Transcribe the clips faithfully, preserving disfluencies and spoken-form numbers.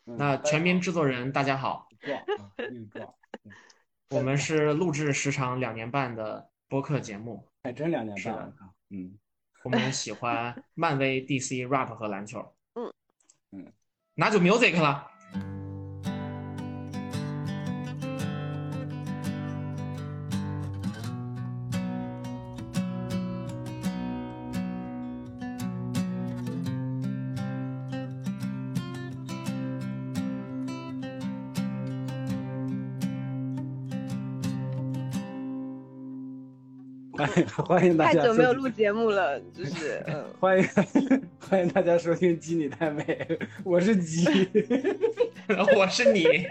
嗯， 那全民大家好， 制作人，大家好， 壮啊，硬壮，嗯， 我们再再是录制时长两年半的播客节目。 还真两年半，我是的， 靠，嗯我们喜欢漫威、D C、rap 和篮球， 嗯， 嗯， 那就 music 了。 欢迎欢迎大太家收听， 久没有录节目了，就是嗯， 欢迎欢迎大家收听鸡你太美，我是鸡， 我是你，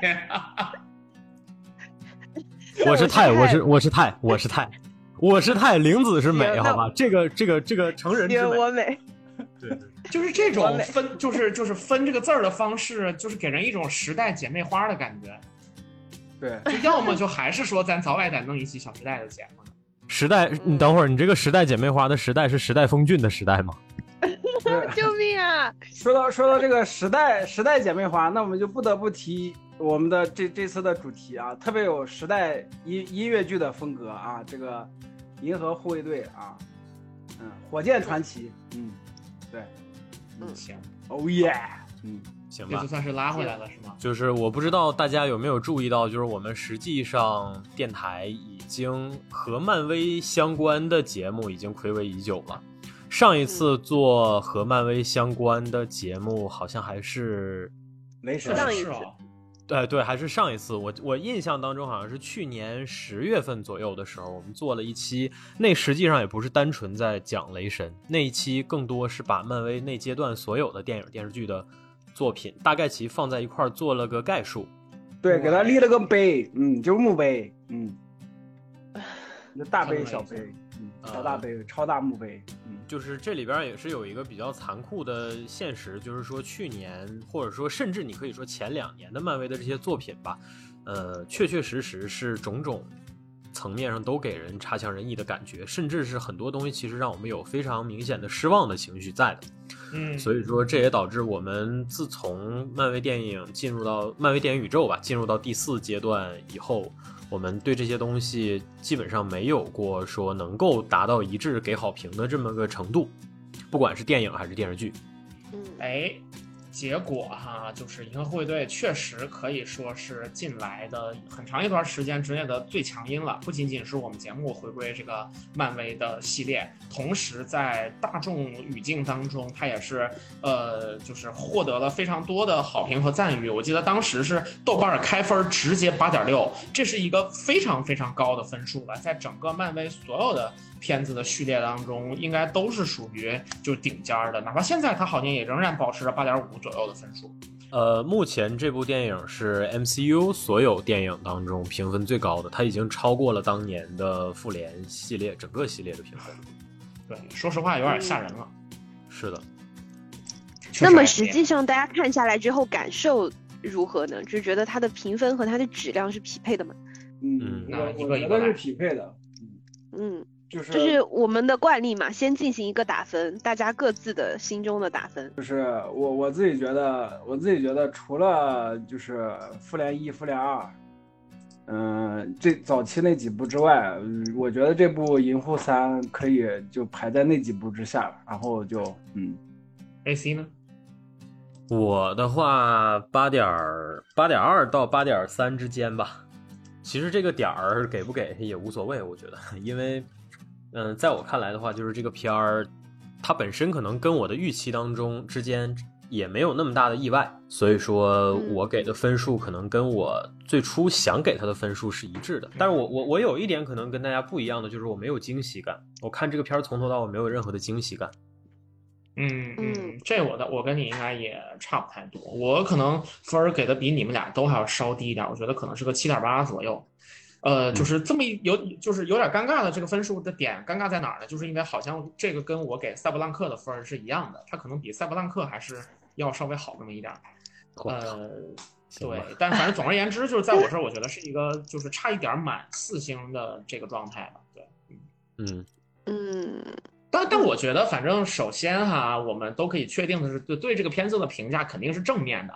那我是我是泰，我泰， 是我是泰，我是泰，我是泰，玲子是美， 行那好吧？这个这个这个成人之行， 美， 我美， 对对， 就是这完美种分，就是就是分这个字儿的方式，就是给人一种时代姐妹花的感觉。 对， 就要么就还是说咱早晚得弄一期《小时代》的节目呢。 时代，你等会儿，你这个时代姐妹花的时代是时代峰峻的时代吗？ 对， 救命啊！ 说到说到这个时代时代姐妹花，那我们就不得不提我们的这这次的主题啊，特别有时代音音乐剧的风格啊，这个银河护卫队啊，嗯，火箭传奇，嗯，对， 嗯行， ，Oh yeah，嗯。 行吧这就，算是拉回来了，是吗？ 就是我不知道大家有没有注意到，就是我们实际上电台已经和漫威相关的节目已经暌违已久了。上一次做和漫威相关的节目，好像还是雷神上一次是哦， 对对，还是上一次，我我印象当中好像是去年十月份左右的时候，我们做了一期，那实际上也不是单纯在讲雷神，那一期更多是把漫威那阶段所有的电影电视剧的作品大概其放在一块儿做了个概述。 对，给他立了个碑，嗯，就是墓碑，嗯，就大碑、小碑，嗯，小大碑、超大墓碑，嗯， 就是这里边也是有一个比较残酷的现实，就是说去年或者说甚至你可以说前两年的漫威的这些作品吧，呃，确确实实是种种层面上都给人差强人意的感觉，甚至是很多东西其实让我们有非常明显的失望的情绪在的。 嗯， 所以说这也导致我们自从漫威电影进入到漫威电影宇宙吧，进入到第四阶段以后，我们对这些东西基本上没有过说能够达到一致给好评的这么个程度，不管是电影还是电视剧。 嗯， 哎，结果哈，就是银河护卫队确实可以说是近来的很长一段时间之内的最强音了。不仅仅是我们节目回归这个漫威的系列，同时在大众语境当中，它也是呃，就是获得了非常多的好评和赞誉。我记得当时是豆瓣开分直接八点六，这是一个非常非常高的分数了，在整个漫威所有的片子的序列当中，应该都是属于就顶尖的，哪怕现在它好像也仍然保持着八点五左右的分数。 呃，目前这部电影是 M C U 所有电影当中评分最高的，它已经超过了当年的复联系列整个系列的评分。 对，说实话有点吓人了。 是的， 那么实际上大家看下来之后感受如何呢？就觉得它的评分和它的质量是匹配的吗？ 嗯， 那我一个一个来我觉得是匹配的， 嗯， 就是这是我们的惯例嘛，先进行一个打分，大家各自的心中的打分。 就是我我自己觉得，我自己觉得除了就是复联一、复联二，嗯、这早期那几部之外，嗯我觉得这部银护三可以就排在那几部之下，然后就嗯， A C 呢？ 我的话八点八点二到八点三之间吧。其实这个点儿给不给也无所谓，我觉得，因为，嗯、呃，在我看来的话，就是这个片儿，它本身可能跟我的预期当中之间也没有那么大的意外，所以说我给的分数可能跟我最初想给他的分数是一致的。但是我我我有一点可能跟大家不一样的，就是我没有惊喜感，我看这个片儿从头到尾没有任何的惊喜感。 嗯嗯，这我的我跟你应该也差不太多，我可能分儿给的比你们俩都还要稍低一点，我觉得可能是个七点八左右。呃，就是这么一有就是有点尴尬的这个分数的点，尴尬在哪儿呢？就是因为好像这个跟我给赛博浪客的分儿是一样的，它可能比赛博浪客还是要稍微好那么一点。呃，对，但反正总而言之，就是在我这儿，我觉得是一个就是差一点满四星的这个状态吧。对， 嗯嗯。 但但我觉得，反正首先哈，我们都可以确定的是，对对这个片子的评价肯定是正面的。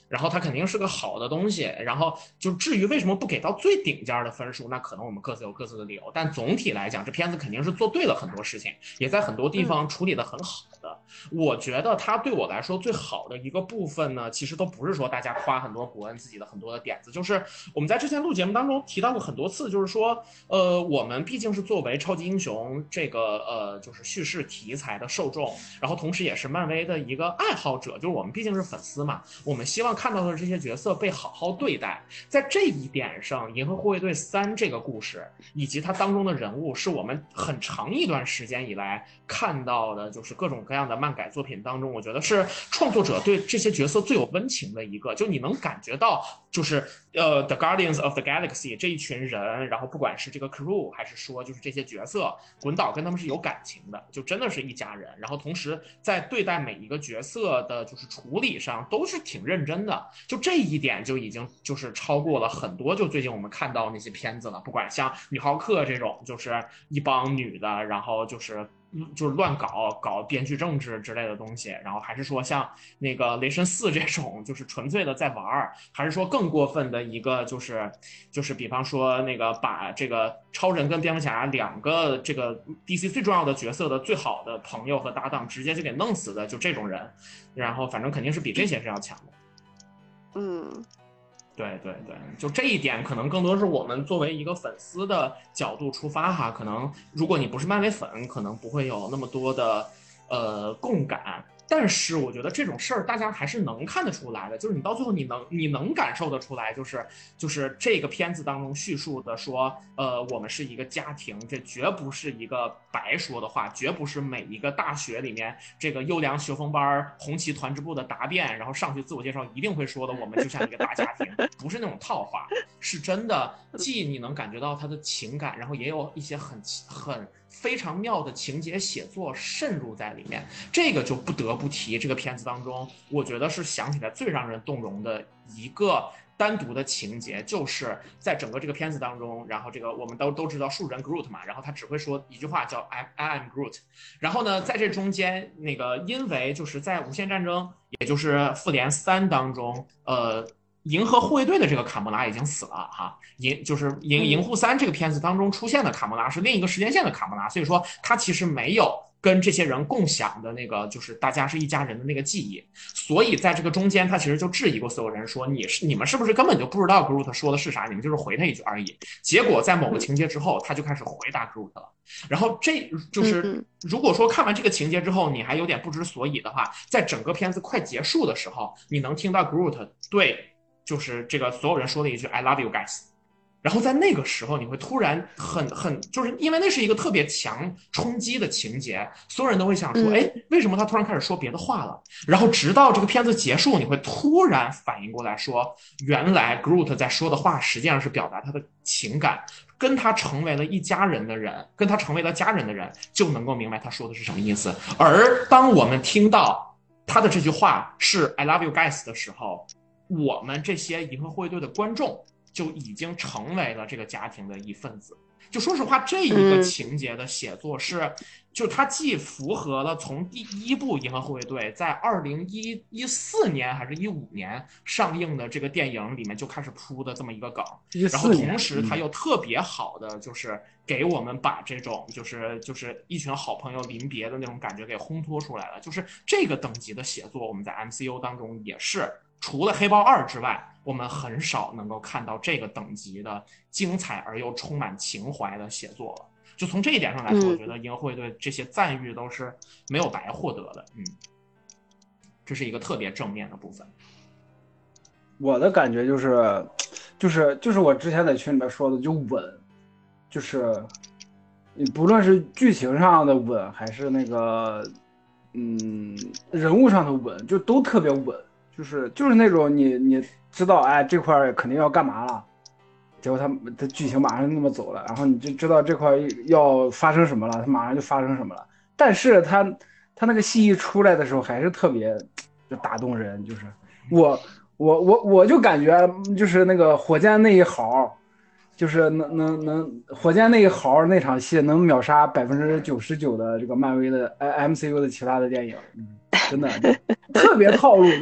然后它肯定是个好的东西，然后就至于为什么不给到最顶尖的分数，那可能我们各自有各自的理由，但总体来讲，这片子肯定是做对了很多事情，也在很多地方处理得很好的。嗯、我觉得它对我来说最好的一个部分呢，其实都不是说大家夸很多古恩自己的很多的点子，就是我们在之前录节目当中提到过很多次，就是说，呃，我们毕竟是作为超级英雄这个呃就是叙事题材的受众，然后同时也是漫威的一个爱好者，就是我们毕竟是粉丝嘛，我们希望看到的这些角色被好好对待。在这一点上，《银河护卫队三》这个故事以及它当中的人物，是我们很长一段时间以来看到的，就是各种各样的漫改作品当中，我觉得是创作者对这些角色最有温情的一个，就你能感觉到，就是呃 The Guardians of the Galaxy 这一群人，然后不管是这个 crew 还是说就是这些角色，滚导跟他们是有感情的，就真的是一家人。然后同时在对待每一个角色的就是处理上都是挺认真的，就这一点就已经就是超过了很多就最近我们看到那些片子了，不管像女浩克这种就是一帮女的，然后就是就是乱搞搞编剧政治之类的东西，然后还是说像那个雷神四这种就是纯粹的在玩，还是说更过分的一个就是就是比方说那个把这个超人跟蝙蝠侠两个这个 D C 最重要的角色的最好的朋友和搭档直接就给弄死的，就这种人，然后反正肯定是比这些是要强的。 嗯， 对对对，就这一点可能更多是我们作为一个粉丝的角度出发哈，可能如果你不是漫威粉，可能不会有那么多的呃共感。但是我觉得这种事儿大家还是能看得出来的，就是你到最后你能你能感受得出来，就是就是这个片子当中叙述的说，呃，我们是一个家庭，这绝不是一个白说的话，绝不是每一个大学里面这个优良学风班红旗团支部的答辩，然后上去自我介绍一定会说的，我们就像一个大家庭，不是那种套话，是真的，既你能感觉到他的情感，然后也有一些很很非常妙的情节写作渗入在里面，这个就不得不提这个片子当中，我觉得是想起来最让人动容的一个单独的情节，就是在整个这个片子当中，然后这个我们都都知道树人 Groot 嘛，然后他只会说一句话叫 I I am Groot， 然后呢，在这中间那个因为就是在无限战争，也就是复联三当中，呃。银河护卫队的这个卡莫拉已经死了哈，银就是银银护三这个片子当中出现的卡莫拉是另一个时间线的卡莫拉，所以说他其实没有跟这些人共享的那个就是大家是一家人的那个记忆，所以在这个中间他其实就质疑过所有人说你是你们是不是根本就不知道 Groot 说的是啥，你们就是回他一句而已。结果在某个情节之后他就开始回答 Groot 了，然后这就是如果说看完这个情节之后你还有点不知所以的话，在整个片子快结束的时候你能听到 Groot 对就是这个所有人说了一句 I love you guys， 然后在那个时候你会突然很很就是因为那是一个特别强冲击的情节，所有人都会想说哎，为什么他突然开始说别的话了，然后直到这个片子结束你会突然反应过来说原来 Groot 在说的话实际上是表达他的情感，跟他成为了一家人的人跟他成为了家人的人就能够明白他说的是什么意思，而当我们听到他的这句话是 I love you guys 的时候，我们这些银河护卫队的观众就已经成为了这个家庭的一份子。就说实话，这一个情节的写作是，嗯、就它既符合了从第一部银河护卫队在二零一四年还是一五年上映的这个电影里面就开始铺的这么一个梗，然后同时它又特别好的就是给我们把这种就是就是一群好朋友临别的那种感觉给烘托出来了。就是这个等级的写作，我们在 M C U 当中也是。除了黑豹二之外，我们很少能够看到这个等级的精彩而又充满情怀的写作了。就从这一点上来说，我觉得银河护卫队这些赞誉都是没有白获得的。嗯，这是一个特别正面的部分。 我的感觉就是，就是就是我之前在群里面说的，就稳，就是你不论是剧情上的稳，还是那个嗯人物上的稳，就都特别稳。就是就是那种你你知道哎这块肯定要干嘛了，结果他他剧情马上那么走了，然后你就知道这块要发生什么了，他马上就发生什么了。但是他他那个戏一出来的时候还是特别就打动人，就是我我我我就感觉就是那个火箭那一毫，就是能能能火箭那一毫那场戏能秒杀百分之九十九的这个漫威的 M C U 的其他的电影，嗯，真的特别套路，对吧？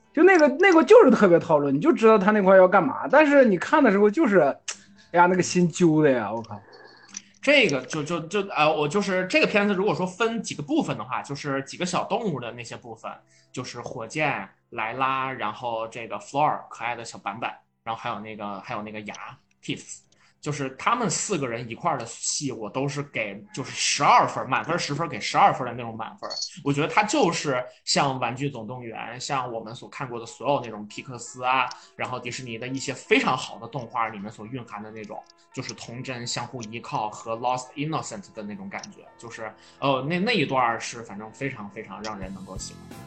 就那个那个就是特别套路，你就知道他那块要干嘛，但是你看的时候就是，哎呀，那个心揪的呀，我靠！ 这个就就就呃，我就是这个片子，如果说分几个部分的话，就是几个小动物的那些部分，就是火箭、莱拉，然后这个 Floor 可爱的小板板，然后还有那个还有那个牙 Teeth，就是他们四个人一块儿的戏，我都是给就是十二分，满分十分给十二分的那种满分。我觉得它就是像《玩具总动员》，像我们所看过的所有那种皮克斯啊，然后迪士尼的一些非常好的动画里面所蕴含的那种，就是童真、相互依靠和 lost innocent 的那种感觉，就是呃那那一段是反正非常非常让人能够喜欢。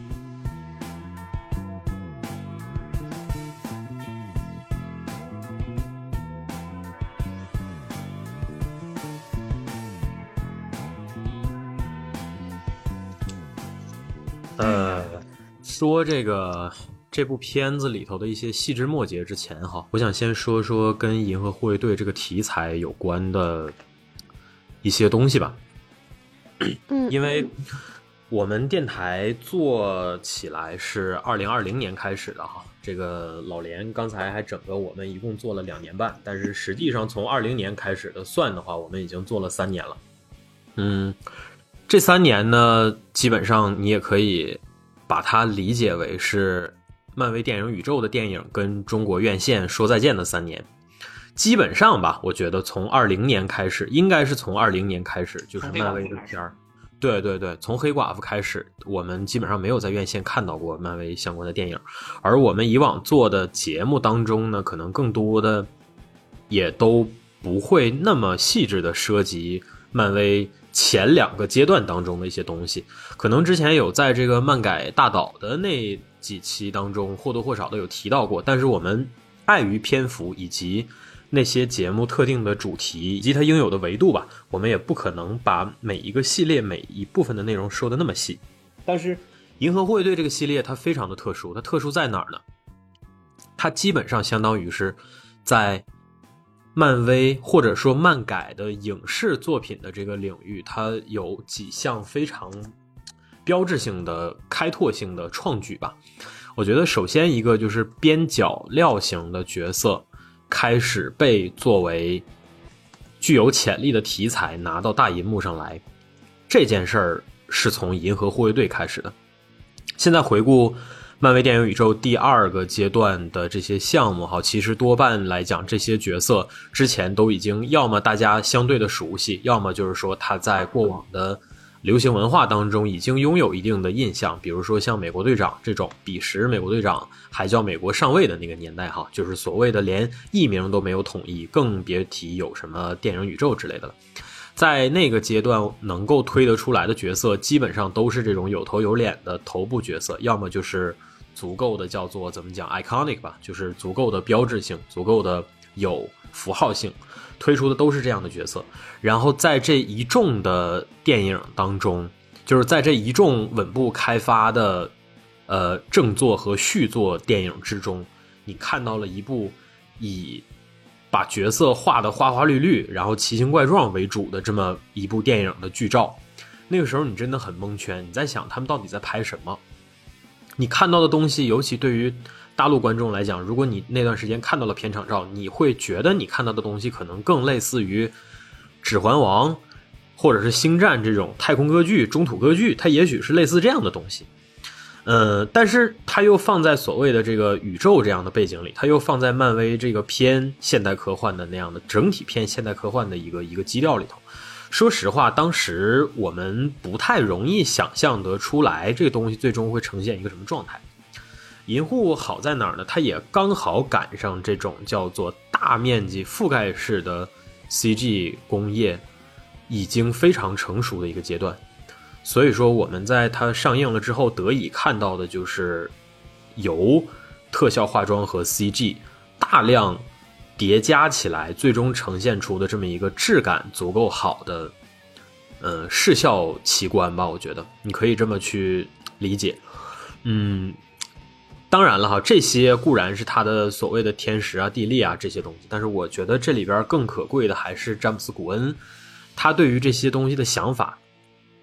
呃，说这个这部片子里头的一些细枝末节之前哈，我想先说说跟《银河护卫队》这个题材有关的一些东西吧。 嗯， 因为我们电台做起来是二零二零年开始的哈，这个老连刚才还整个我们一共做了两年半，但是实际上从二零年开始的算的话，我们已经做了三年了。嗯。这三年呢，基本上你也可以把它理解为是漫威电影宇宙的电影跟中国院线说再见的三年。基本上吧，我觉得从二零年开始，应该是从二零年开始，就是漫威的片儿。对对对，从黑寡妇开始，我们基本上没有在院线看到过漫威相关的电影，而我们以往做的节目当中呢，可能更多的也都不会那么细致的涉及漫威前两个阶段当中的一些东西，可能之前有在这个漫改大岛的那几期当中或多或少的有提到过，但是我们碍于篇幅以及那些节目特定的主题以及它应有的维度吧，我们也不可能把每一个系列每一部分的内容说的那么细。但是银河护卫队这个系列它非常的特殊，它特殊在哪儿呢？它基本上相当于是在漫威或者说漫改的影视作品的这个领域，它有几项非常标志性的开拓性的创举吧。我觉得首先一个就是边角料型的角色开始被作为具有潜力的题材拿到大银幕上来，这件事儿是从银河护卫队开始的。现在回顾漫威电影宇宙第二个阶段的这些项目哈，其实多半来讲，这些角色之前都已经要么大家相对的熟悉，要么就是说他在过往的流行文化当中已经拥有一定的印象，比如说像美国队长这种，彼时美国队长还叫美国上尉的那个年代哈，就是所谓的连译名都没有统一，更别提有什么电影宇宙之类的了。在那个阶段能够推得出来的角色，基本上都是这种有头有脸的头部角色，要么就是足够的叫做怎么讲 iconic 吧，就是足够的标志性，足够的有符号性，推出的都是这样的角色。然后在这一众的电影当中，就是在这一众稳步开发的呃正作和续作电影之中，你看到了一部以把角色画得花花绿绿，然后奇形怪状为主的这么一部电影的剧照。那个时候你真的很蒙圈，你在想他们到底在拍什么。你看到的东西，尤其对于大陆观众来讲，如果你那段时间看到了片场照，你会觉得你看到的东西可能更类似于指环王或者是星战这种太空歌剧、中土歌剧，它也许是类似这样的东西。呃，但是它又放在所谓的这个宇宙这样的背景里，它又放在漫威这个偏现代科幻的那样的整体偏现代科幻的一个一个基调里头。说实话，当时我们不太容易想象得出来这个东西最终会呈现一个什么状态。银护好在哪儿呢？它也刚好赶上这种叫做大面积覆盖式的 C G 工业已经非常成熟的一个阶段，所以说我们在它上映了之后得以看到的就是由特效化妆和 C G 大量叠加起来，最终呈现出的这么一个质感足够好的呃视效奇观吧，我觉得你可以这么去理解。嗯，当然了哈，这些固然是他的所谓的天时啊地利啊这些东西，但是我觉得这里边更可贵的还是詹姆斯古恩他对于这些东西的想法。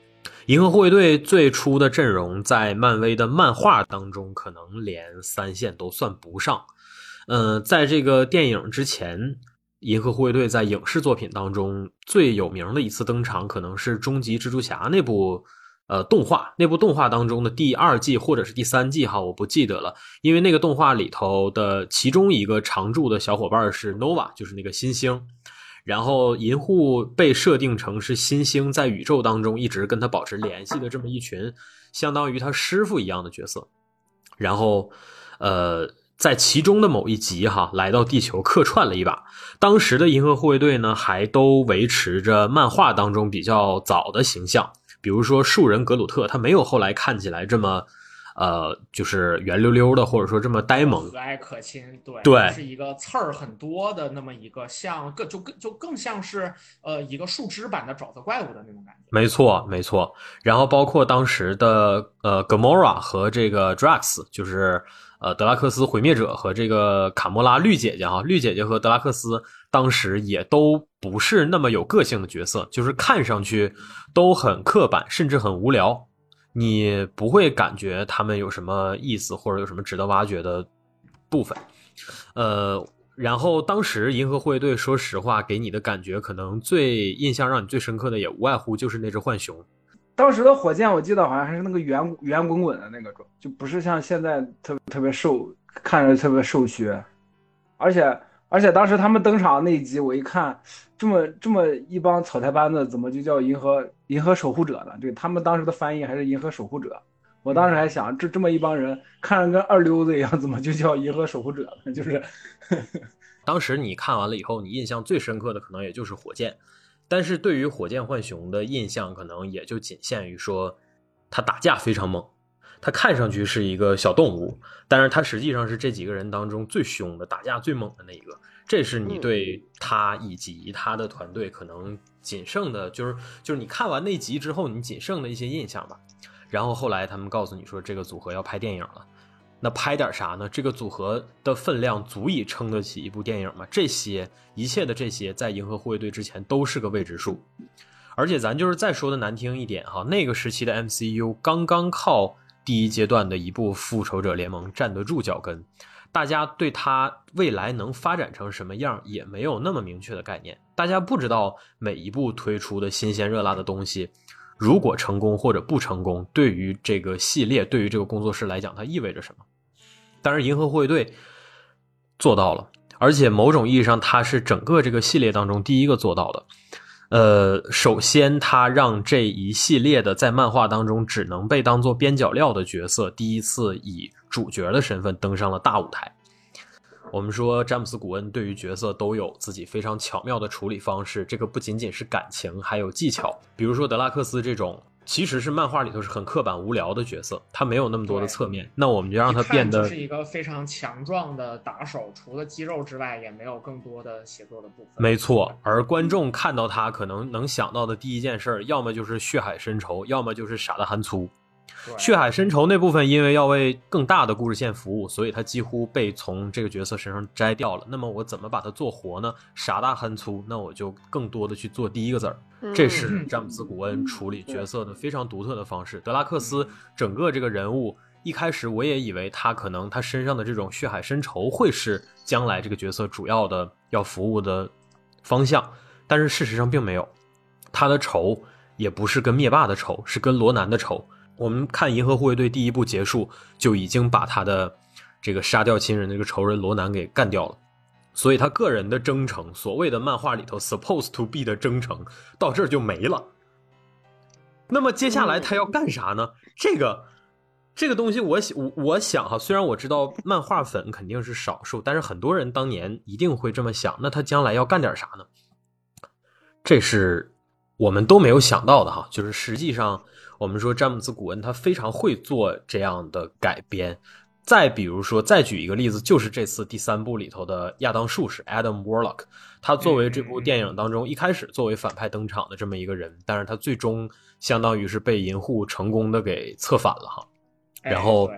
银河护卫队最初的阵容在漫威的漫画当中可能连三线都算不上。呃，在这个电影之前，银河护卫队在影视作品当中最有名的一次登场可能是终极蜘蛛侠那部呃动画，那部动画当中的第二季或者是第三季哈，我不记得了，因为那个动画里头的其中一个常驻的小伙伴是 Nova， 就是那个新星。然后银护被设定成是新星在宇宙当中一直跟他保持联系的这么一群相当于他师傅一样的角色，然后呃在其中的某一集哈来到地球客串了一把。当时的银河护卫队呢还都维持着漫画当中比较早的形象，比如说树人格鲁特，他没有后来看起来这么呃，就是圆溜溜的，或者说这么呆萌， 和蔼可亲，对， 对， 是一个刺儿很多的那么一个像更就更就更像是呃一个树枝版的爪子怪物的那种感觉。 没错，没错。然后包括当时的呃 Gamora 和这个 Drax， 就是呃德拉克斯毁灭者和这个卡莫拉绿姐姐哈，绿姐姐和德拉克斯当时也都不是那么有个性的角色，就是看上去都很刻板，甚至很无聊。你不会感觉他们有什么意思或者有什么值得挖掘的部分。呃，然后当时银河护卫队说实话给你的感觉可能最印象让你最深刻的也无外乎就是那只浣熊。 当时的火箭我记得好像还是那个圆圆滚滚的那个种，就不是像现在特别特别瘦，看着特别瘦削。而且而且当时他们登场那一集我一看，这么这么一帮草台班子怎么就叫银河银河守护者呢？对，他们当时的翻译还是银河守护者。我当时还想，这这么一帮人看着跟二溜子一样，怎么就叫银河守护者呢？就是当时你看完了以后，你印象最深刻的可能也就是火箭，但是对于火箭浣熊的印象可能也就仅限于说他打架非常猛，他看上去是一个小动物，但是他实际上是这几个人当中最凶的，打架最猛的那一个。这是你对他以及他的团队可能仅剩的就是就是你看完那集之后你仅剩的一些印象吧。然后后来他们告诉你说这个组合要拍电影了，那拍点啥呢？这个组合的分量足以撑得起一部电影吗？这些一切的这些在银河护卫队之前都是个未知数。而且咱就是再说的难听一点哈，那个时期的 M C U 刚刚靠第一阶段的一部复仇者联盟站得住脚跟，大家对它未来能发展成什么样也没有那么明确的概念。大家不知道每一部推出的新鲜热辣的东西如果成功或者不成功，对于这个系列对于这个工作室来讲它意味着什么。当然银河护卫队做到了，而且某种意义上它是整个这个系列当中第一个做到的。呃，首先他让这一系列的在漫画当中只能被当作边角料的角色第一次以主角的身份登上了大舞台。我们说詹姆斯·古恩对于角色都有自己非常巧妙的处理方式，这个不仅仅是感情还有技巧。比如说德拉克斯这种其实是漫画里头是很刻板无聊的角色，他没有那么多的侧面，那我们就让他变得就是一个非常强壮的打手，除了肌肉之外也没有更多的写作的部分。 没错，而观众看到他可能能想到的第一件事要么就是血海深仇，要么就是傻大憨粗。血海深仇那部分因为要为更大的故事线服务，所以他几乎被从这个角色身上摘掉了。那么我怎么把它做活呢？傻大憨粗，那我就更多的去做第一个字儿。这是詹姆斯·古恩处理角色的非常独特的方式。德拉克斯整个这个人物一开始我也以为他可能他身上的这种血海深仇会是将来这个角色主要的要服务的方向，但是事实上并没有。他的仇也不是跟灭霸的仇，是跟罗南的仇。我们看银河护卫队第一部结束就已经把他的这个杀掉亲人的这个仇人罗南给干掉了，所以他个人的征程，所谓的漫画里头 supposed to be 的征程到这儿就没了。那么接下来他要干啥呢？这个这个东西我我我想哈，虽然我知道漫画粉肯定是少数，但是很多人当年一定会这么想，那他将来要干点啥呢？这是我们都没有想到的哈，就是实际上我们说詹姆斯·古恩他非常会做这样的改编。再比如说再举一个例子，就是这次第三部里头的亚当术士 Adam Warlock， 他作为这部电影当中一开始作为反派登场的这么一个人，但是他最终相当于是被银护成功的给策反了哈。然后、 哎、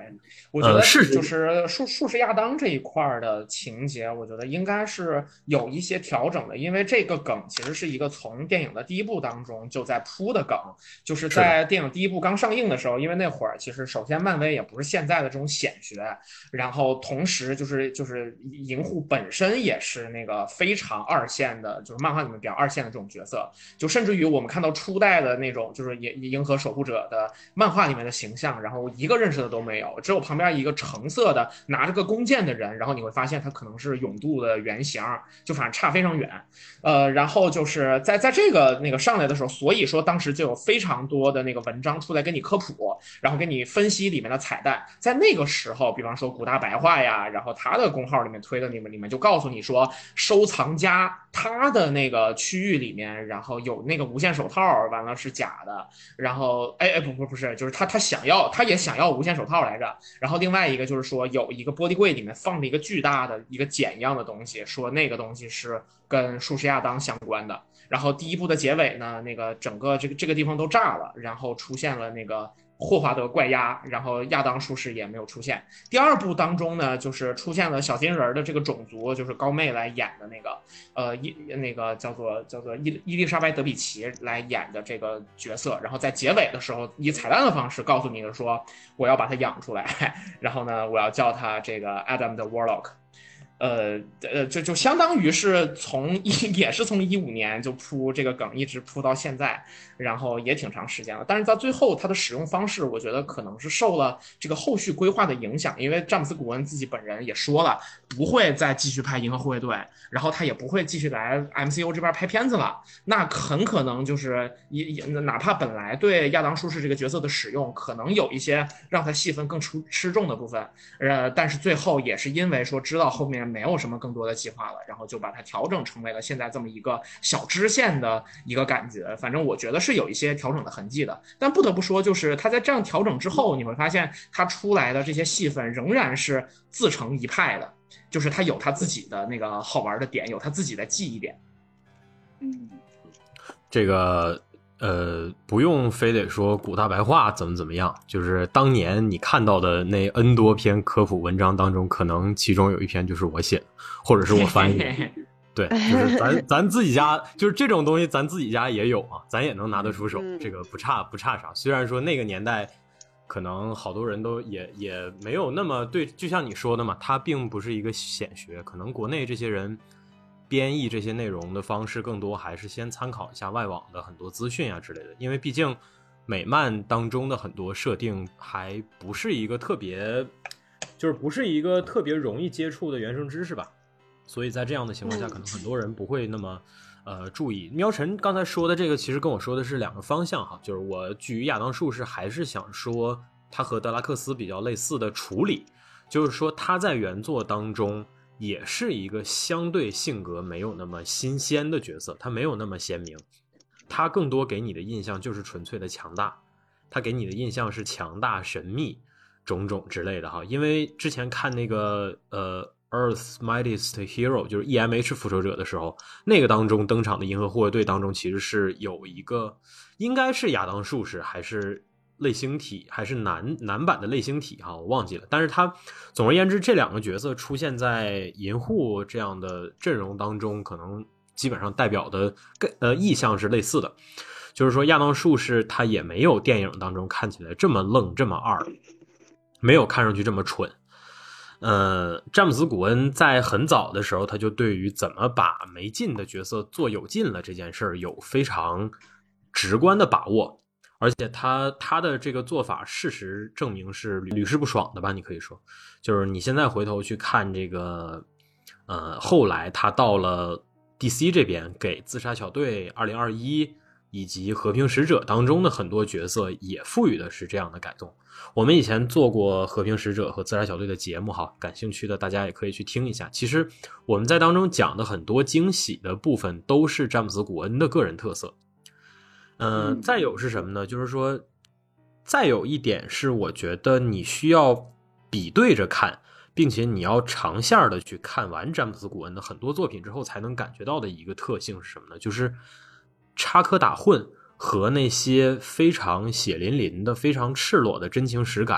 我觉得呃是就是术术士亚当这一块的情节，我觉得应该是有一些调整的，因为这个梗其实是一个从电影的第一部当中就在铺的梗，就是在电影第一部刚上映的时候，因为那会儿其实首先漫威也不是现在的这种显学，然后同时就是就是银护本身也是那个非常二线的，就是漫画里面比较二线的这种角色，就甚至于我们看到初代的那种就是银银河守护者的漫画里面的形象，然后一个认识的都没有，只有旁边一个橙色的拿着个弓箭的人，然后你会发现他可能是勇度的原型，就反正差非常远。呃，然后就是在在这个那个上来的时候，所以说当时就有非常多的那个文章出来跟你科普，然后跟你分析里面的彩蛋。在那个时候，比方说古大白话呀，然后他的公号里面推的你们里面就告诉你说，收藏家他的那个区域里面，然后有那个无限手套，完了是假的，然后哎哎不不不是，就是他他想要，他也想要无限手套来着。然后另外一个就是说，有一个玻璃柜里面放着一个巨大的一个茧一样的东西，说那个东西是跟术士亚当相关的。然后第一部的结尾呢，那个整个这个这个地方都炸了，然后出现了那个霍华德怪鸭，然后亚当术士也没有出现。第二部当中呢，就是出现了小金人的这个种族，就是高妹来演的那个，呃，伊那个叫做叫做伊伊丽莎白德比奇来演的这个角色。然后在结尾的时候，以彩蛋的方式告诉你说，我要把它养出来，然后呢，我要叫他这个 Adam 的 Warlock。呃呃，就就相当于是从一也是从一五年就铺这个梗，一直铺到现在，然后也挺长时间了。但是到最后，它的使用方式，我觉得可能是受了这个后续规划的影响，因为詹姆斯·古恩自己本人也说了，不会再继续拍银河护卫队，然后他也不会继续来 M C U 这边拍片子了。那很可能就是也也哪怕本来对亚当术士这个角色的使用，可能有一些让他戏份更出吃重的部分，呃，但是最后也是因为说知道后面没有什么更多的计划了，然后就把它调整成为了现在这么一个小支线的一个感觉。反正我觉得是有一些调整的痕迹的，但不得不说，就是他在这样调整之后，你会发现他出来的这些戏份仍然是自成一派的，就是他有他自己的那个好玩的点，有他自己的记忆点。 嗯， 这个呃，不用非得说古大白话怎么怎么样，就是当年你看到的那 N 多篇科普文章当中，可能其中有一篇就是我写的，或者是我翻译的。对，就是咱咱自己家，就是这种东西，咱自己家也有啊，咱也能拿得出手，这个不差不差啥。虽然说那个年代，可能好多人都也也没有那么对，就像你说的嘛，它并不是一个显学，可能国内这些人编译这些内容的方式更多还是先参考一下外网的很多资讯啊之类的，因为毕竟美漫当中的很多设定还不是一个特别，就是不是一个特别容易接触的原生知识吧，所以在这样的情况下，可能很多人不会那么呃注意。喵晨刚才说的这个，其实跟我说的是两个方向哈，就是我举亚当术士还是想说他和德拉克斯比较类似的处理，就是说他在原作当中也是一个相对性格没有那么新鲜的角色，他没有那么鲜明，他更多给你的印象就是纯粹的强大，他给你的印象是强大、神秘种种之类的哈。因为之前看那个呃 Earth's Mightiest Hero 就是 E M H 复仇者的时候，那个当中登场的银河护卫队当中其实是有一个应该是亚当术士还是类星体还是男男版的类星体哈，我忘记了。但是他总而言之，这两个角色出现在银护这样的阵容当中，可能基本上代表的呃意象是类似的，就是说亚当术士他也没有电影当中看起来这么愣这么二，没有看上去这么蠢。呃，詹姆斯·古恩在很早的时候，他就对于怎么把没劲的角色做有劲了这件事儿有非常直观的把握。而且他他的这个做法，事实证明是屡试不爽的吧？你可以说，就是你现在回头去看这个，呃，后来他到了 D C 这边，给自杀小队二零二一以及和平使者当中的很多角色也赋予的是这样的改动。我们以前做过和平使者和自杀小队的节目哈，感兴趣的大家也可以去听一下。其实我们在当中讲的很多惊喜的部分，都是詹姆斯·古恩的个人特色。呃，再有是什么呢？就是说，再有一点是，我觉得你需要比对着看，并且你要长线的去看完詹姆斯·古恩的很多作品之后，才能感觉到的一个特性是什么呢？就是插科打诨和那些非常血淋淋的、非常赤裸的真情实感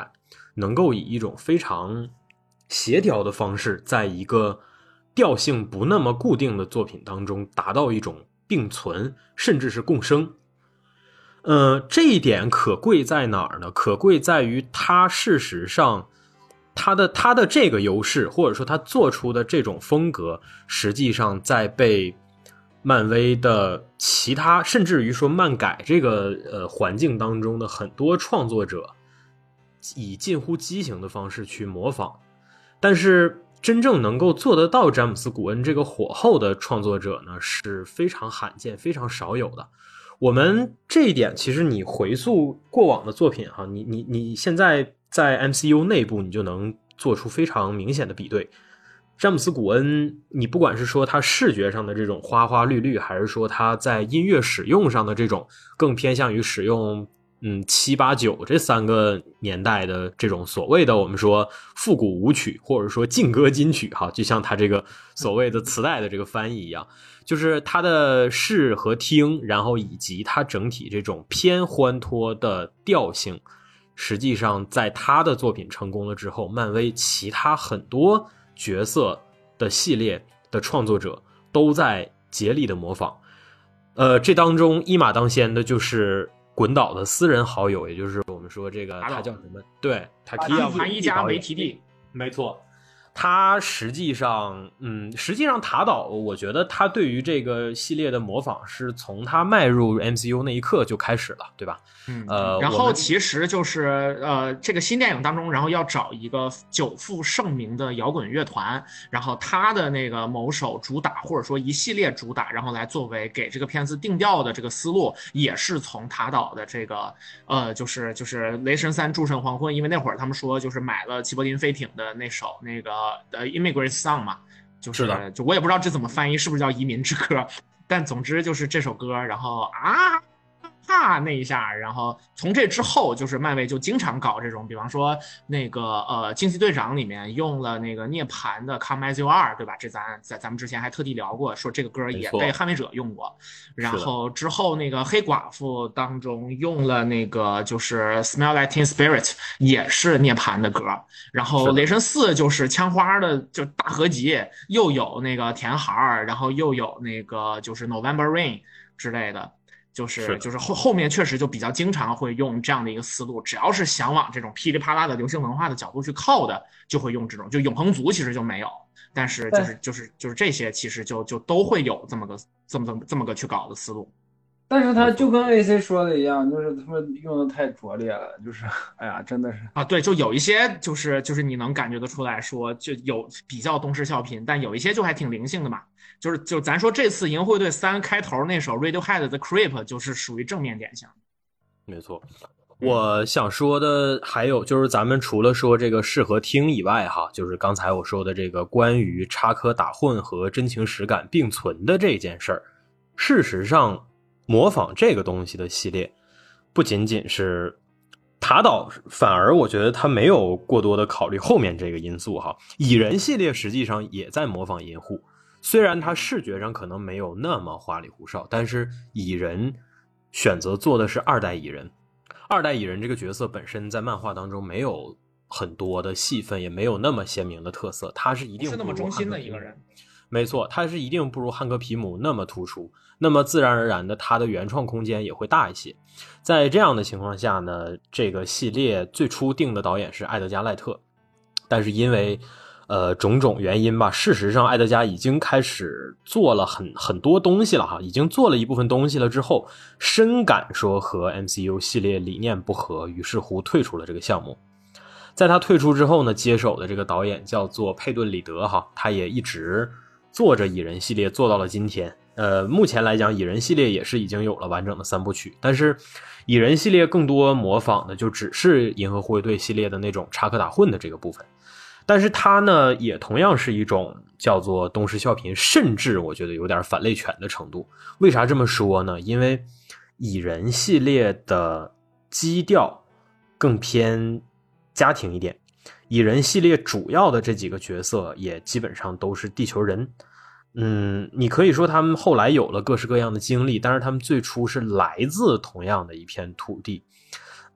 能够以一种非常协调的方式，在一个调性不那么固定的作品当中达到一种并存甚至是共生。呃，这一点可贵在哪儿呢？可贵在于它事实上它的它的这个优势，或者说它做出的这种风格，实际上在被漫威的其他甚至于说漫改这个呃环境当中的很多创作者以近乎畸形的方式去模仿，但是真正能够做得到詹姆斯·古恩这个火候的创作者呢，是非常罕见非常少有的。我们这一点其实你回溯过往的作品哈，你你你现在在 M C U 内部你就能做出非常明显的比对。詹姆斯·古恩，你不管是说他视觉上的这种花花绿绿，还是说他在音乐使用上的这种更偏向于使用嗯七八九这三个年代的这种所谓的我们说复古舞曲，或者说劲歌金曲哈，就像他这个所谓的磁带的这个翻译一样，就是他的视和听，然后以及他整体这种偏欢脱的调性，实际上在他的作品成功了之后，漫威其他很多角色的系列的创作者都在竭力的模仿。呃，这当中一马当先的就是滚导的私人好友，也就是我们说这个他叫什么？对，他韩一家维提蒂， 没错。他实际上，嗯，实际上塔岛，我觉得他对于这个系列的模仿是从他迈入 M C U 那一刻就开始了，对吧？ 嗯， 呃， 然后其实就是呃，这个新电影当中，然后要找一个久负盛名的摇滚乐团，然后他的那个某首主打或者说一系列主打，然后来作为给这个片子定调的这个思路，也是从塔岛的这个呃，就是就是雷神三诸神黄昏，因为那会儿他们说就是买了齐柏林飞艇的那首那个呃 Immigrant Song 嘛，就是就我也不知道这怎么翻译，是不是叫移民之歌？但总之就是这首歌，然后啊。啪那一下，然后从这之后，就是漫威就经常搞这种，比方说那个呃惊奇队长里面用了那个涅槃的 Come As You Are， 对吧？这咱在咱们之前还特地聊过，说这个歌也被捍卫者用过。然后之后那个黑寡妇当中用了那个就是 Smell Like Teen Spirit， 也是涅槃的歌。然后雷神四就是枪花的就大合集，又有那个甜孩，然后又有那个就是 November Rain 之类的。就是就是后后面确实就比较经常会用这样的一个思路，只要是想往这种噼里啪啦的流行文化的角度去靠的，就会用这种。就永恒族其实就没有，但是就是就是就是这些其实就就都会有这么个这么这么这么个去搞的思路。 但是他就跟 A C 说的一样，就是他们用的太拙劣了，就是哎呀，真的是啊，对，就有一些就是就是你能感觉得出来说就有比较东施效颦，但有一些就还挺灵性的嘛。就是就咱说这次银护队三开头那首 Radiohead 的 Creep 就是属于正面典型。 没错，我想说的还有就是咱们除了说这个适合听以外哈，就是刚才我说的这个关于插科打诨和真情实感并存的这件事儿，事实上模仿这个东西的系列不仅仅是塔岛，反而我觉得他没有过多的考虑后面这个因素哈。蚁人系列实际上也在模仿银护，虽然它视觉上可能没有那么花里胡哨，但是蚁人选择做的是二代蚁人。二代蚁人这个角色本身在漫画当中没有很多的戏份，也没有那么鲜明的特色，他是一定不如是那么中心的一个人。 没错，他是一定不如汉克皮姆那么突出，那么自然而然的他的原创空间也会大一些。在这样的情况下呢，这个系列最初定的导演是艾德加·赖特，但是因为呃，种种原因吧，事实上，艾德加已经开始做了很很多东西了哈，已经做了一部分东西了之后，深感说和 M C U 系列理念不合，于是乎退出了这个项目。在他退出之后呢，接手的这个导演叫做佩顿·里德哈，他也一直做着蚁人系列，做到了今天。呃，目前来讲，蚁人系列也是已经有了完整的三部曲，但是蚁人系列更多模仿的就只是银河护卫队系列的那种插科打诨的这个部分。但是它呢，也同样是一种叫做东施效颦，甚至我觉得有点反类犬的程度。为啥这么说呢？因为蚁人系列的基调更偏家庭一点，蚁人系列主要的这几个角色也基本上都是地球人。嗯，你可以说他们后来有了各式各样的经历，但是他们最初是来自同样的一片土地。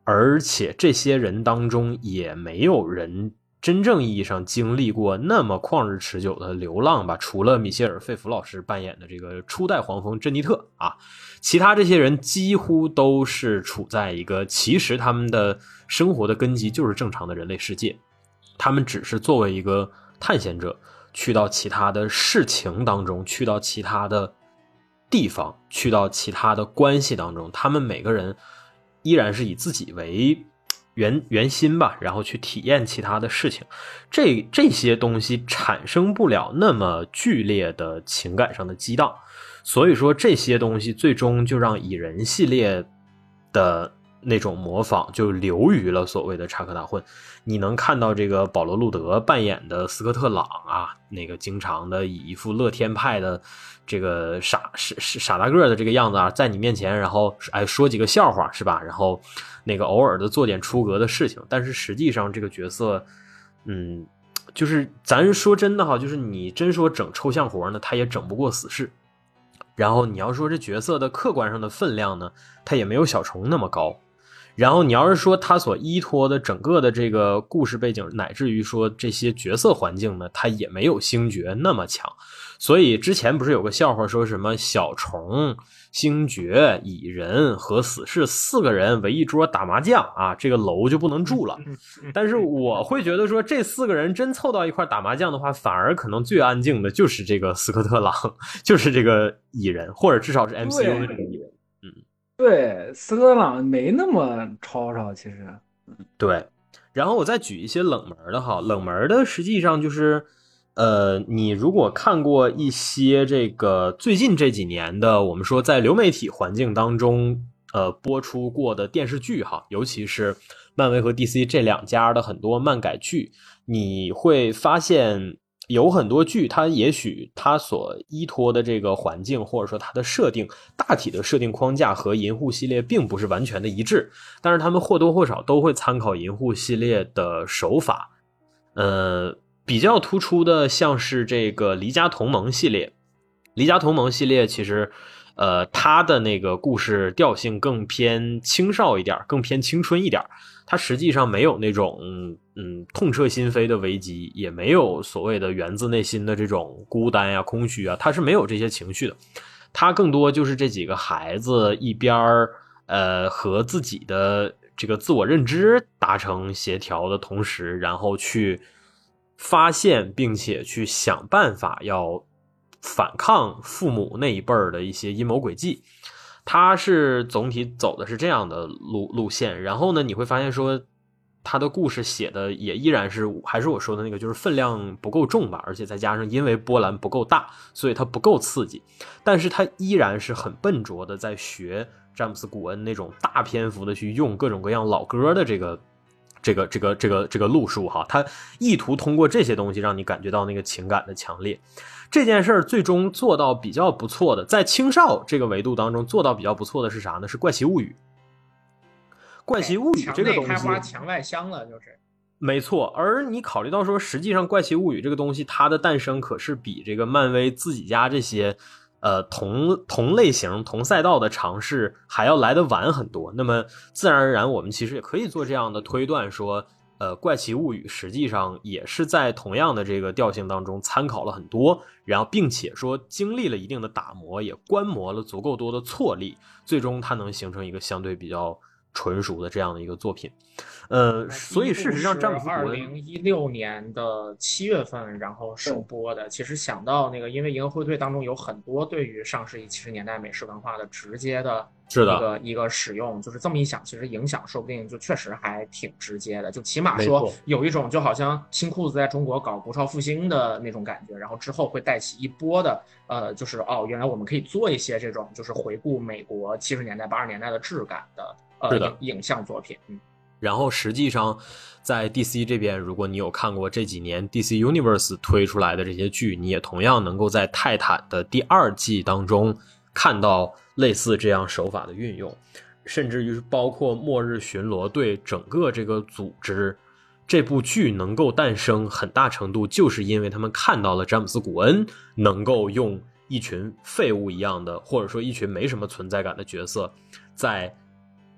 而且这些人当中也没有人真正意义上经历过那么旷日持久的流浪吧，除了米歇尔·费弗老师扮演的这个初代黄蜂珍妮特啊，其他这些人几乎都是处在一个其实他们的生活的根基就是正常的人类世界，他们只是作为一个探险者去到其他的事情当中，去到其他的地方，去到其他的关系当中，他们每个人依然是以自己为原原心吧，然后去体验其他的事情，这这些东西产生不了那么剧烈的情感上的激荡，所以说这些东西最终就让蚁人系列的那种模仿就流于了所谓的插科打诨。你能看到这个保罗·路德扮演的斯科特·朗啊，那个经常的以一副乐天派的这个傻傻傻大个的这个样子啊，在你面前然后哎说几个笑话是吧，然后那个偶尔的做点出格的事情，但是实际上这个角色嗯就是咱说真的哈，就是你真说整抽象活呢，他也整不过死侍，然后你要说这角色的客观上的分量呢，他也没有小虫那么高，然后你要是说他所依托的整个的这个故事背景，乃至于说这些角色环境呢，他也没有星爵那么强。所以之前不是有个笑话说什么小虫、星爵、蚁人和死侍四个人围一桌打麻将啊，这个楼就不能住了。但是我会觉得说这四个人真凑到一块打麻将的话，反而可能最安静的就是这个斯科特·朗，就是这个蚁人，或者至少是 M C U 的这个蚁人。嗯， 对，斯科特·朗没那么吵吵，其实。 对，然后我再举一些冷门的哈，冷门的实际上就是。呃，你如果看过一些这个最近这几年的，我们说在流媒体环境当中，呃，播出过的电视剧哈，尤其是漫威和 D C 这两家的很多漫改剧，你会发现有很多剧，它也许它所依托的这个环境，或者说它的设定，大体的设定框架和银护系列并不是完全的一致，但是他们或多或少都会参考银护系列的手法，呃。比较突出的像是这个离家同盟系列，离家同盟系列其实呃它的那个故事调性更偏青少一点，更偏青春一点，它实际上没有那种嗯痛彻心扉的危机，也没有所谓的源自内心的这种孤单呀、空虚啊，它是没有这些情绪的，它更多就是这几个孩子一边呃和自己的这个自我认知达成协调的同时，然后去发现并且去想办法要反抗父母那一辈儿的一些阴谋诡计，他是总体走的是这样的路路线。然后呢，你会发现说他的故事写的也依然是还是我说的那个，就是分量不够重吧，而且再加上因为波澜不够大，所以它不够刺激，但是他依然是很笨拙的在学詹姆斯·古恩那种大篇幅的去用各种各样老歌的这个这个这个这个这个路数哈，他意图通过这些东西让你感觉到那个情感的强烈。这件事儿最终做到比较不错的，在青少这个维度当中做到比较不错的是啥呢？是怪奇物语。怪奇物语这个东西， 墙内开花墙外香了，就是没错。而你考虑到说，实际上怪奇物语这个东西，它的诞生可是比这个漫威自己家这些。呃，同同类型、同赛道的尝试还要来得晚很多。那么自然而然，我们其实也可以做这样的推断，说，呃，怪奇物语实际上也是在同样的这个调性当中参考了很多，然后并且说经历了一定的打磨，也观摩了足够多的错例，最终它能形成一个相对比较纯熟的这样的一个作品。呃，所以事实上，詹姆斯· 二零一六年的七月份，然后首播的。其实想到那个，因为《银河护卫队》当中有很多对于上世纪七十年代美式文化的直接的一个一个使用，就是这么一想，其实影响说不定就确实还挺直接的。就起码说有一种就好像新裤子在中国搞国潮复兴的那种感觉，然后之后会带起一波的呃，就是哦，原来我们可以做一些这种就是回顾美国七十年代八十年代的质感的呃的影像作品，嗯。 然后实际上在 D C 这边，如果你有看过这几年 D C Universe 推出来的这些剧，你也同样能够在泰坦的第二季当中看到类似这样手法的运用，甚至于包括末日巡逻队整个这个组织，这部剧能够诞生很大程度就是因为他们看到了詹姆斯·古恩能够用一群废物一样的，或者说一群没什么存在感的角色，在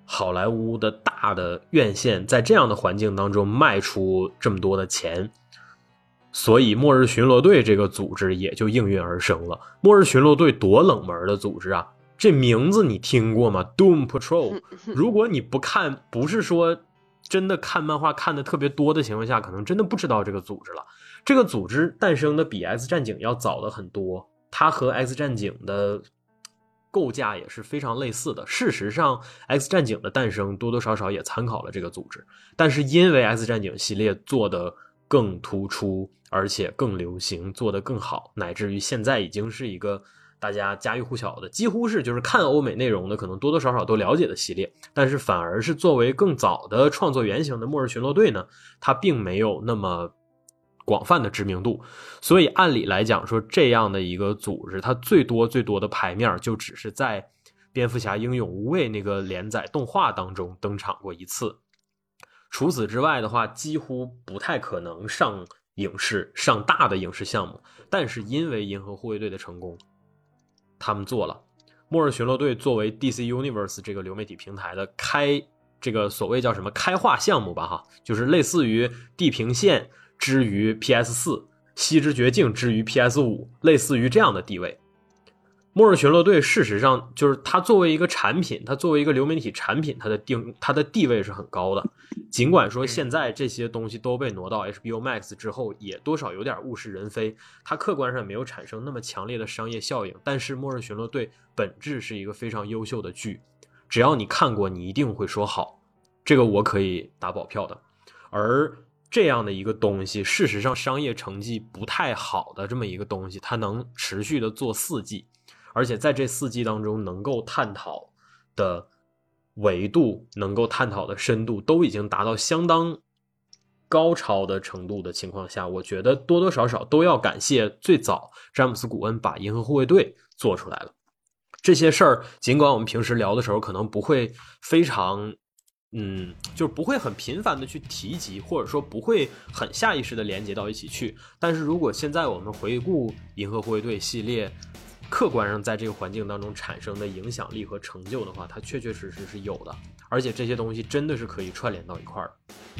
好莱坞的大的院线在这样的环境当中卖出这么多的钱，所以末日巡逻队这个组织也就应运而生了。末日巡逻队多冷门的组织啊，这名字你听过吗？ Doom Patrol。 如果你不看，不是说真的看漫画看的特别多的情况下，可能真的不知道这个组织了。这个组织诞生的比 X 战警要早的很多，它和 X 战警的构架也是非常类似的。事实上 X 战警的诞生多多少少也参考了这个组织，但是因为 X 战警系列做的更突出，而且更流行，做得更好，乃至于现在已经是一个大家家喻户晓的，几乎是就是看欧美内容的可能多多少少都了解的系列。但是反而是作为更早的创作原型的末日巡逻队呢，它并没有那么广泛的知名度，所以按理来讲说，这样的一个组织它最多最多的牌面就只是在蝙蝠侠英勇无畏那个连载动画当中登场过一次，除此之外的话几乎不太可能上影视，上大的影视项目。但是因为银河护卫队的成功，他们做了末日巡逻队作为 D C Universe 这个流媒体平台的开这个所谓叫什么开化项目吧哈，就是类似于地平线之于 P S 四， 西之绝境之于 P S 五， 类似于这样的地位。末日巡逻队事实上就是它作为一个产品，它作为一个流媒体产品，它的定它的地位是很高的。尽管说现在这些东西都被挪到 H B O Max 之后，也多少有点物是人非，它客观上没有产生那么强烈的商业效应，但是末日巡逻队本质是一个非常优秀的剧，只要你看过你一定会说好，这个我可以打保票的。而这样的一个东西，事实上商业成绩不太好的这么一个东西，它能持续的做四季，而且在这四季当中能够探讨的维度，能够探讨的深度都已经达到相当高超的程度的情况下，我觉得多多少少都要感谢最早詹姆斯·古恩把银河护卫队做出来了。这些事儿尽管我们平时聊的时候可能不会非常嗯，就是不会很频繁的去提及，或者说不会很下意识的连接到一起去，但是如果现在我们回顾银河护卫队系列客观上在这个环境当中产生的影响力和成就的话，它确确实实是有的，而且这些东西真的是可以串联到一块儿。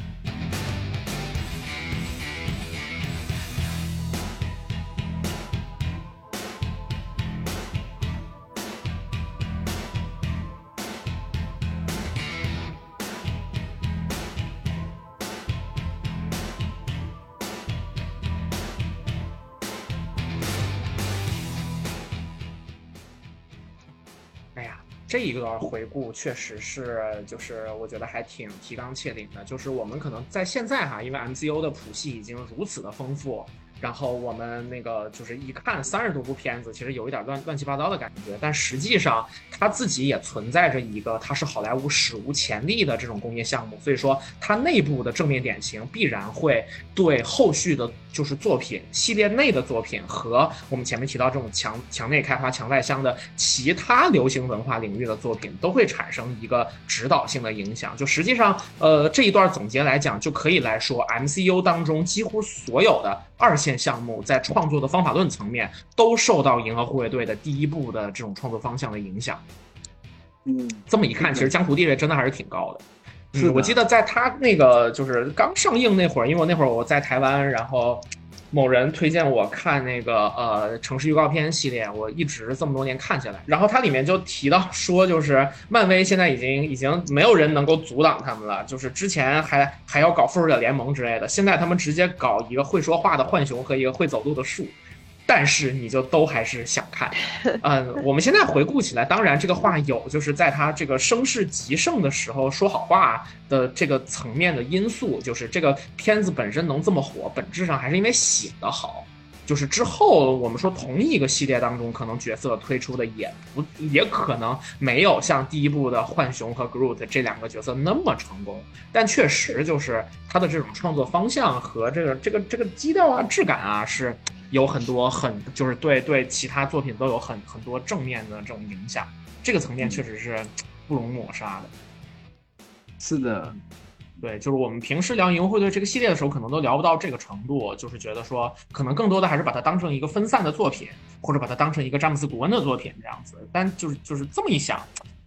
这一段回顾确实是，就是我觉得还挺提纲挈领的。就是我们可能在现在哈，因为 M C U 的谱系已经如此的丰富，然后我们那个就是一看三十多部片子，其实有一点乱乱七八糟的感觉。但实际上它自己也存在着一个它是好莱坞史无前例的这种工业项目，所以说它内部的正面典型必然会对后续的就是作品系列内的作品和我们前面提到这种墙墙内开花墙外香的其他流行文化领域的作品都会产生一个指导性的影响。就实际上呃这一段总结来讲，就可以来说 M C U 当中几乎所有的二线项目在创作的方法论层面都受到银河护卫队的第一部的这种创作方向的影响。 嗯， 这么一看其实江湖地位真的还是挺高的。 是的， 嗯，我记得在他那个就是刚上映那会儿，因为我那会儿我在台湾，然后某人推荐我看那个呃城市预告片系列，我一直这么多年看下来，然后它里面就提到说，就是漫威现在已经已经没有人能够阻挡他们了，就是之前还还要搞复仇者联盟之类的，现在他们直接搞一个会说话的浣熊和一个会走路的树。但是你就都还是想看，嗯，我们现在回顾起来，当然这个话有就是在他这个声势极盛的时候说好话的这个层面的因素，就是这个片子本身能这么火，本质上还是因为写得好。就是之后我们说同一个系列当中，可能角色推出的也不也可能没有像第一部的浣熊和 Groot 这两个角色那么成功，但确实就是他的这种创作方向和这个这个这个基调啊、质感啊是。有很多很就是对对其他作品都有很很多正面的这种影响，这个层面确实是不容抹杀的。 是的， 对，就是我们平时聊银河护卫队这个系列的时候，可能都聊不到这个程度，就是觉得说，可能更多的还是把它当成一个分散的作品，或者把它当成一个詹姆斯·古恩的作品这样子。但就是就是这么一想，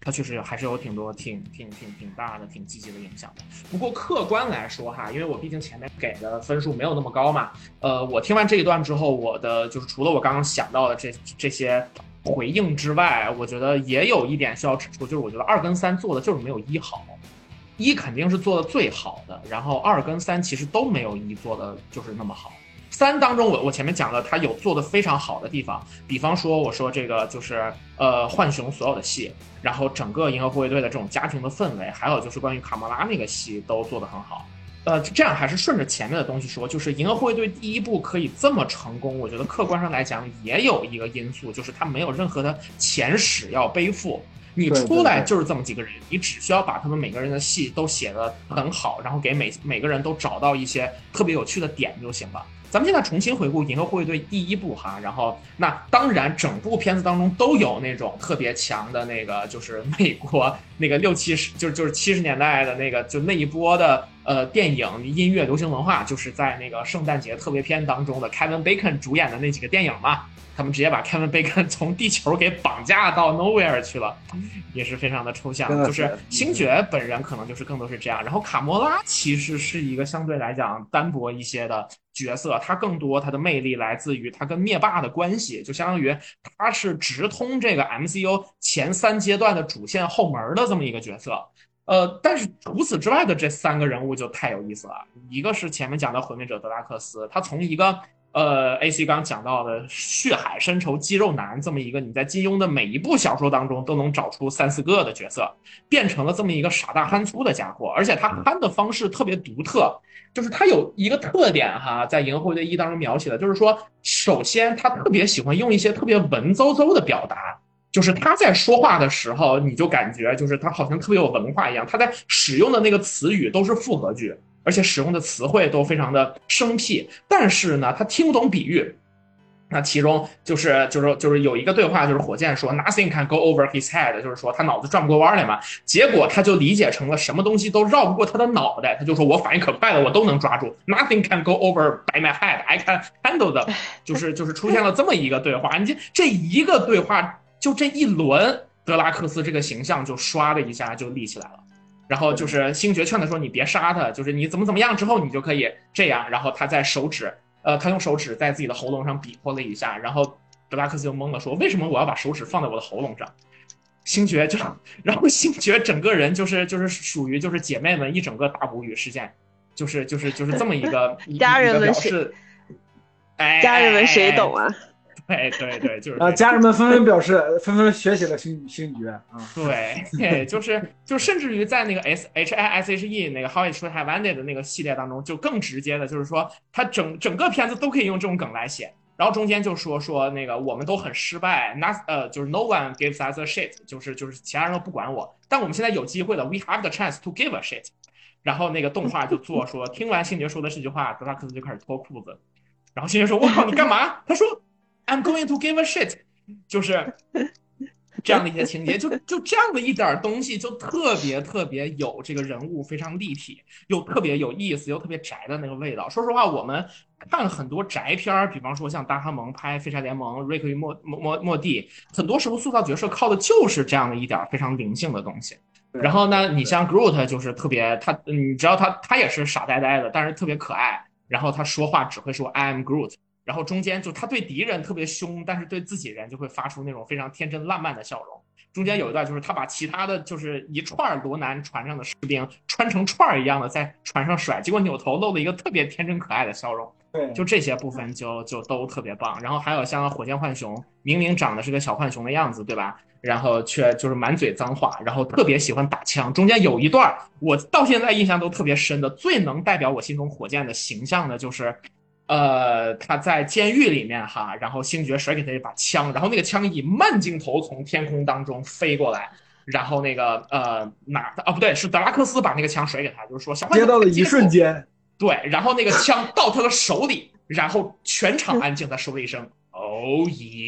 它确实还是有挺多挺挺挺挺大的、挺积极的影响的。不过客观来说哈，因为我毕竟前面给的分数没有那么高嘛，呃，我听完这一段之后，我的就是除了我刚刚想到的这这些回应之外，我觉得也有一点需要指出，就是我觉得二跟三做的就是没有一好。一肯定是做的最好的，然后二跟三其实都没有一做的就是那么好。三当中我我前面讲了，它有做的非常好的地方，比方说我说这个就是呃浣熊所有的戏，然后整个银河护卫队的这种家庭的氛围，还有就是关于卡莫拉那个戏都做得很好。呃，这样还是顺着前面的东西说，就是银河护卫队第一部可以这么成功，我觉得客观上来讲也有一个因素，就是它没有任何的前史要背负。你出来就是这么几个人，你只需要把他们每个人的戏都写得很好，然后给每每个人都找到一些特别有趣的点就行了。咱们现在重新回顾《银河护卫队》第一部哈，然后那当然整部片子当中都有那种特别强的那个，就是美国那个六七十，就是就是七十年代的那个就那一波的呃电影音乐流行文化，就是在那个圣诞节特别片当中的 Kevin Bacon 主演的那几个电影嘛。他们直接把 Kevin Bacon 从地球给绑架到 nowhere 去了，也是非常的抽象。就是星爵本人可能就是更多是这样，然后卡莫拉其实是一个相对来讲单薄一些的角色，他更多他的魅力来自于他跟灭霸的关系，就相当于他是直通这个 M C U 前三阶段的主线后门的这么一个角色。呃，但是除此之外的这三个人物就太有意思了。一个是前面讲的毁灭者德拉克斯，他从一个呃 A C 刚讲到的血海深仇肌肉男这么一个你在金庸的每一部小说当中都能找出三四个的角色，变成了这么一个傻大憨粗的家伙，而且他憨的方式特别独特，就是他有一个特点哈，在《银河护卫队一》当中描写的，就是说，首先他特别喜欢用一些特别文绉绉的表达。就是他在说话的时候，你就感觉就是他好像特别有文化一样，他在使用的那个词语都是复合句，而且使用的词汇都非常的生僻，但是呢，他听不懂比喻。那其中就是就是就是有一个对话，就是火箭说 nothing can go over his head， 就是说他脑子转不过弯来嘛。结果他就理解成了什么东西都绕不过他的脑袋，他就说我反应可快了，我都能抓住。nothing can go over by my head, I can handle them， 就是就是出现了这么一个对话。你这一个对话。就这一轮，德拉克斯这个形象就唰的一下就立起来了。然后就是星爵劝他说：“你别杀他，就是你怎么怎么样之后，你就可以这样。”然后他在手指，呃，他用手指在自己的喉咙上比划了一下，然后德拉克斯就懵了，说：“为什么我要把手指放在我的喉咙上？”星爵就，然后星爵整个人就是就是属于就是姐妹们一整个大无语事件，就是就是就是这么一个家人们谁，哎，家人们谁懂啊？ 对对对，就是啊，家人们纷纷表示，纷纷学习了星星爵啊。 对，对，就是就甚至于在那个 S H I S H E 那个 How It Should Have Ended 的那个系列当中，就更直接的，就是说他整整个片子都可以用这种梗来写，然后中间就说说那个我们都很失败 ，not 呃就是 no one gives us a shit， 就是就是其他人都不管我，但我们现在有机会了 ，we have the chance to give a shit。然后那个动画就做说，听完星爵说的这句话，德拉克斯就开始脱裤子，然后星爵说：“我靠，你干嘛？”他说。I'm going to give a shit， 就是这样的一些情节，就就这样的一点东西，就特别特别有这个人物非常立体，又特别有意思，又特别宅的那个味道。说实话，我们看很多宅片，比方说像大哈蒙拍《废柴联盟》、瑞克与莫莫莫蒂，很多时候塑造角色靠的就是这样的一点非常灵性的东西。然后呢，你像 Groot 就是特别他，你知道他他也是傻呆呆的，但是特别可爱。然后他说话只会说 I am Groot。然后中间就他对敌人特别凶，但是对自己人就会发出那种非常天真烂漫的笑容。中间有一段就是他把其他的就是一串罗南船上的士兵穿成串一样的在船上甩，结果扭头露了一个特别天真可爱的笑容。 对， 就这些部分就就都特别棒。然后还有像火箭浣熊，明明长得是个小浣熊的样子，对吧？然后却就是满嘴脏话，然后特别喜欢打枪。中间有一段我到现在印象都特别深的，最能代表我心中火箭的形象的就是。呃，他在监狱里面哈，然后星爵甩给他一把枪，然后那个枪以慢镜头从天空当中飞过来，然后那个呃哪啊不对，是德拉克斯把那个枪甩给他，就是说小接到的一瞬间， 对，然后那个枪到他的手里，然后全场安静，他说了一声 “Oh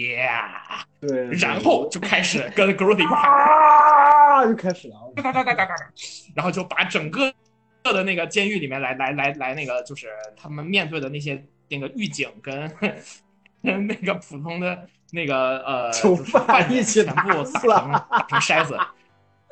yeah”， 对， 然后就开始跟 Groot 一块啊，就开始了， 哒哒哒哒哒，然后就把整个的那个监狱里面来来来来那个就是他们面对的那些。那个狱警跟跟那个普通的那个呃囚犯一起全部打成打成筛子，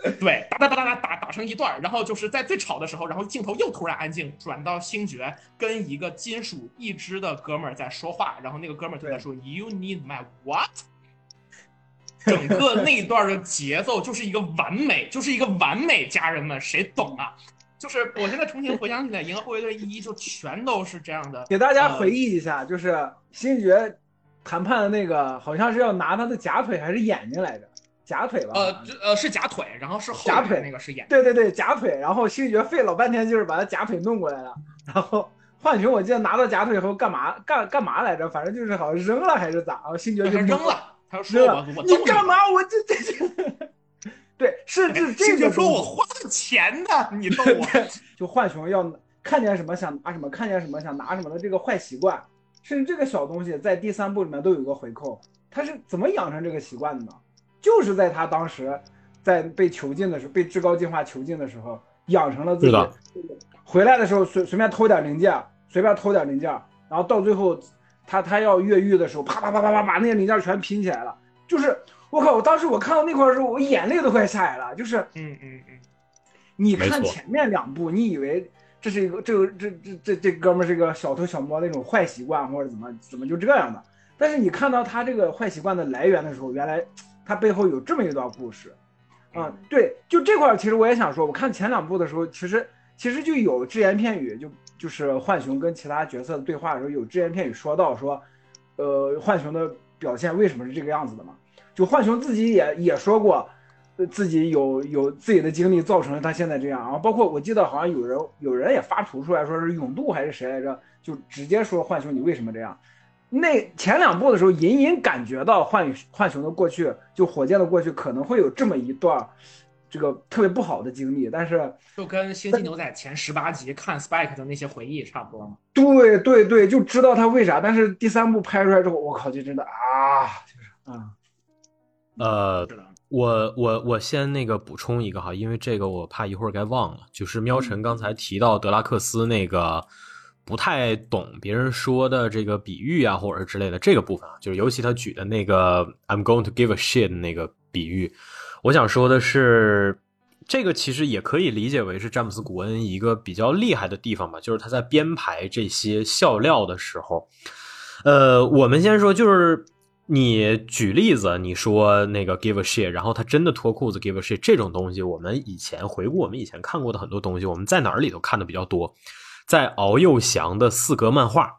对，打打打打打打打成一段，然后就是在最吵的时候，然后镜头又突然安静，转到星爵跟一个金属一支的哥们儿在说话，然后那个哥们儿就在说 You need my what？ 整个那段的节奏就是一个完美，就是一个完美，家人们谁懂啊？就是我现在重新回想起来，《银河护卫队一》就全都是这样的。 给大家回忆一下，呃、就是星爵谈判的那个，好像是要拿他的假腿还是眼睛来着？假腿吧？ 呃呃是假腿，然后是后假腿那个是眼睛。 对对对，假腿。然后星爵费老半天就是把他假腿弄过来了。然后浣熊我记得拿到假腿以后干嘛干干嘛来着？反正就是好像扔了还是咋？然后星爵就扔了，他就说我我你干嘛？我这这这。对，甚至这个说我花了钱的，你逗我。 就浣熊要看见什么想拿什么，看见什么想拿什么的这个坏习惯，甚至这个小东西在第三部里面都有一个回扣。他是怎么养成这个习惯的呢？就是在他当时在被囚禁的时候，被至高进化囚禁的时候，养成了自己回来的时候随随便偷点零件，随便偷点零件，然后到最后他他要越狱的时候，啪啪啪啪啪把那些零件全拼起来了。就是我靠，我当时我看到那块的时候，我眼泪都快下来了。就是嗯嗯嗯， 你看前面两部，你以为这是一个这个这这这这哥们是个小偷小摸那种坏习惯，或者怎么怎么就这样的。但是你看到他这个坏习惯的来源的时候，原来他背后有这么一段故事，啊、嗯，对，就这块其实我也想说，我看前两部的时候，其实其实就有只言片语，就就是浣熊跟其他角色的对话的时候，有只言片语说到说，呃，浣熊的表现为什么是这个样子的嘛？就浣熊自己也也说过，呃，自己有有自己的经历造成了他现在这样，然后包括我记得好像有人有人也发图出来说是永度还是谁来着，就直接说浣熊你为什么这样。那前两部的时候，隐隐感觉到浣浣熊的过去，就火箭的过去可能会有这么一段，这个特别不好的经历，但是就跟《星际牛仔》前十八集看 Spike 的那些回忆差不多嘛。 对对对，就知道他为啥，但是第三部拍出来之后，我靠，就真的啊，就是啊， 呃，我我我先那个补充一个哈，因为这个我怕一会儿该忘了，就是喵晨刚才提到德拉克斯那个。不太懂别人说的这个比喻啊，或者是之类的这个部分啊，就是尤其他举的那个 I'm going to give a shit 的那个比喻，我想说的是，这个其实也可以理解为是詹姆斯·古恩一个比较厉害的地方吧，就是他在编排这些笑料的时候，呃，我们先说就是你举例子，你说那个 give a shit， 然后他真的脱裤子 give a shit 这种东西，我们以前回顾我们以前看过的很多东西，我们在哪儿里头看的比较多？在敖幼祥的四格漫画，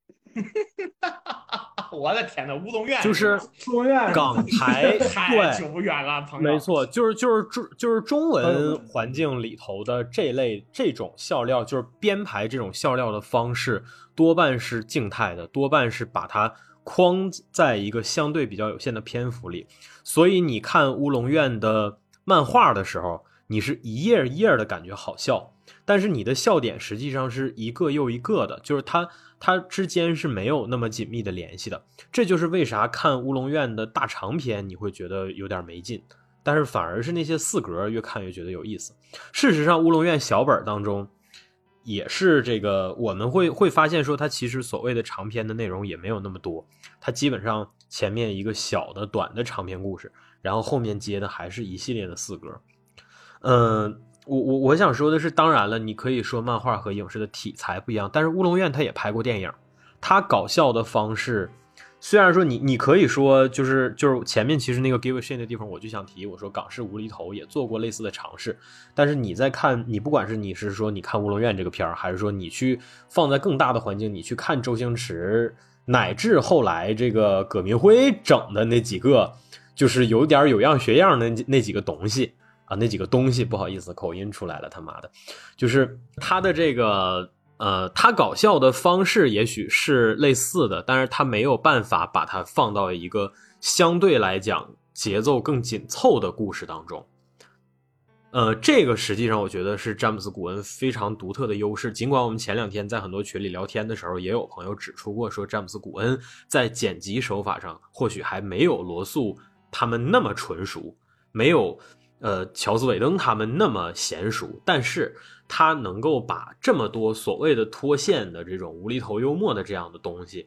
我的天哪，乌龙院就是乌龙院港台太久远了，朋友。 没错，就是就是中就是中文环境里头的这类这种笑料，就是编排这种笑料的方式，多半是静态的，多半是把它框在一个相对比较有限的篇幅里。所以你看乌龙院的漫画的时候，你是一页一页的感觉好笑。但是你的笑点实际上是一个又一个的，就是它它之间是没有那么紧密的联系的。这就是为啥看乌龙院的大长篇你会觉得有点没劲，但是反而是那些四格越看越觉得有意思。事实上乌龙院小本当中也是这个，我们会会发现说它其实所谓的长篇的内容也没有那么多，它基本上前面一个小的短的长篇故事，然后后面接的还是一系列的四格。嗯。我我我想说的是，当然了，你可以说漫画和影视的题材不一样，但是乌龙院他也拍过电影，他搞笑的方式，虽然说你你可以说就是就是前面其实那个 give a shit 的地方，我就想提，我说港式无厘头也做过类似的尝试，但是你在看，你不管是你是说你看乌龙院这个片儿，还是说你去放在更大的环境，你去看周星驰，乃至后来这个葛明辉整的那几个，就是有点有样学样的那几个东西。啊，那几个东西不好意思，口音出来了，他妈的，就是他的这个呃，他搞笑的方式也许是类似的，但是他没有办法把它放到一个相对来讲节奏更紧凑的故事当中。呃，这个实际上我觉得是詹姆斯·古恩非常独特的优势。尽管我们前两天在很多群里聊天的时候，也有朋友指出过说，詹姆斯·古恩在剪辑手法上或许还没有罗素他们那么纯熟，没有。呃，乔斯韦登他们那么娴熟，但是他能够把这么多所谓的脱线的这种无厘头幽默的这样的东西，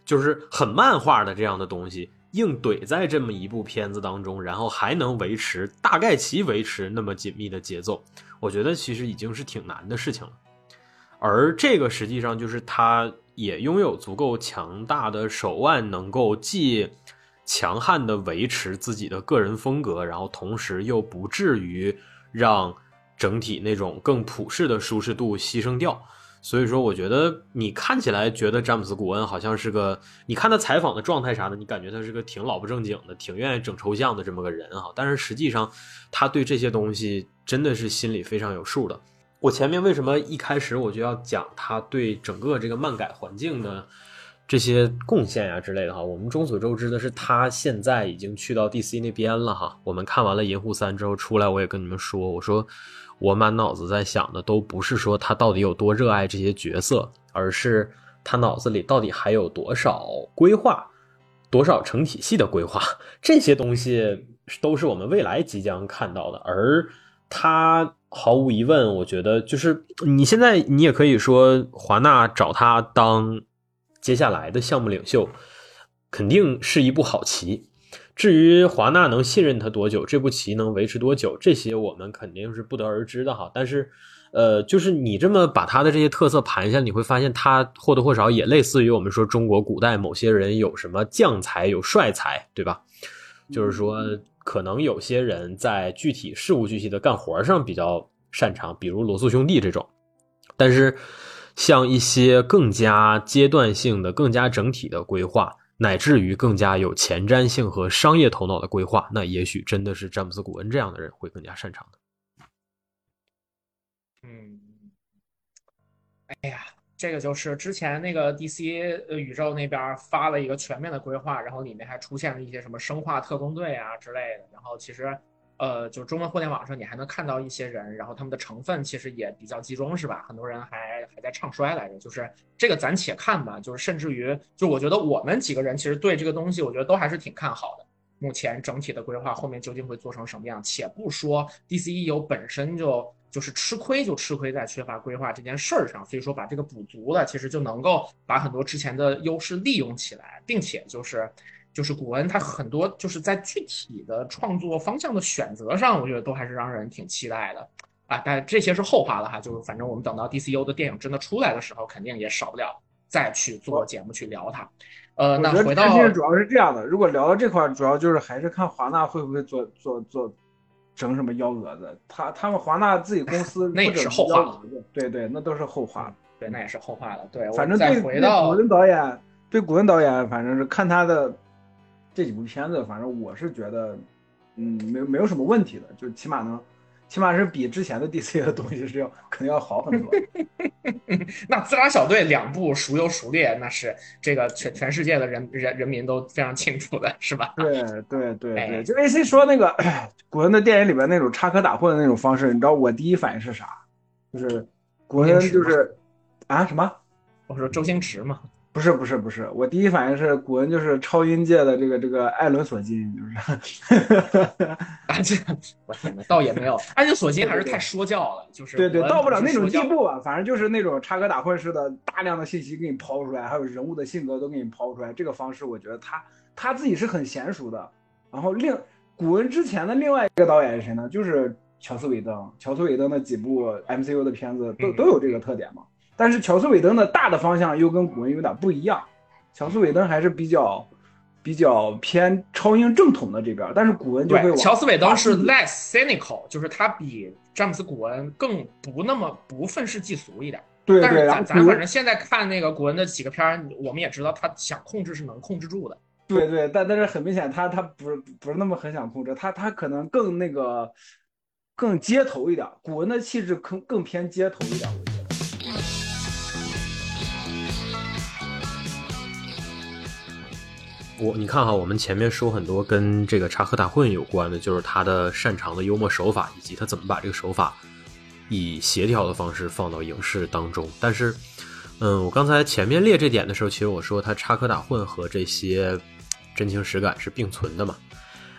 就是很漫画的这样的东西，硬怼在这么一部片子当中，然后还能维持大概其维持那么紧密的节奏，我觉得其实已经是挺难的事情了。而这个实际上就是他也拥有足够强大的手腕，能够既强悍的维持自己的个人风格，然后同时又不至于让整体那种更普世的舒适度牺牲掉。所以说我觉得你看起来觉得詹姆斯·古恩好像是个，你看他采访的状态啥的，你感觉他是个挺老不正经的，挺愿意整抽象的这么个人哈。但是实际上他对这些东西真的是心里非常有数的。我前面为什么一开始我就要讲他对整个这个漫改环境的这些贡献呀之类的哈？我们众所周知的是他现在已经去到 D C 那边了哈。我们看完了银护三之后出来，我也跟你们说，我说我满脑子在想的都不是说他到底有多热爱这些角色，而是他脑子里到底还有多少规划，多少成体系的规划，这些东西都是我们未来即将看到的。而他毫无疑问，我觉得就是你现在你也可以说华纳找他当接下来的项目领袖肯定是一步好棋。至于华纳能信任他多久，这步棋能维持多久，这些我们肯定是不得而知的哈。但是呃，就是你这么把他的这些特色盘下，你会发现他或多或少也类似于我们说中国古代某些人有什么将才有帅才，对吧？就是说可能有些人在具体事无巨细的干活上比较擅长，比如罗素兄弟这种。但是像一些更加阶段性的更加整体的规划，乃至于更加有前瞻性和商业头脑的规划，那也许真的是詹姆斯·古恩这样的人会更加擅长的。 嗯，哎呀，这个就是之前那个 D C 宇宙那边发了一个全面的规划，然后里面还出现了一些什么生化特工队啊之类的，然后其实呃，就中文互联网上你还能看到一些人，然后他们的成分其实也比较集中，是吧？很多人还还在唱衰来着，就是这个咱且看吧。就是甚至于，就我觉得我们几个人其实对这个东西，我觉得都还是挺看好的。目前整体的规划后面究竟会做成什么样？且不说 D C E U 本身就就是吃亏，就吃亏在缺乏规划这件事儿上，所以说把这个补足了，其实就能够把很多之前的优势利用起来，并且就是。就是古恩他很多就是在具体的创作方向的选择上，我觉得都还是让人挺期待的啊。但这些是后话了哈，就是反正我们等到 D C U 的电影真的出来的时候，肯定也少不了再去做节目去聊它。呃，那回到主要是这样的，如果聊到这块，主要就是还是看华纳会不会做做做整什么幺蛾子。他他们华纳自己公司那也是后话了， 对对，那都是后话。 对，那也是后话了。对， 反正对回到古恩导演，对古恩导演，反正是看他的。这几部片子，反正我是觉得，嗯，没没有什么问题的，就起码能，起码是比之前的 D C 的东西是要肯定要好很多。 那自杀小队两部孰优孰劣，那是这个全全世界的人人人民都非常清楚的，是吧？ 对对对对，哎、就 A C 说那个古恩的电影里边那种插科打诨的那种方式，你知道我第一反应是啥？就是古恩就是啊什么？ 我说周星驰嘛。 不是不是不是，我第一反应是古恩就是超音界的这个这个艾伦索金，就是啊这我天哪，倒也没有，艾伦索金还是太说教了，就是对对，到不了那种地步吧，反正就是那种插科打诨式的，大量的信息给你抛出来，还有人物的性格都给你抛出来，这个方式我觉得他他自己是很娴熟的。然后另古恩之前的另外一个导演是谁呢？就是乔斯韦登，乔斯韦登的几部 M C U 的片子都都有这个特点嘛。但是乔斯韦登的大的方向又跟古恩有点不一样，乔斯韦登还是比较比较偏超英正统的这边，但是古恩就会往乔斯韦登是 less cynical， 就是他比詹姆斯古恩更不那么不愤世嫉俗一点。 对对， 但是咱咱反正现在看那个古恩的几个片，我们也知道他想控制是能控制住的。 对对，但但是很明显他他不是不是那么很想控制，他他可能更那个更街头一点，古恩的气质更更偏街头一点，我觉得。 我你看哈，我们前面说很多跟这个插科打诨有关的，就是他的擅长的幽默手法，以及他怎么把这个手法以协调的方式放到影视当中。但是，嗯，我刚才前面列这点的时候，其实我说他插科打诨和这些真情实感是并存的嘛。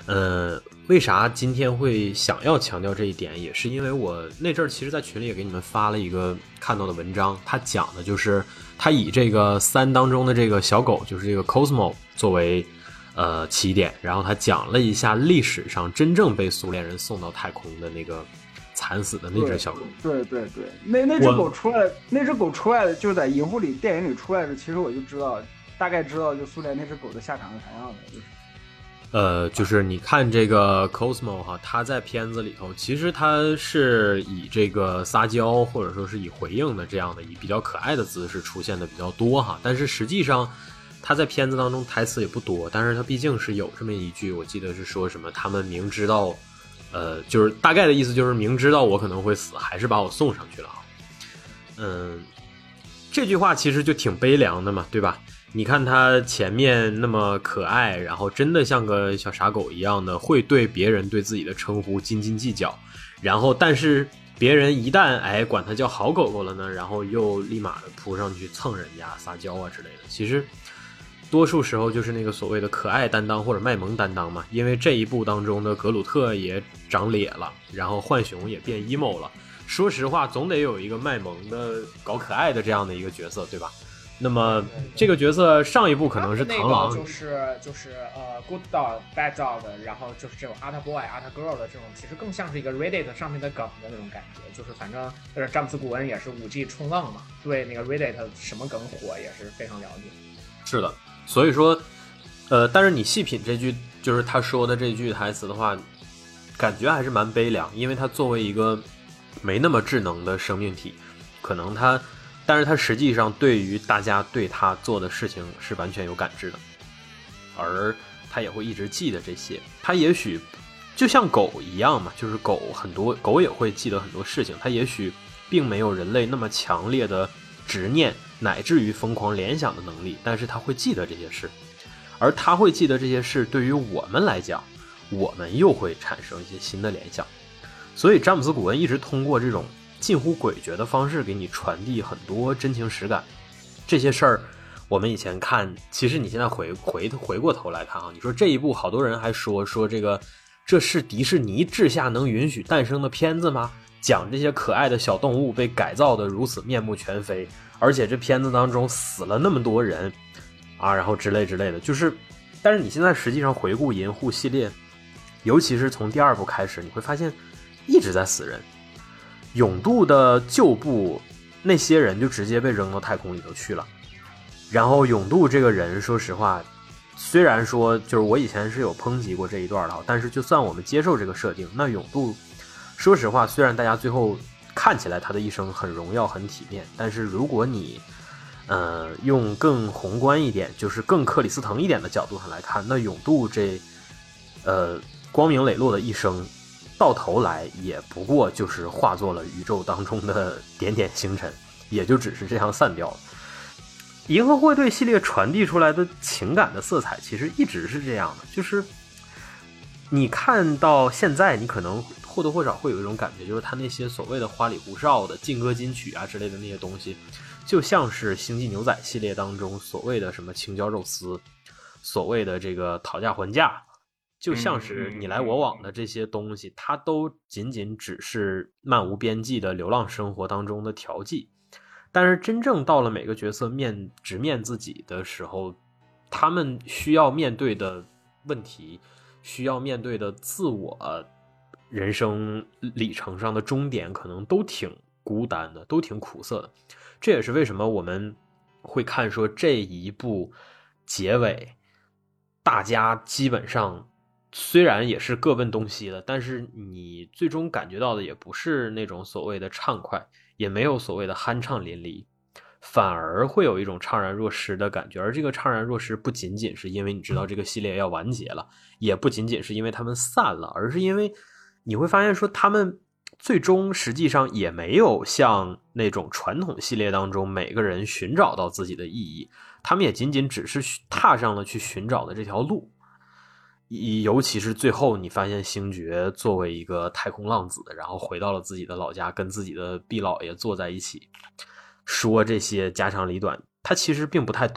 呃，为啥今天会想要强调这一点，也是因为我那阵儿其实在群里也给你们发了一个看到的文章，他讲的就是他以这个三当中的这个小狗，就是这个 Cosmo 作为呃起点，然后他讲了一下历史上真正被苏联人送到太空的那个惨死的那只小狗。 对对对，那那只狗出来，那只狗出来的就在银护里电影里出来的，其实我就知道，大概知道就苏联那只狗的下场是啥样的，就是。 呃，就是你看这个 Cosmo 哈，他在片子里头，其实他是以这个撒娇或者说是以回应的这样的以比较可爱的姿势出现的比较多哈，但是实际上他在片子当中台词也不多，但是他毕竟是有这么一句，我记得是说什么他们明知道，呃，就是大概的意思就是明知道我可能会死，还是把我送上去了哈。嗯，这句话其实就挺悲凉的嘛，对吧？你看他前面那么可爱，然后真的像个小傻狗一样的，会对别人对自己的称呼斤斤计较，然后但是别人一旦哎管他叫好狗狗了呢，然后又立马的扑上去蹭人家撒娇啊之类的。其实多数时候就是那个所谓的可爱担当或者卖萌担当嘛，因为这一部当中的格鲁特也长咧了，然后浣熊也变 emo 了，说实话总得有一个卖萌的搞可爱的这样的一个角色，对吧？那么这个角色上一部可能是螳螂， 就是就是呃 good dog bad dog， 然后就是这种 art boy art girl 的这种，其实更像是一个 Reddit 上面的梗的那种感觉，就是反正就是詹姆斯古恩也是五 G 冲浪嘛，对那个 Reddit 什么梗火也是非常了解。 是的，所以说呃，但是你细品这句就是他说的这句台词的话，感觉还是蛮悲凉，因为他作为一个没那么智能的生命体，可能他但是他实际上对于大家对他做的事情是完全有感知的，而他也会一直记得这些。他也许就像狗一样嘛，就是狗很多狗也会记得很多事情，他也许并没有人类那么强烈的执念乃至于疯狂联想的能力，但是他会记得这些事，而他会记得这些事对于我们来讲，我们又会产生一些新的联想。所以詹姆斯古恩一直通过这种近乎诡谲的方式给你传递很多真情实感。这些事儿我们以前看，其实你现在回回回过头来看啊，你说这一部好多人还说说这个这是迪士尼治下能允许诞生的片子吗？讲这些可爱的小动物被改造的如此面目全非，而且这片子当中死了那么多人啊，然后之类之类的，就是但是你现在实际上回顾银护系列，尤其是从第二部开始，你会发现一直在死人。勇度的旧部那些人就直接被扔到太空里头去了，然后勇度这个人说实话，虽然说就是我以前是有抨击过这一段的，但是就算我们接受这个设定，那勇度说实话虽然大家最后看起来他的一生很荣耀很体面，但是如果你呃用更宏观一点，就是更克里斯滕一点的角度上来看，那勇度这呃光明磊落的一生到头来也不过就是化作了宇宙当中的点点星辰，也就只是这样散掉了。银河护卫队系列传递出来的情感的色彩其实一直是这样的，就是你看到现在你可能或多或少会有一种感觉，就是他那些所谓的花里胡哨的劲歌金曲啊之类的那些东西，就像是星际牛仔系列当中所谓的什么青椒肉丝，所谓的这个讨价还价，就像是你来我往的这些东西，它都仅仅只是漫无边际的流浪生活当中的调剂。但是真正到了每个角色面直面自己的时候，他们需要面对的问题，需要面对的自我人生里程上的终点，可能都挺孤单的，都挺苦涩的。这也是为什么我们会看说这一部结尾大家基本上虽然也是各奔东西的，但是你最终感觉到的也不是那种所谓的畅快，也没有所谓的酣畅淋漓，反而会有一种怅然若失的感觉。而这个怅然若失不仅仅是因为你知道这个系列要完结了，也不仅仅是因为他们散了，而是因为你会发现说他们最终实际上也没有像那种传统系列当中每个人寻找到自己的意义，他们也仅仅只是踏上了去寻找的这条路。尤其是最后你发现星爵作为一个太空浪子，然后回到了自己的老家，跟自己的毕老爷坐在一起说这些家长里短，他其实并不太懂，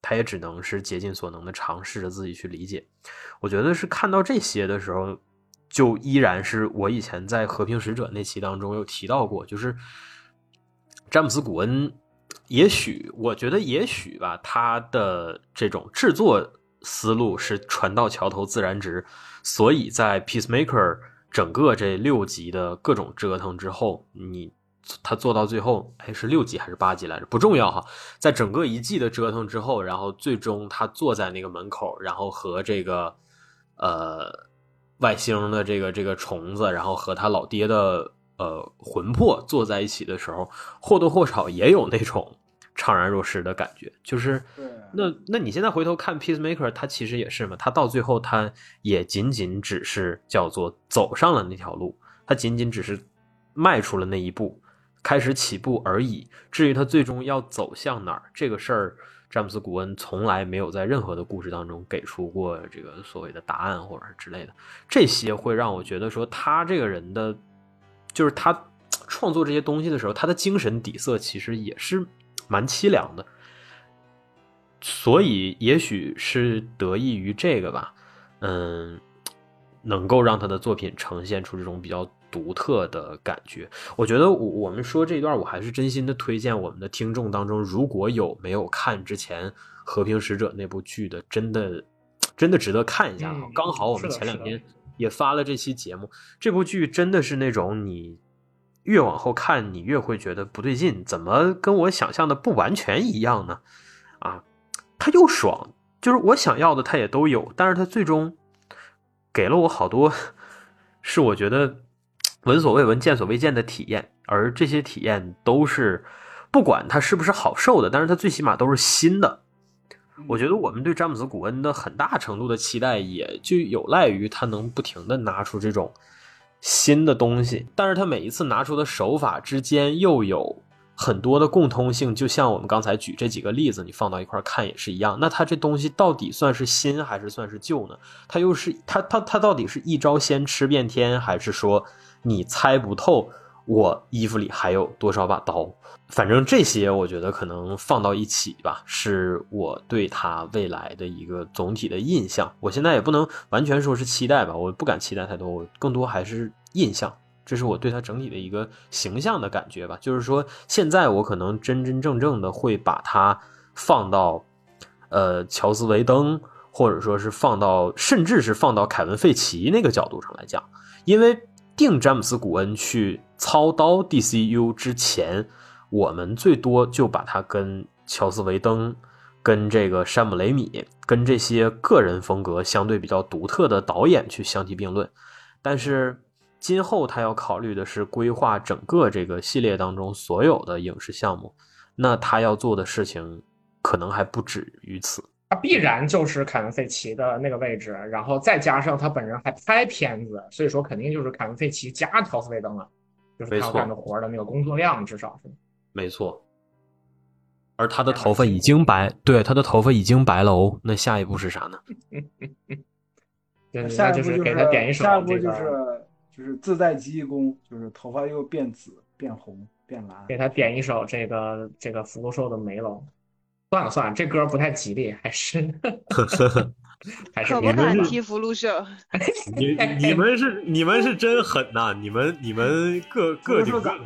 他也只能是竭尽所能的尝试着自己去理解。我觉得是看到这些的时候，就依然是我以前在和平使者那期当中有提到过，就是詹姆斯·古恩，也许我觉得也许吧，他的这种制作思路是船到桥头自然直，所以在 Peacemaker 整个这六集的各种折腾之后，你他做到最后，哎，是六集还是八集来着？不重要哈。在整个一季的折腾之后，然后最终他坐在那个门口，然后和这个呃外星的这个这个虫子，然后和他老爹的呃魂魄坐在一起的时候，或多或少也有那种怅然若失的感觉。就是那那你现在回头看 Peacemaker， 他其实也是嘛，他到最后他也仅仅只是叫做走上了那条路，他仅仅只是迈出了那一步，开始起步而已。至于他最终要走向哪儿，这个事儿詹姆斯·古恩从来没有在任何的故事当中给出过这个所谓的答案或者是之类的。这些会让我觉得说他这个人的，就是他创作这些东西的时候，他的精神底色其实也是蛮凄凉的。所以也许是得益于这个吧，嗯，能够让他的作品呈现出这种比较独特的感觉。我觉得我们说这一段，我还是真心的推荐我们的听众当中，如果有没有看之前和平使者那部剧的，真的真的值得看一下。嗯，刚好我们前两天也发了这期节目，这部剧真的是那种你越往后看你越会觉得不对劲，怎么跟我想象的不完全一样呢？啊，它又爽，就是我想要的它也都有，但是它最终给了我好多是我觉得闻所未闻见所未见的体验，而这些体验都是不管它是不是好受的，但是它最起码都是新的。我觉得我们对詹姆斯·古恩的很大程度的期待也就有赖于他能不停的拿出这种新的东西，但是他每一次拿出的手法之间又有很多的共通性，就像我们刚才举这几个例子，你放到一块看也是一样。那他这东西到底算是新还是算是旧呢？他又是他他他到底是一招鲜吃遍天，还是说你猜不透我衣服里还有多少把刀？反正这些我觉得可能放到一起吧，是我对他未来的一个总体的印象。我现在也不能完全说是期待吧，我不敢期待太多，我更多还是印象。这是我对他整体的一个形象的感觉吧，就是说现在我可能真真正正的会把他放到呃乔斯维登，或者说是放到甚至是放到凯文费奇那个角度上来讲。因为定詹姆斯古恩去操刀 D C U 之前，我们最多就把他跟乔斯维登跟这个山姆雷米跟这些个人风格相对比较独特的导演去相提并论，但是今后他要考虑的是规划整个这个系列当中所有的影视项目，那他要做的事情可能还不止于此。 他必然就是凯文费奇的那个位置，然后再加上他本人还拍片子，所以说肯定就是凯文费奇加乔斯维登了，就是他干的活的那个工作量至少是。 没错。而他的头发已经白，对，他的头发已经白了哦，那下一步是啥呢？ 对， 下一步就是给他点一首、 这个，下一步就是就是自带记忆功，就是头发又变紫、变红、变蓝， 给他点一首这个这个福禄寿的梅楼。算了算了，这歌不太吉利，还是还是可不敢踢福禄寿。 你你们是你们是真狠呐、啊！你们你们各各顶各。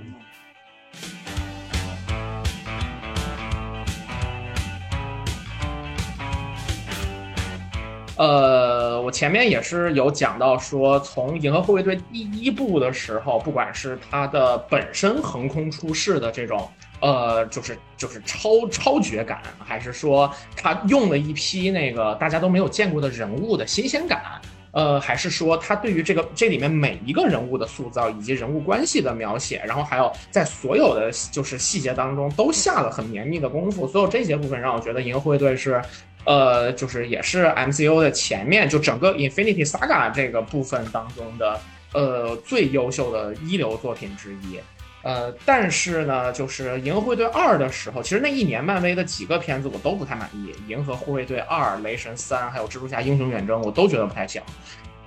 呃，我前面也是有讲到说，从银河护卫队第一部的时候，不管是它的本身横空出世的这种，呃，就是就是超超绝感，还是说他用了一批那个大家都没有见过的人物的新鲜感，呃，还是说他对于这个这里面每一个人物的塑造以及人物关系的描写，然后还有在所有的就是细节当中都下了很绵密的功夫，所有这些部分让我觉得银河护卫队是。呃，就是也是 M C U 的前面就整个 Infinity Saga 这个部分当中的呃最优秀的一流作品之一。呃，但是呢，就是银河护卫队二的时候，其实那一年漫威的几个片子我都不太满意，银河护卫队二、雷神三还有蜘蛛侠英雄远征我都觉得不太行。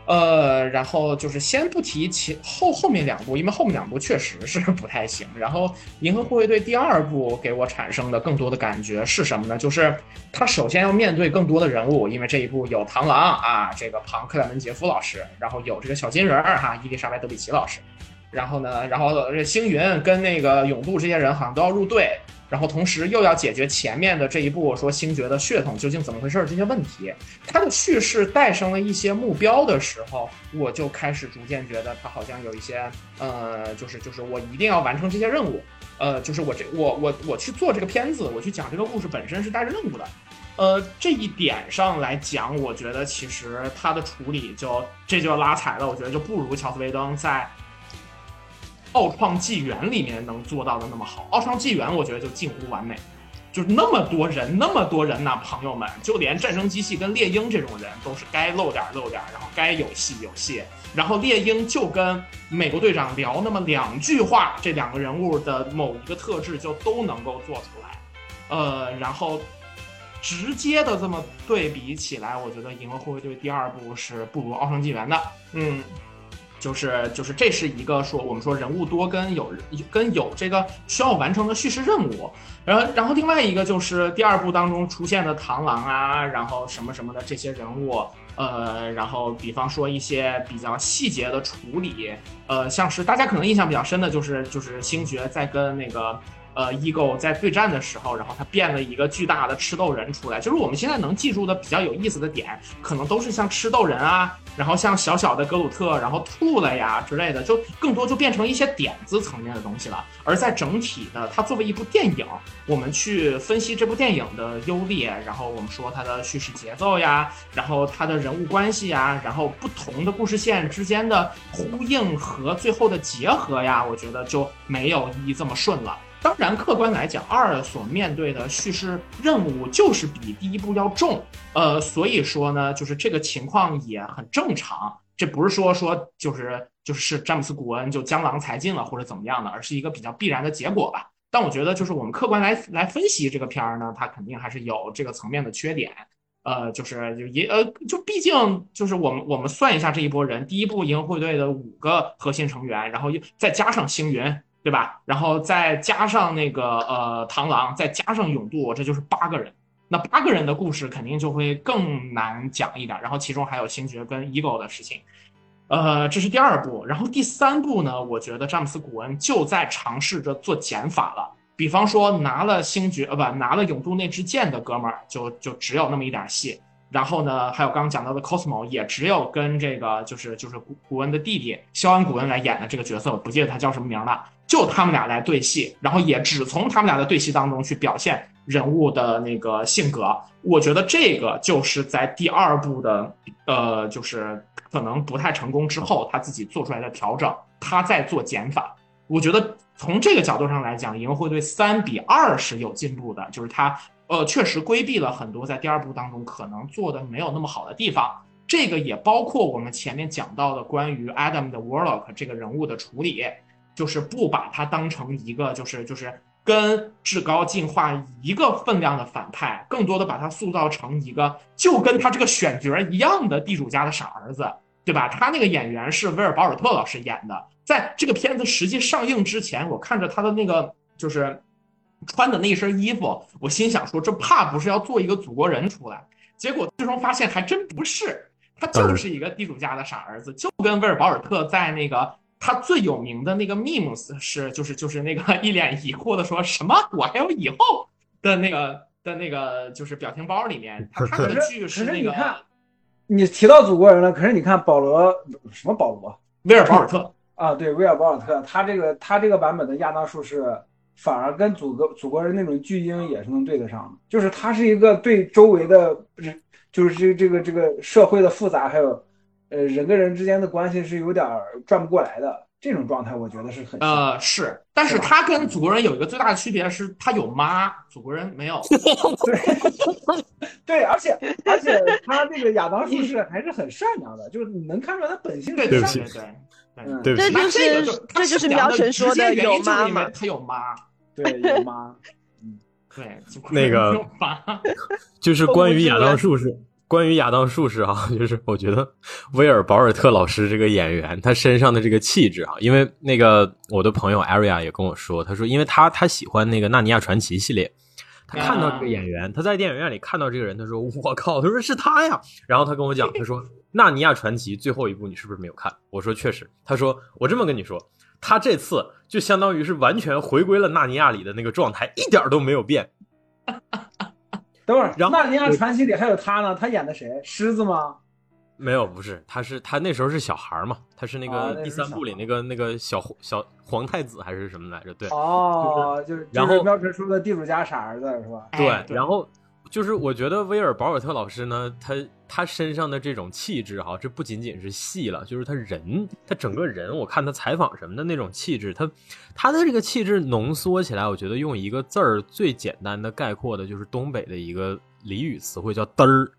呃，然后就是先不提其后后面两部，因为后面两部确实是不太行。然后《银河护卫队》第二部给我产生的更多的感觉是什么呢？就是他首先要面对更多的人物，因为这一部有螳螂啊，这个庞克莱门杰夫老师，然后有这个小金人哈、啊，伊丽莎白德里奇老师，然后呢，然后这星云跟那个永渡这些人好像都要入队。然后同时又要解决前面的这一步，说星爵的血统究竟怎么回事这些问题，他的叙事带上了一些目标的时候，我就开始逐渐觉得他好像有一些呃，就是就是我一定要完成这些任务，呃，就是我这我我我去做这个片子，我去讲这个故事本身是带着任务的，呃，这一点上来讲，我觉得其实他的处理就这就拉踩了，我觉得就不如乔斯维登在奥创纪元里面能做到的那么好。奥创纪元我觉得就近乎完美，就是那么多人那么多人呐、啊，朋友们，就连战争机器跟猎鹰这种人都是该露点露点，然后该有戏有戏，然后猎鹰就跟美国队长聊那么两句话，这两个人物的某一个特质就都能够做出来，呃，然后直接的这么对比起来，我觉得银河护卫队第二部是不如奥创纪元的，嗯。就是就是这是一个说我们说人物多跟有跟有这个需要完成的叙事任务，然后然后另外一个就是第二部当中出现的螳螂啊，然后什么什么的这些人物，呃，然后比方说一些比较细节的处理，呃，像是大家可能印象比较深的就是就是星爵在跟那个。呃 ，Ego 在对战的时候，然后他变了一个巨大的吃豆人出来。就是我们现在能记住的比较有意思的点，可能都是像吃豆人啊，然后像小小的格鲁特，然后吐了呀之类的，就更多就变成一些点子层面的东西了。而在整体的，它作为一部电影，我们去分析这部电影的优劣，然后我们说它的叙事节奏呀，然后它的人物关系呀，然后不同的故事线之间的呼应和最后的结合呀，我觉得就没有一这么顺了。当然客观来讲，二所面对的叙事任务就是比第一部要重，呃，所以说呢，就是这个情况也很正常，这不是说说就是就是詹姆斯古恩就江郎才尽了或者怎么样的，而是一个比较必然的结果吧。但我觉得就是我们客观来来分析这个片儿呢，它肯定还是有这个层面的缺点，呃，就是就也呃，就毕竟就是我们我们算一下这一波人，第一部银河护卫队的五个核心成员，然后再加上星云。对吧？然后再加上那个呃螳螂，再加上永渡，这就是八个人。那八个人的故事肯定就会更难讲一点。然后其中还有星爵跟 Ego 的事情，呃，这是第二部。然后第三部呢，我觉得詹姆斯古恩就在尝试着做减法了。比方说拿了星爵呃不拿了永渡那支箭的哥们儿，就就只有那么一点戏。然后呢，还有刚刚讲到的 Cosmo 也只有跟这个就是就是古古恩的弟弟肖恩古恩来演的这个角色，我不记得他叫什么名了，就他们俩来对戏，然后也只从他们俩的对戏当中去表现人物的那个性格。我觉得这个就是在第二部的呃，就是可能不太成功之后，他自己做出来的调整，他在做减法。我觉得从这个角度上来讲，银河护卫队三比二是有进步的，就是他。呃，确实规避了很多在第二部当中可能做的没有那么好的地方。这个也包括我们前面讲到的关于 Adam 的 Warlock 这个人物的处理，就是不把他当成一个就是就是跟至高进化一个分量的反派，更多的把他塑造成一个就跟他这个选角一样的地主家的傻儿子，对吧？他那个演员是威尔保尔特老师演的，在这个片子实际上映之前，我看着他的那个就是穿的那身衣服，我心想说这怕不是要做一个祖国人出来，结果最终发现还真不是，他就是一个地主家的傻儿子，就跟威尔保尔特在那个他最有名的那个 memes 是就是就是那个一脸疑惑的说什么我还有以后的那个的那个就是表情包里面，他看的剧是那个。 你提到祖国人了，可是你看保罗什么保罗威尔保尔特啊，对，威尔保尔特，他这个他这个版本的亚当术士。反而跟祖国祖国人那种巨婴也是能对得上的，就是他是一个对周围的，就是这这个这个社会的复杂，还有呃人跟人之间的关系是有点转不过来的这种状态，我觉得是很呃是，但是他跟祖国人有一个最大的区别是，他有妈，祖国人没有。 对对，而且而且他这个亚当术士还是很善良的，就是你能看出来他本性是善良的。 对对对， 这就是这就是苗晨说的有妈嘛，他有妈。 对，有妈， 嗯，对， 那个就是关于亚当术士， 关于亚当术士啊，就是我觉得威尔保尔特老师这个演员，他身上的这个气质啊，因为那个我的朋友 Aria 也跟我说，他说因为他他喜欢那个纳尼亚传奇系列，他看到这个演员，他在电影院里看到这个人，他说我靠，他说是他呀，然后他跟我讲，他说纳尼亚传奇最后一部你是不是没有看？我说确实，他说我这么跟你说，他这次就相当于是完全回归了纳尼亚里的那个状态，一点都没有变。 等会儿，纳尼亚传奇里还有他呢，他演的谁？狮子吗？ 没有，不是，他是他那时候是小孩嘛，他是那个第三部里那个、啊、那个小小皇太子还是什么来着？对， 哦，就是、 然后苗晨说的地主家傻儿子是吧？ 对，哎、对然后就是我觉得威尔保尔特老师呢，他他身上的这种气质哈，这不仅仅是戏了，就是他人，他整个人，我看他采访什么的那种气质，他他的这个气质浓缩起来，我觉得用一个字儿最简单的概括的就是东北的一个俚语词汇叫嘚儿。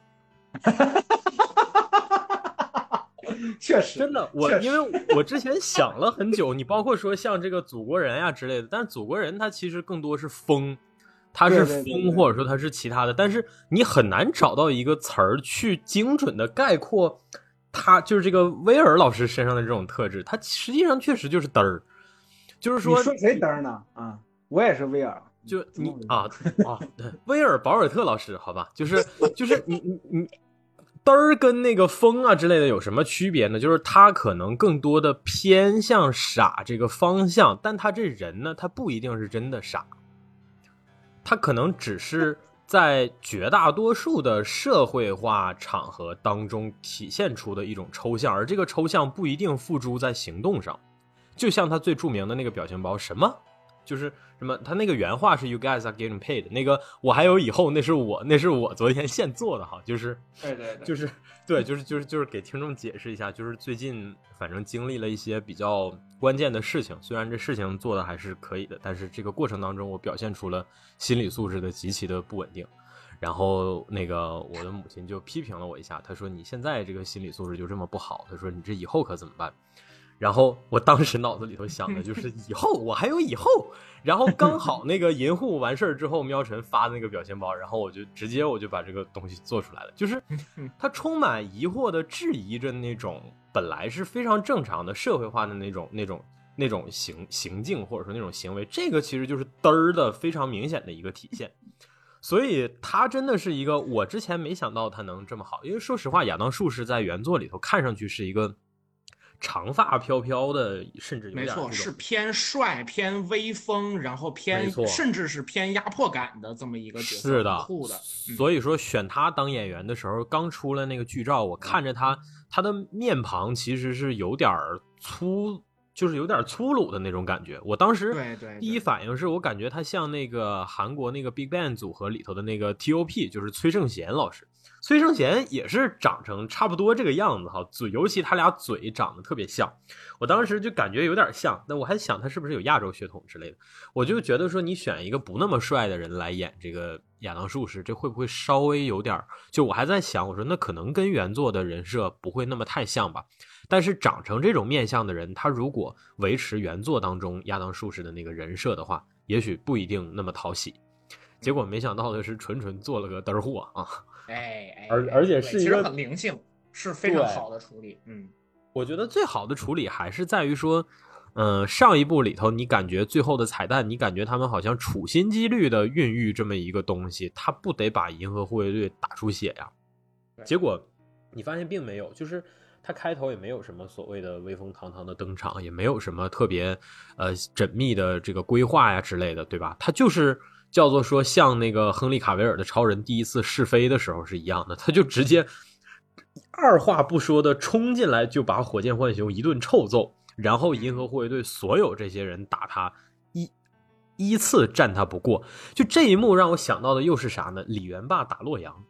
确实， 真的，我因为我之前想了很久，你包括说像这个祖国人呀、啊、之类的，但是祖国人他其实更多是风，他是风或者说他是其他的，但是你很难找到一个词儿去精准的概括他就是这个威尔老师身上的这种特质，他实际上确实就是嘚儿，就是说你说谁嘚儿呢？啊，我也是威尔， 就你啊啊，威尔保尔特老师，好吧，就是就是你你你。嘚儿跟那个风啊之类的有什么区别呢？就是他可能更多的偏向傻这个方向，但他这人呢，他不一定是真的傻，他可能只是在绝大多数的社会化场合当中体现出的一种抽象，而这个抽象不一定付诸在行动上。就像他最著名的那个表情包，什么就是什么，他那个原话是 "You guys are getting paid"， 那个我还有以后，那是我，那是我昨天现做的哈，就是对对对， 就是对，就是就是就是给听众解释一下，就是最近反正经历了一些比较关键的事情，虽然这事情做的还是可以的，但是这个过程当中我表现出了心理素质的极其的不稳定。然后那个我的母亲就批评了我一下，她说你现在这个心理素质就这么不好，她说你这以后可怎么办？然后我当时脑子里头想的就是以后我还有以后，然后刚好那个银护完事儿之后，喵晨发那个表情包，然后我就直接我就把这个东西做出来了，就是他充满疑惑的质疑着那种本来是非常正常的社会化的那种那种那种行行径或者说那种行为，这个其实就是嘚儿的非常明显的一个体现。所以他真的是一个我之前没想到他能这么好，因为说实话亚当术士在原作里头看上去是一个长发飘飘的，甚至有点没错，是偏帅、偏威风，然后偏甚至是偏压迫感的这么一个角色， 是的， 酷的。 嗯、所以说选他当演员的时候，刚出了那个剧照，我看着他，他的面庞其实是有点粗，就是有点粗鲁的那种感觉。我当时第一反应是我感觉他像那个韩国那个 BigBang 组合里头的那个 T O P， 就是崔胜贤老师。崔胜贤也是长成差不多这个样子哈，嘴尤其他俩嘴长得特别像，我当时就感觉有点像，但我还想他是不是有亚洲血统之类的，我就觉得说你选一个不那么帅的人来演这个亚当术士，这会不会稍微有点，就我还在想，我说那可能跟原作的人设不会那么太像吧，但是长成这种面相的人，他如果维持原作当中亚当术士的那个人设的话，也许不一定那么讨喜。结果没想到的是纯纯做了个嘚货啊！ 哎哎， 而而且是一个其实很灵性，是非常好的处理。嗯， 我觉得最好的处理还是在于说，嗯、呃，上一部里头你感觉最后的彩蛋，你感觉他们好像处心积虑的孕育这么一个东西，他不得把银河护卫队打出血呀？结果你发现并没有，就是他开头也没有什么所谓的威风堂堂的登场，也没有什么特别呃缜密的这个规划呀之类的，对吧？他就是叫做说像那个亨利卡维尔的超人第一次试飞的时候是一样的，他就直接二话不说的冲进来就把火箭浣熊一顿臭揍，然后银河护卫队所有这些人打他一依次战他不过。就这一幕让我想到的又是啥呢？李元霸打洛阳。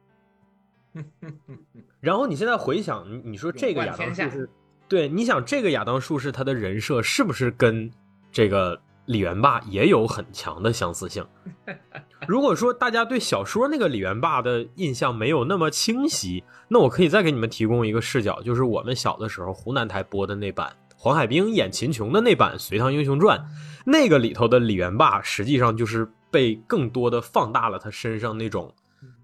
然后你现在回想，你你说这个亚当术士，对，你想这个亚当术士他的人设是不是跟这个李元霸也有很强的相似性？如果说大家对小说那个李元霸的印象没有那么清晰，那我可以再给你们提供一个视角，就是我们小的时候湖南台播的那版黄海冰演秦琼的那版《隋唐英雄传》，那个里头的李元霸实际上就是被更多的放大了他身上那种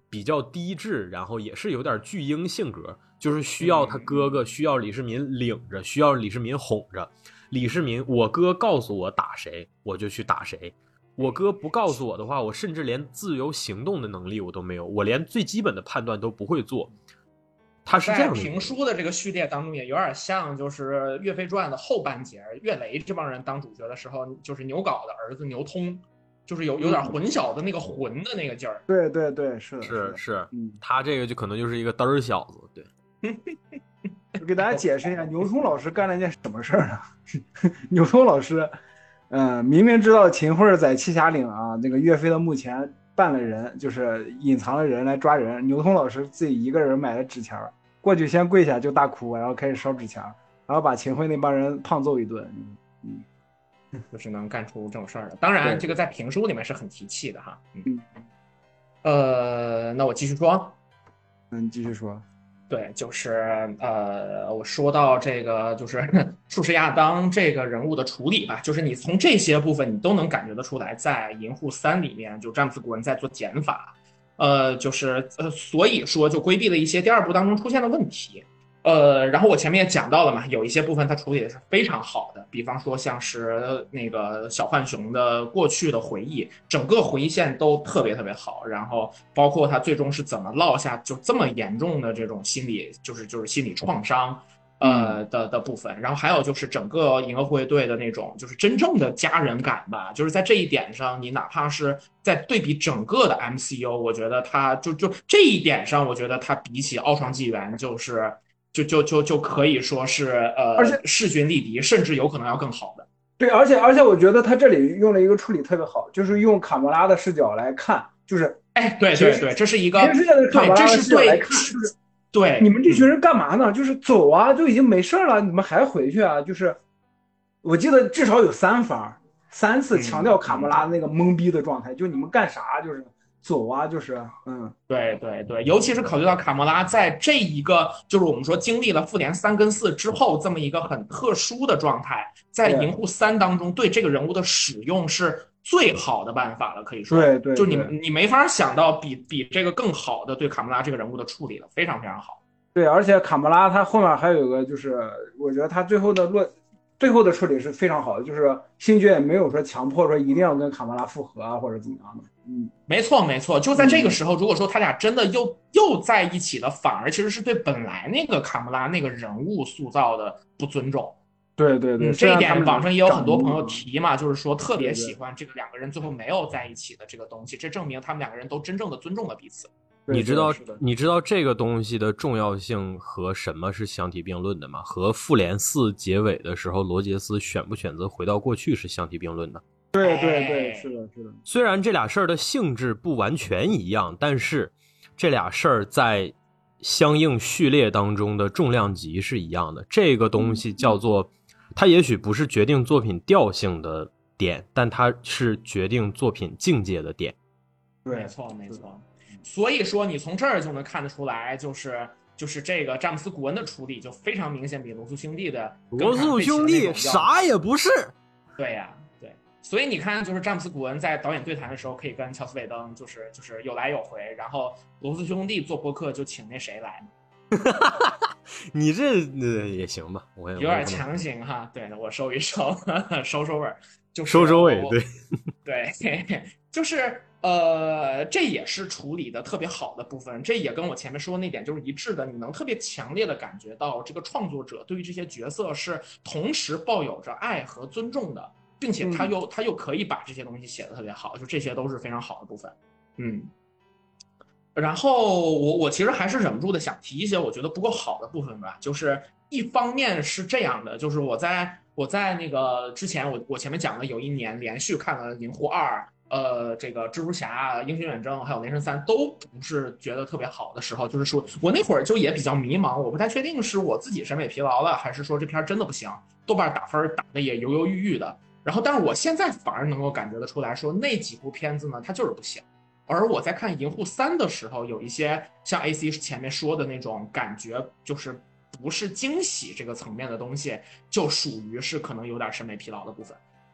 比较低智，然后也是有点巨婴性格，就是需要他哥哥，需要李世民领着，需要李世民哄着。李世民，我哥告诉我打谁，我就去打谁。我哥不告诉我的话，我甚至连自由行动的能力我都没有，我连最基本的判断都不会做。他是这样的。 在评书的这个序列当中，也有点像就是《岳飞传》的后半截，岳雷这帮人当主角的时候，就是牛皋的儿子牛通，就是有有点混淆的那个混的那个劲儿。 对对对，是的， 是是， 嗯， 他这个就可能就是一个嘚儿小子，对。 我给大家解释一下，牛通老师干了件什么事儿呢？牛通老师，嗯、呃，明明知道秦桧在栖霞岭啊，那个岳飞的墓前扮了人，就是隐藏了人来抓人。牛通老师自己一个人买了纸钱，过去先跪下就大哭，然后开始烧纸钱，然后把秦桧那帮人胖揍一顿。嗯， 就是能干出这种事儿的。当然，这个在评书里面是很提气的哈。嗯，呃，那我继续说。 嗯，继续说。 对，就是呃，我说到这个，就是术士亚当这个人物的处理吧，就是你从这些部分你都能感觉得出来，在《银护三》里面，就詹姆斯·古恩在做减法，呃，就是呃，所以说就规避了一些第二部当中出现的问题。呃，然后我前面也讲到了嘛，有一些部分它处理的是非常好的，比方说像是那个小浣熊的过去的回忆，整个回忆线都特别特别好，然后包括他最终是怎么落下就这么严重的这种心理，就是就是心理创伤，呃的的部分，然后还有就是整个银河护卫队的那种就是真正的家人感吧，就是在这一点上，你哪怕是在对比整个的 M C U， 我觉得他就就这一点上，我觉得他比起奥创纪元就是。就就就就可以说是呃， 而且势均力敌，甚至有可能要更好的。 对，而且而且我觉得他这里用了一个处理特别好，就是用卡莫拉的视角来看，就是哎，对对对，这是一个全世界的卡莫拉的视角来看， 就是对你们这群人干嘛呢？就是走啊，就已经没事了，你们还回去啊？就是我记得至少有三番三次强调卡莫拉那个懵逼的状态，就你们干啥？就是。走啊，就是嗯， 对对对，尤其是考虑到卡莫拉在这一个就是我们说经历了复联三跟四之后这么一个很特殊的状态，在银护三当中对这个人物的使用是最好的办法了，可以说， 对对， 就你你没法想到比比这个更好的对卡莫拉这个人物的处理了，非常非常好。 对，而且卡莫拉他后面还有一个就是，我觉得他最后的落。最后的处理是非常好的，就是星爵也没有说强迫说一定要跟卡莫拉复合啊，或者怎么样的。嗯， 没错没错，就在这个时候，如果说他俩真的又又在一起了，反而其实是对本来那个卡莫拉那个人物塑造的不尊重。 对对对， 嗯、这一点网上也有很多朋友提嘛，就是说特别喜欢这个两个人最后没有在一起的这个东西，这证明他们两个人都真正的尊重了彼此。 你知道你知道这个东西的重要性和什么是相提并论的吗？和复联四结尾的时候罗杰斯选不选择回到过去是相提并论的。 对对对，是的是的。 虽然这俩事儿的性质不完全一样，但是这俩事儿在相应序列当中的重量级是一样的。这个东西叫做，它也许不是决定作品调性的点，但它是决定作品境界的点。 没错没错。所以说，你从这儿就能看得出来，就是就是这个詹姆斯·古恩的处理就非常明显，比罗素兄弟的罗素兄弟啥也不是。 对呀、啊，对。所以你看，就是詹姆斯·古恩在导演对谈的时候，可以跟乔斯·韦登就是就是有来有回，然后罗素兄弟做播客就请那谁来。 你这、呃、也行吧，我也有点强行哈。对，我收一收，收收尾，就是收收尾，对对，就是。呃，这也是处理的特别好的部分，这也跟我前面说的那点就是一致的。你能特别强烈的感觉到这个创作者对于这些角色是同时抱有着爱和尊重的，并且他又、嗯、他又可以把这些东西写得特别好，就这些都是非常好的部分。嗯，然后我我其实还是忍不住的想提一些我觉得不够好的部分吧，就是一方面是这样的，就是我在我在那个之前我我前面讲了有一年连续看了《银护二》。呃，这个蜘蛛侠、英雄远征还有雷神三都不是觉得特别好的时候，就是说我那会儿就也比较迷茫，我不太确定是我自己审美疲劳了，还是说这片真的不行，豆瓣打分打的也犹犹豫豫的。然后，但是我现在反而能够感觉得出来说，那几部片子呢，它就是不行。而我在看《银护三》的时候，有一些像 A C 前面说的那种感觉，就是不是惊喜这个层面的东西，就属于是可能有点审美疲劳的部分。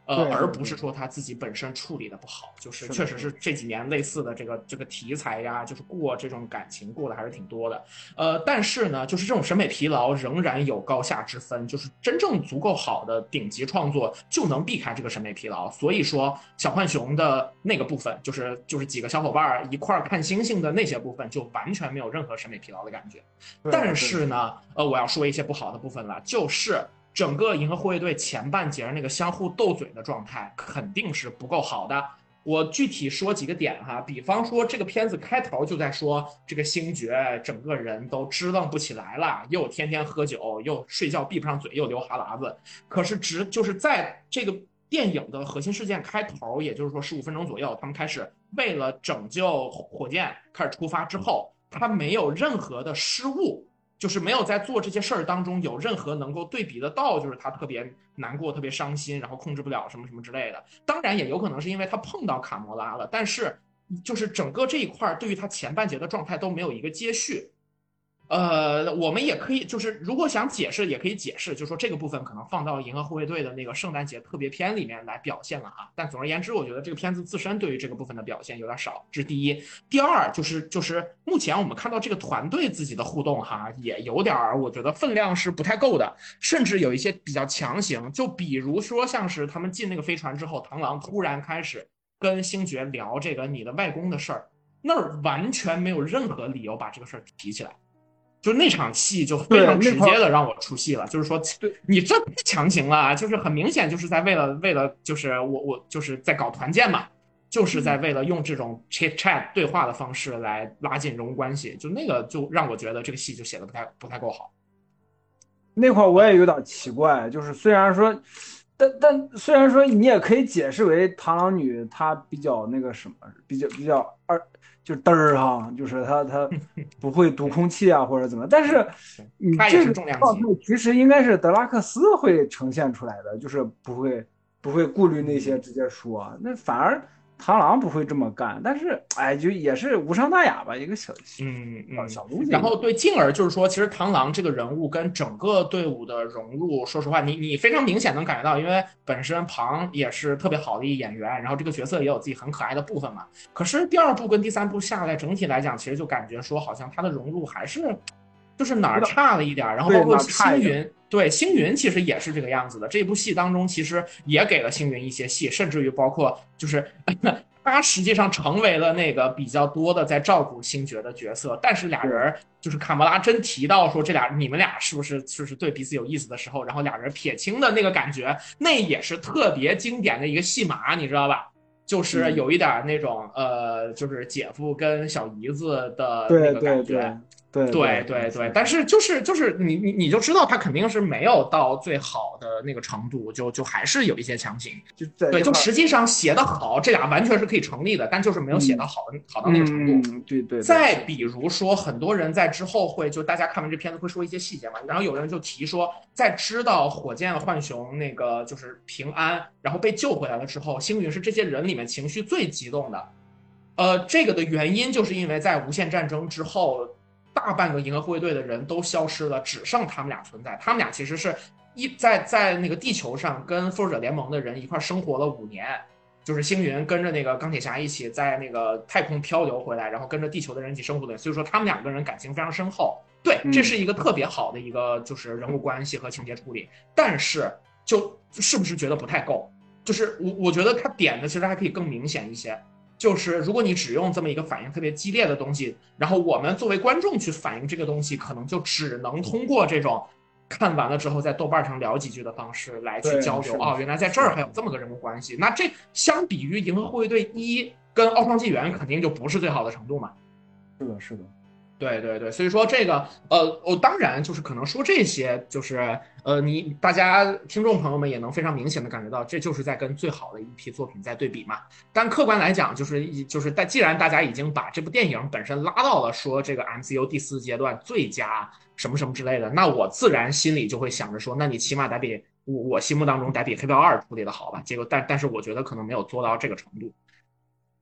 呃， 对对而不是说他自己本身处理的不好，就是确实是这几年类似的这个这个题材呀，就是过这种感情过的还是挺多的。呃，但是呢，就是这种审美疲劳仍然有高下之分，就是真正足够好的顶级创作就能避开这个审美疲劳。所以说，小浣熊的那个部分，就是就是几个小伙伴一块看星星的那些部分，就完全没有任何审美疲劳的感觉。但是呢，呃，我要说一些不好的部分了，就是整个银河护卫队前半节那个相互斗嘴的状态肯定是不够好的。我具体说几个点哈，比方说这个片子开头就在说这个星爵整个人都支棱不起来了，又天天喝酒，又睡觉闭不上嘴，又流哈喇子。可是直就是在这个电影的核心事件开头，也就是说十五分钟左右，他们开始为了拯救火箭开始出发之后，他没有任何的失误。就是没有在做这些事儿当中有任何能够对比得到，就是他特别难过、特别伤心，然后控制不了什么什么之类的。当然也有可能是因为他碰到卡魔拉了，但是就是整个这一块对于他前半节的状态都没有一个接续。呃，我们也可以，就是如果想解释，也可以解释，就是说这个部分可能放到银河护卫队的那个圣诞节特别篇里面来表现了哈。但总而言之，我觉得这个片子自身对于这个部分的表现有点少，这是第一。第二就是就是目前我们看到这个团队自己的互动哈，也有点我觉得分量是不太够的，甚至有一些比较强行，就比如说像是他们进那个飞船之后，螳螂突然开始跟星爵聊这个你的外公的事儿，那儿完全没有任何理由把这个事儿提起来。就那场戏就非常直接的让我出戏了，就是说，你这太强行了，就是很明显就是在为了为了就是我我就是在搞团建嘛，就是在为了用这种 chit chat 对话的方式来拉近人物关系，就那个就让我觉得这个戏就写的不太不太够好。 那块我也有点奇怪，就是虽然说，但但虽然说你也可以解释为螳螂女她比较那个什么，比较比较二。就嘚儿哈，就是他他不会读空气啊或者怎么，但是你这个状态其实应该是德拉克斯会呈现出来的，就是不会不会顾虑那些直接说，那反而螳螂不会这么干，但是哎，就也是无伤大雅吧，一个小嗯嗯小东西。 然后对，进而就是说，其实螳螂这个人物跟整个队伍的融入，说实话，你你非常明显能感觉到，因为本身庞也是特别好的一演员，然后这个角色也有自己很可爱的部分嘛。可是第二部跟第三部下来，整体来讲，其实就感觉说，好像他的融入还是就是哪儿差了一点，然后包括星云。对，星云其实也是这个样子的。这部戏当中，其实也给了星云一些戏，甚至于包括就是他实际上成为了那个比较多的在照顾星爵的角色。但是俩人就是卡魔拉真提到说这俩你们俩是不是就是对彼此有意思的时候，然后俩人撇清的那个感觉，那也是特别经典的一个戏码，你知道吧？就是有一点那种、嗯、呃，就是姐夫跟小姨子的那个感觉。 对对对对对对对，但是就是就是你你你就知道他肯定是没有到最好的那个程度，就就还是有一些强行。 就对，就实际上写的好，这俩完全是可以成立的，但就是没有写到好的、嗯、好到那个程度。 嗯，对 对, 对。 再比如说，很多人在之后会就大家看完这片子会说一些细节嘛，然后有人就提说，在知道火箭浣熊那个就是平安，然后被救回来了之后，星云是这些人里面情绪最激动的。呃，这个的原因就是因为在无限战争之后。大半个银河护卫队的人都消失了，只剩他们俩存在。他们俩其实是一在在那个地球上跟复仇者联盟的人一块生活了五年，就是星云跟着那个钢铁侠一起在那个太空漂流回来，然后跟着地球的人一起生活的，所以说他们两个人感情非常深厚。对，这是一个特别好的一个就是人物关系和情节处理，但是就是不是觉得不太够？就是我我觉得他点的其实还可以更明显一些。就是如果你只用这么一个反应特别激烈的东西，然后我们作为观众去反映这个东西，可能就只能通过这种看完了之后在豆瓣上聊几句的方式来去交流。哦，原来在这儿还有这么个人物关系。那这相比于银河护卫队一跟奥创纪元肯定就不是最好的程度嘛。 是的，是的。 对对对，所以说这个呃，我、哦、当然就是可能说这些，就是呃，你大家听众朋友们也能非常明显的感觉到，这就是在跟最好的一批作品在对比嘛。但客观来讲，就是就是但既然大家已经把这部电影本身拉到了说这个 M C U 第四阶段最佳什么什么之类的，那我自然心里就会想着说，那你起码得比我我心目当中得比黑豹二处理的好吧。结果但但是我觉得可能没有做到这个程度。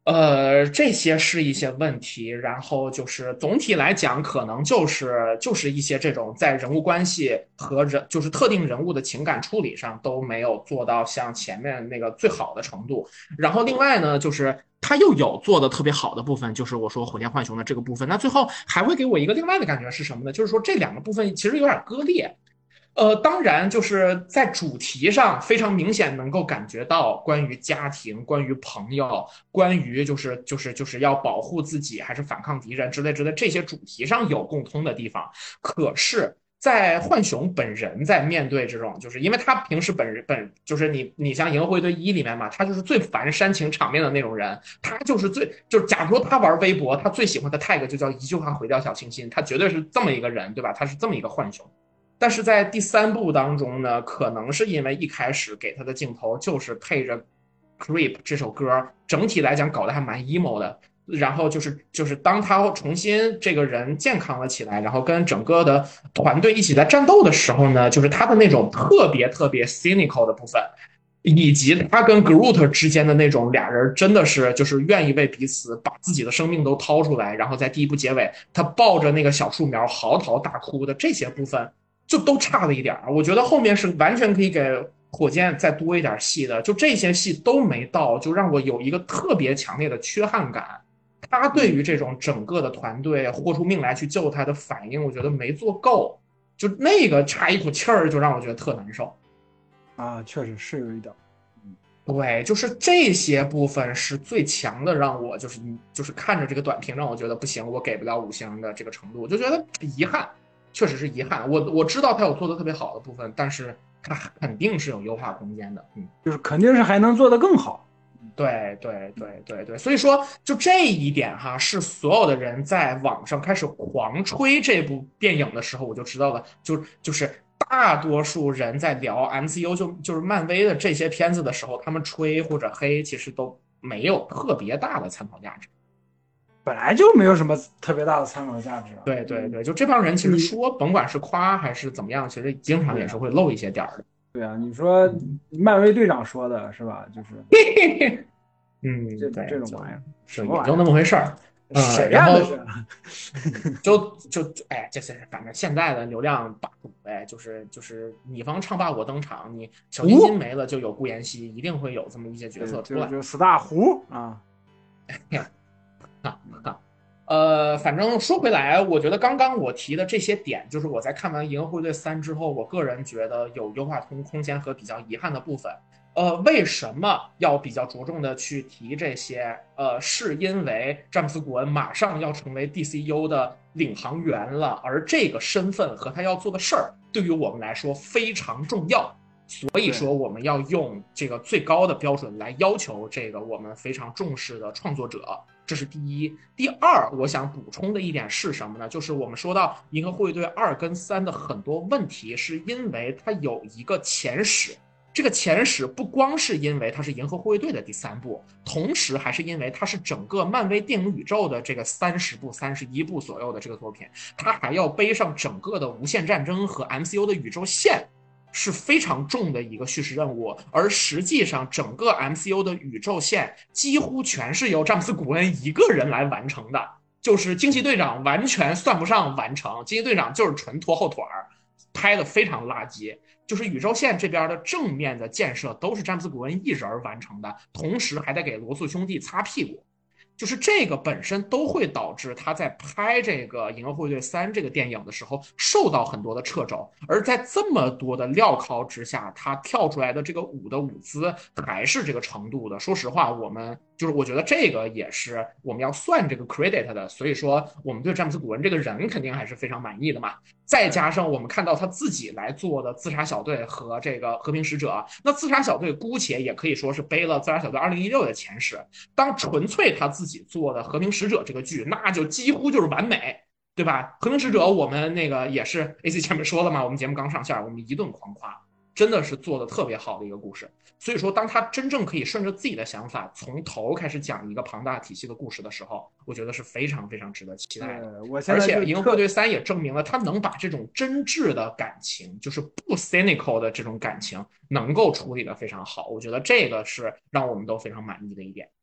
呃，这些是一些问题，然后就是总体来讲，可能就是就是一些这种在人物关系和人就是特定人物的情感处理上都没有做到像前面那个最好的程度。然后另外呢，就是他又有做的特别好的部分，就是我说火箭浣熊的这个部分。那最后还会给我一个另外的感觉是什么呢？就是说这两个部分其实有点割裂。呃，当然就是在主题上非常明显能够感觉到关于家庭、关于朋友、关于就是就是就是要保护自己还是反抗敌人之类之类这些主题上有共通的地方。可是，在浣熊本人在面对这种，就是因为他平时本人本就是你你像《银河护卫队一》里面嘛，他就是最烦煽情场面的那种人，他就是最就是假如说他玩微博，他最喜欢的 tag 就叫一句话毁掉小清新，他绝对是这么一个人，对吧？他是这么一个浣熊。但是在第三部当中呢，可能是因为一开始给他的镜头就是配着《Creep》这首歌，整体来讲搞得还蛮 emo 的。然后就是就是当他重新这个人健康了起来，然后跟整个的团队一起在战斗的时候呢，就是他的那种特别特别 cynical 的部分，以及他跟 Groot 之间的那种俩人真的是就是愿意为彼此把自己的生命都掏出来，然后在第一部结尾他抱着那个小树苗嚎啕大哭的这些部分。就都差了一点儿。我觉得后面是完全可以给火箭再多一点戏的，就这些戏都没到，就让我有一个特别强烈的缺憾感。他对于这种整个的团队豁出命来去救他的反应，我觉得没做够，就那个差一口气儿，就让我觉得特难受。 啊，确实是有一点。 对，就是这些部分是最强的，让我就是就是看着这个短评，让我觉得不行，我给不了五星的这个程度，我就觉得遗憾。确实是遗憾，我我知道他有做的特别好的部分，但是他肯定是有优化空间的，嗯， 就是肯定是还能做得更好。 对对对对对，所以说就这一点哈，是所有的人在网上开始狂吹这部电影的时候，我就知道了，就就是大多数人在聊 M C U 就就是漫威的这些片子的时候，他们吹或者黑，其实都没有特别大的参考价值。 本来就没有什么特别大的参考价值。 对对对，就这帮人其实说，甭管是夸还是怎么样，其实经常也是会漏一些点儿的。 对啊，你说漫威队长说的是吧？就是， 嗯， 这对， 这种玩意儿， 就也就那么回事儿。嗯， 谁然后就就就哎，这是反正现在的流量霸主呗，就是就是你方唱罢我登场，你小清新没了就有顾妍希，一定会有这么一些角色出来。 就就死大胡啊。 啊啊，呃，反正说回来，我觉得刚刚我提的这些点，就是我在看完《银河护卫队三》之后，我个人觉得有优化空空间和比较遗憾的部分。呃，为什么要比较着重的去提这些？呃，是因为詹姆斯·古恩马上要成为 D C U 的领航员了，而这个身份和他要做的事儿，对于我们来说非常重要。所以说，我们要用这个最高的标准来要求这个我们非常重视的创作者，这是第一。第二，我想补充的一点是什么呢？就是我们说到《银河护卫队二》跟三的很多问题，是因为它有一个前史。这个前史不光是因为它是银河护卫队的第三部，同时还是因为它是整个漫威电影宇宙的这个三十部、三十一部左右的这个作品，它还要背上整个的无限战争和 M C U 的宇宙线。是非常重的一个叙事任务，而实际上整个 M C U 的宇宙线几乎全是由詹姆斯·古恩一个人来完成的，就是惊奇队长完全算不上完成，惊奇队长就是纯拖后腿儿，拍的非常垃圾。就是宇宙线这边的正面的建设都是詹姆斯·古恩一人完成的，同时还得给罗素兄弟擦屁股。就是这个本身都会导致他在拍这个《银河护卫队三》这个电影的时候受到很多的掣肘，而在这么多的镣铐之下，他跳出来的这个舞的舞姿还是这个程度的。说实话，我们就是我觉得这个也是我们要算这个 credit 的，所以说我们对詹姆斯·古恩这个人肯定还是非常满意的嘛。再加上我们看到他自己来做的自杀小队和这个和平使者，那自杀小队姑且也可以说是背了自杀小队二零一六的前史，当纯粹他自己做的和平使者这个剧，那就几乎就是完美，对吧？和平使者我们那个也是 A C 前面说了嘛，我们节目刚上线，我们一顿狂夸，真的是做的特别好的一个故事。所以说，当他真正可以顺着自己的想法从头开始讲一个庞大体系的故事的时候，我觉得是非常非常值得期待的。 我现在而且《银河护卫队三》也证明了他能把这种真挚的感情，就是不 cynical 的这种感情，能够处理的非常好。我觉得这个是让我们都非常满意的一点。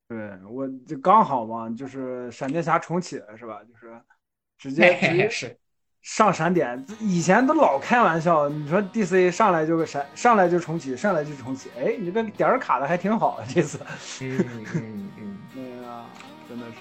对，我就刚好嘛，就是闪电侠重启了是吧？就是直接直接是上闪点，以前都老开玩笑，你说 D C 上来就个闪，上来就重启，上来就重启，哎，你这个点儿卡的还挺好，这次。 嗯嗯嗯， 对呀，真的是。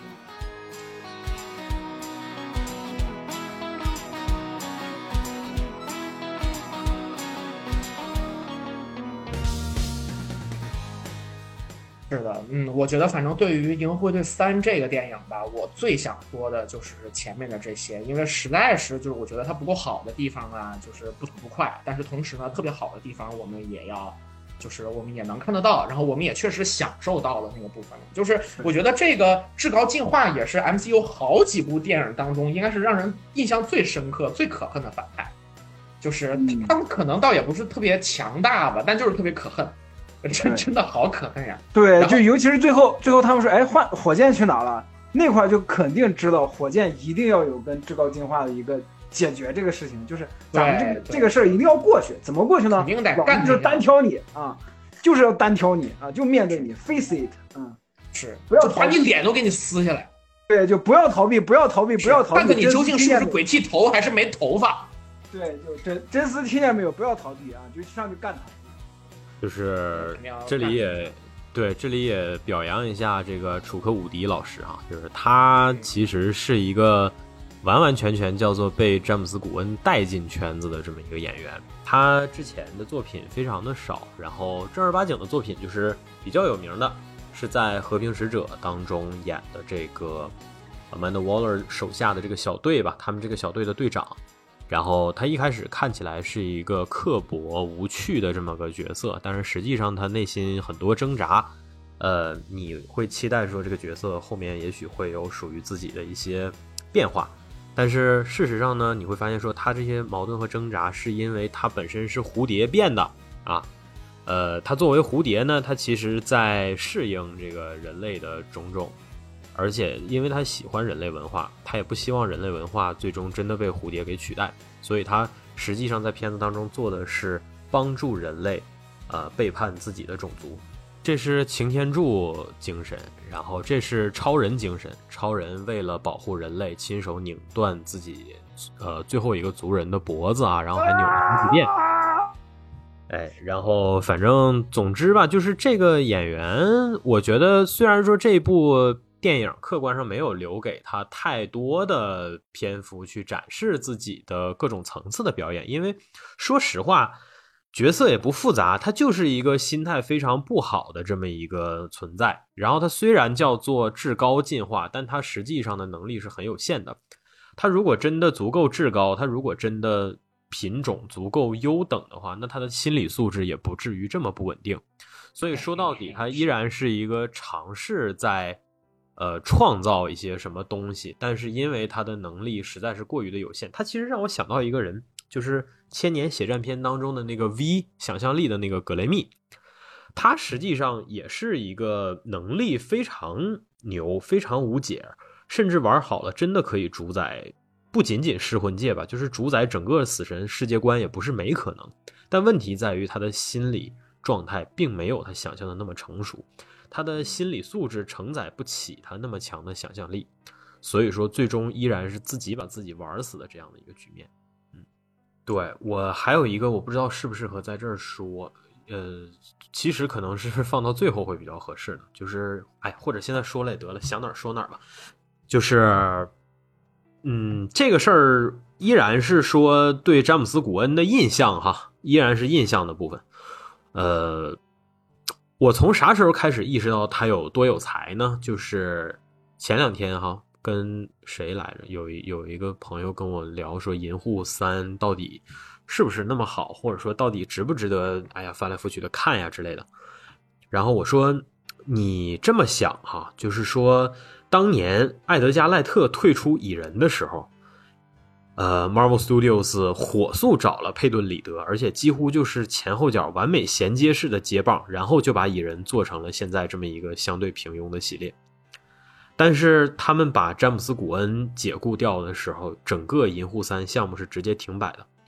是的，嗯，我觉得反正对于《银河护卫队三》这个电影吧，我最想说的就是前面的这些，因为实在是就是我觉得它不够好的地方啊，就是不吐不快，但是同时呢，特别好的地方我们也要，就是我们也能看得到，然后我们也确实享受到了那个部分。就是我觉得这个至高进化也是 M C U 好几部电影当中应该是让人印象最深刻、最可恨的反派，就是他们可能倒也不是特别强大吧，但就是特别可恨。真真的好可恨呀！ 对，就尤其是最后，最后他们说，哎，换火箭去哪了？那块就肯定知道火箭一定要有跟至高进化的一个解决这个事情，就是咱们这个这个事儿一定要过去。怎么过去呢？ 肯定得干， 就是单挑你啊，就是要单挑你啊，就面对你 ，face it， 嗯， 是不要把你脸都给你撕下来。 对，就不要逃避，不要逃避，不要逃避。 看看你究竟是不是鬼剃头还是没头发？ 对，就真真丝听见没有？不要逃避啊，就上去干他。 就是这里也对，这里也表扬一下这个楚克武迪老师哈，就是他其实是一个完完全全叫做被詹姆斯古恩带进圈子的这么一个演员。他之前的作品非常的少，然后正儿八经的作品就是比较有名的是在《和平使者》当中演的这个 Amanda Waller 手下的这个小队吧，他们这个小队的队长。然后他一开始看起来是一个刻薄无趣的这么个角色，但是实际上他内心很多挣扎，呃，你会期待说这个角色后面也许会有属于自己的一些变化，但是事实上呢，你会发现说他这些矛盾和挣扎是因为他本身是蝴蝶变的啊，呃，他作为蝴蝶呢，他其实在适应这个人类的种种。而且因为他喜欢人类文化，他也不希望人类文化最终真的被蝴蝶给取代，所以他实际上在片子当中做的是帮助人类呃，背叛自己的种族。这是擎天柱精神，然后这是超人精神，超人为了保护人类亲手拧断自己呃最后一个族人的脖子啊，然后还扭了无变。哎，然后反正总之吧，就是这个演员我觉得虽然说这部电影客观上没有留给他太多的篇幅去展示自己的各种层次的表演，因为说实话角色也不复杂，他就是一个心态非常不好的这么一个存在，然后他虽然叫做至高进化，但他实际上的能力是很有限的。他如果真的足够至高，他如果真的品种足够优等的话，那他的心理素质也不至于这么不稳定。所以说到底他依然是一个尝试在呃，创造一些什么东西，但是因为他的能力实在是过于的有限，他其实让我想到一个人，就是千年血战篇当中的那个 V 想象力的那个格雷密，他实际上也是一个能力非常牛、非常无解，甚至玩好了真的可以主宰不仅仅噬魂界吧，就是主宰整个死神世界观也不是没可能。但问题在于他的心理状态并没有他想象的那么成熟。他的心理素质承载不起他那么强的想象力，所以说最终依然是自己把自己玩死的这样的一个局面。嗯，对，我还有一个我不知道适不适合在这儿说，呃，其实可能是放到最后会比较合适的，就是哎，或者现在说了也得了，想哪儿说哪儿吧。就是嗯，这个事儿依然是说对詹姆斯古恩的印象哈，依然是印象的部分。呃我从啥时候开始意识到他有多有才呢？就是前两天哈，跟谁来着？有一有一个朋友跟我聊说，《银护三》到底是不是那么好，或者说到底值不值得？哎呀，翻来覆去的看呀之类的。然后我说，你这么想哈，就是说，当年艾德加·赖特退出蚁人的时候。呃 Marvel Studios 火速找了佩顿·李德，而且几乎就是前后脚完美衔接式的接棒，然后就把蚁人做成了现在这么一个相对平庸的系列。但是他们把詹姆斯·古恩解雇掉的时候，整个银护三项目是直接停摆的。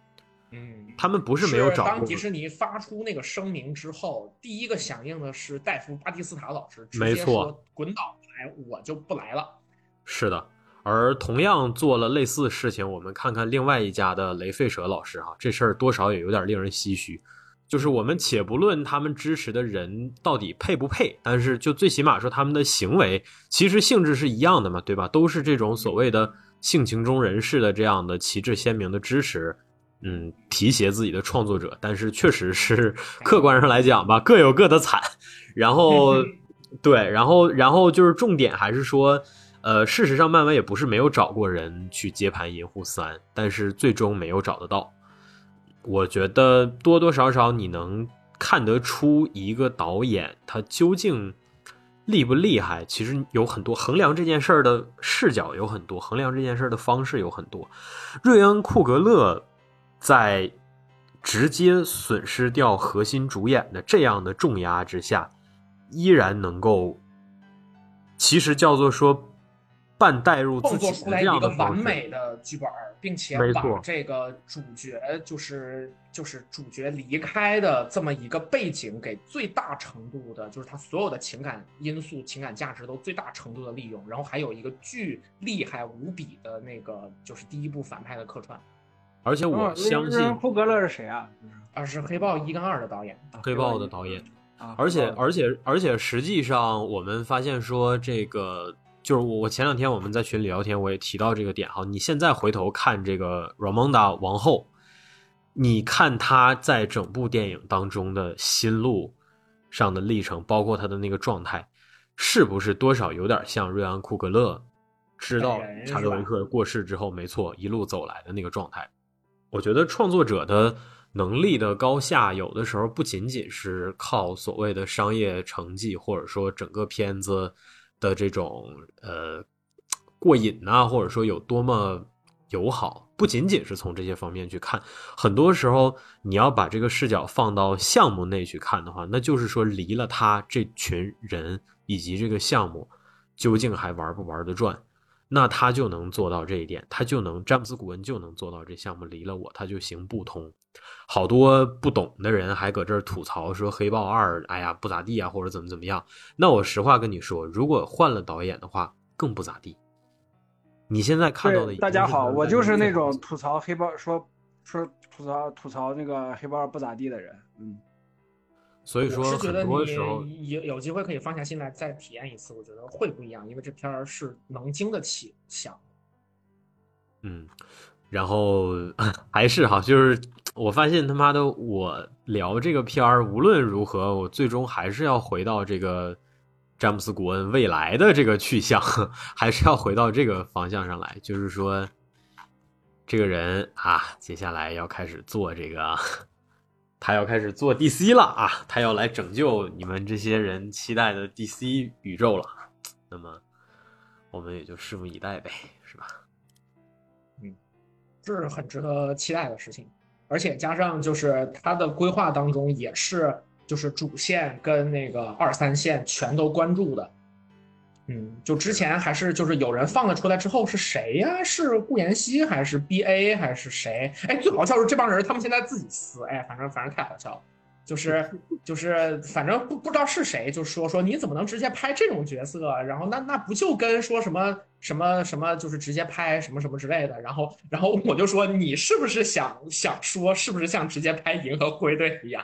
嗯， 他们不是没有找过。 当迪士尼发出那个声明之后，第一个响应的是戴夫·巴蒂斯塔老师，直接说滚导来，我就不来了。 是的，而同样做了类似的事情，我们看看另外一家的雷费舍老师哈，这事儿多少也有点令人唏嘘。就是我们且不论他们支持的人到底配不配，但是就最起码说他们的行为其实性质是一样的嘛，对吧？都是这种所谓的性情中人士的这样的旗帜鲜明的支持，嗯，提携自己的创作者，但是确实是客观上来讲吧，各有各的惨。然后对，然后然后就是重点还是说，呃，事实上漫威也不是没有找过人去接盘银护三，但是最终没有找得到。我觉得多多少少你能看得出一个导演他究竟厉不厉害，其实有很多衡量这件事儿的视角有很多，衡量这件事儿的方式有很多。瑞恩·库格勒在直接损失掉核心主演的这样的重压之下，依然能够其实叫做说半带入自己的这样的创作出来一个完美的剧本，并且把这个主角就是就是主角离开的这么一个背景给最大程度的，就是他所有的情感因素、情感价值都最大程度的利用，然后还有一个巨厉害无比的那个就是第一部反派的客串。 而且我相信库格勒是谁啊？ 啊，是黑豹一跟二的导演， 黑豹的导演。 啊， 而且而且而且实际上我们发现说这个。就是我，我前两天我们在群里聊天，我也提到这个点哈。你现在回头看这个 Ramonda 王后，你看她在整部电影当中的心路上的历程，包括她的那个状态，是不是多少有点像瑞安·库格勒知道查德维克过世之后，没错，一路走来的那个状态？我觉得创作者的能力的高下，有的时候不仅仅是靠所谓的商业成绩，或者说整个片子的这种呃过瘾啊，或者说有多么友好，不仅仅是从这些方面去看，很多时候你要把这个视角放到项目内去看的话，那就是说离了他这群人以及这个项目究竟还玩不玩得转，那他就能做到这一点，他就能詹姆斯·古恩就能做到这项目离了我他就行不通。好多不懂的人还搁这儿吐槽说黑豹二哎呀不咋地啊，或者怎么怎么样。那我实话跟你说，如果换了导演的话更不咋地。你现在看到的大家好，我就是那种吐槽黑豹说说吐槽吐槽那个黑豹二不咋地的人。嗯， 所以说我是觉得很多时候你有有机会可以放下心来再体验一次，我觉得会不一样，因为这片儿是能经得起想。 嗯，然后还是哈，就是我发现他妈的我聊这个片儿，无论如何，我最终还是要回到这个詹姆斯·古恩未来的这个去向，还是要回到这个方向上来，就是说，这个人啊，接下来要开始做这个，他要开始做 D C 了啊，他要来拯救你们这些人期待的 D C 宇宙了。那么，我们也就拭目以待呗，是吧？ 嗯，这是很值得期待的事情，而且加上就是他的规划当中也是就是主线跟那个二三线全都关注的。嗯，就之前还是就是有人放了出来之后是谁呀？是顾妍希还是 B A 还是谁？哎，最好笑是这帮人他们现在自己撕，哎，反正反正太好笑了。就是就是反正不不知道是谁，就说说你怎么能直接拍这种角色？然后那那不就跟说什么什么什么就是直接拍什么什么之类的？然后然后我就说你是不是想想说是不是像直接拍银河护卫队一样？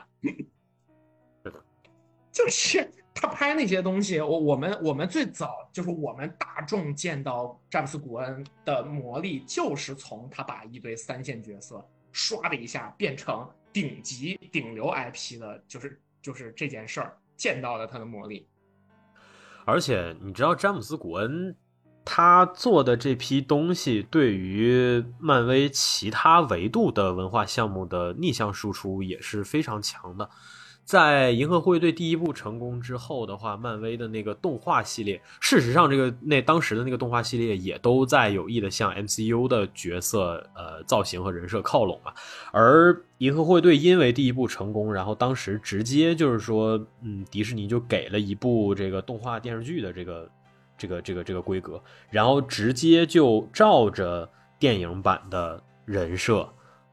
就是他拍那些东西，我我们我们最早就是我们大众见到詹姆斯·古恩的魔力，就是从他把一堆三线角色唰的一下变成顶级顶流 I P 的，就是就是这件事儿见到了他的魔力。 而且你知道詹姆斯·古恩他做的这批东西，对于漫威其他维度的文化项目的逆向输出也是非常强的。在银河护卫队第一部成功之后的话，漫威的那个动画系列，事实上这个那当时的那个动画系列也都在有意的向 M C U 的角色呃造型和人设靠拢嘛。而银河护卫队因为第一部成功，然后当时直接就是说，嗯，迪士尼就给了一部这个动画电视剧的这个这个这个这个规格，然后直接就照着电影版的人设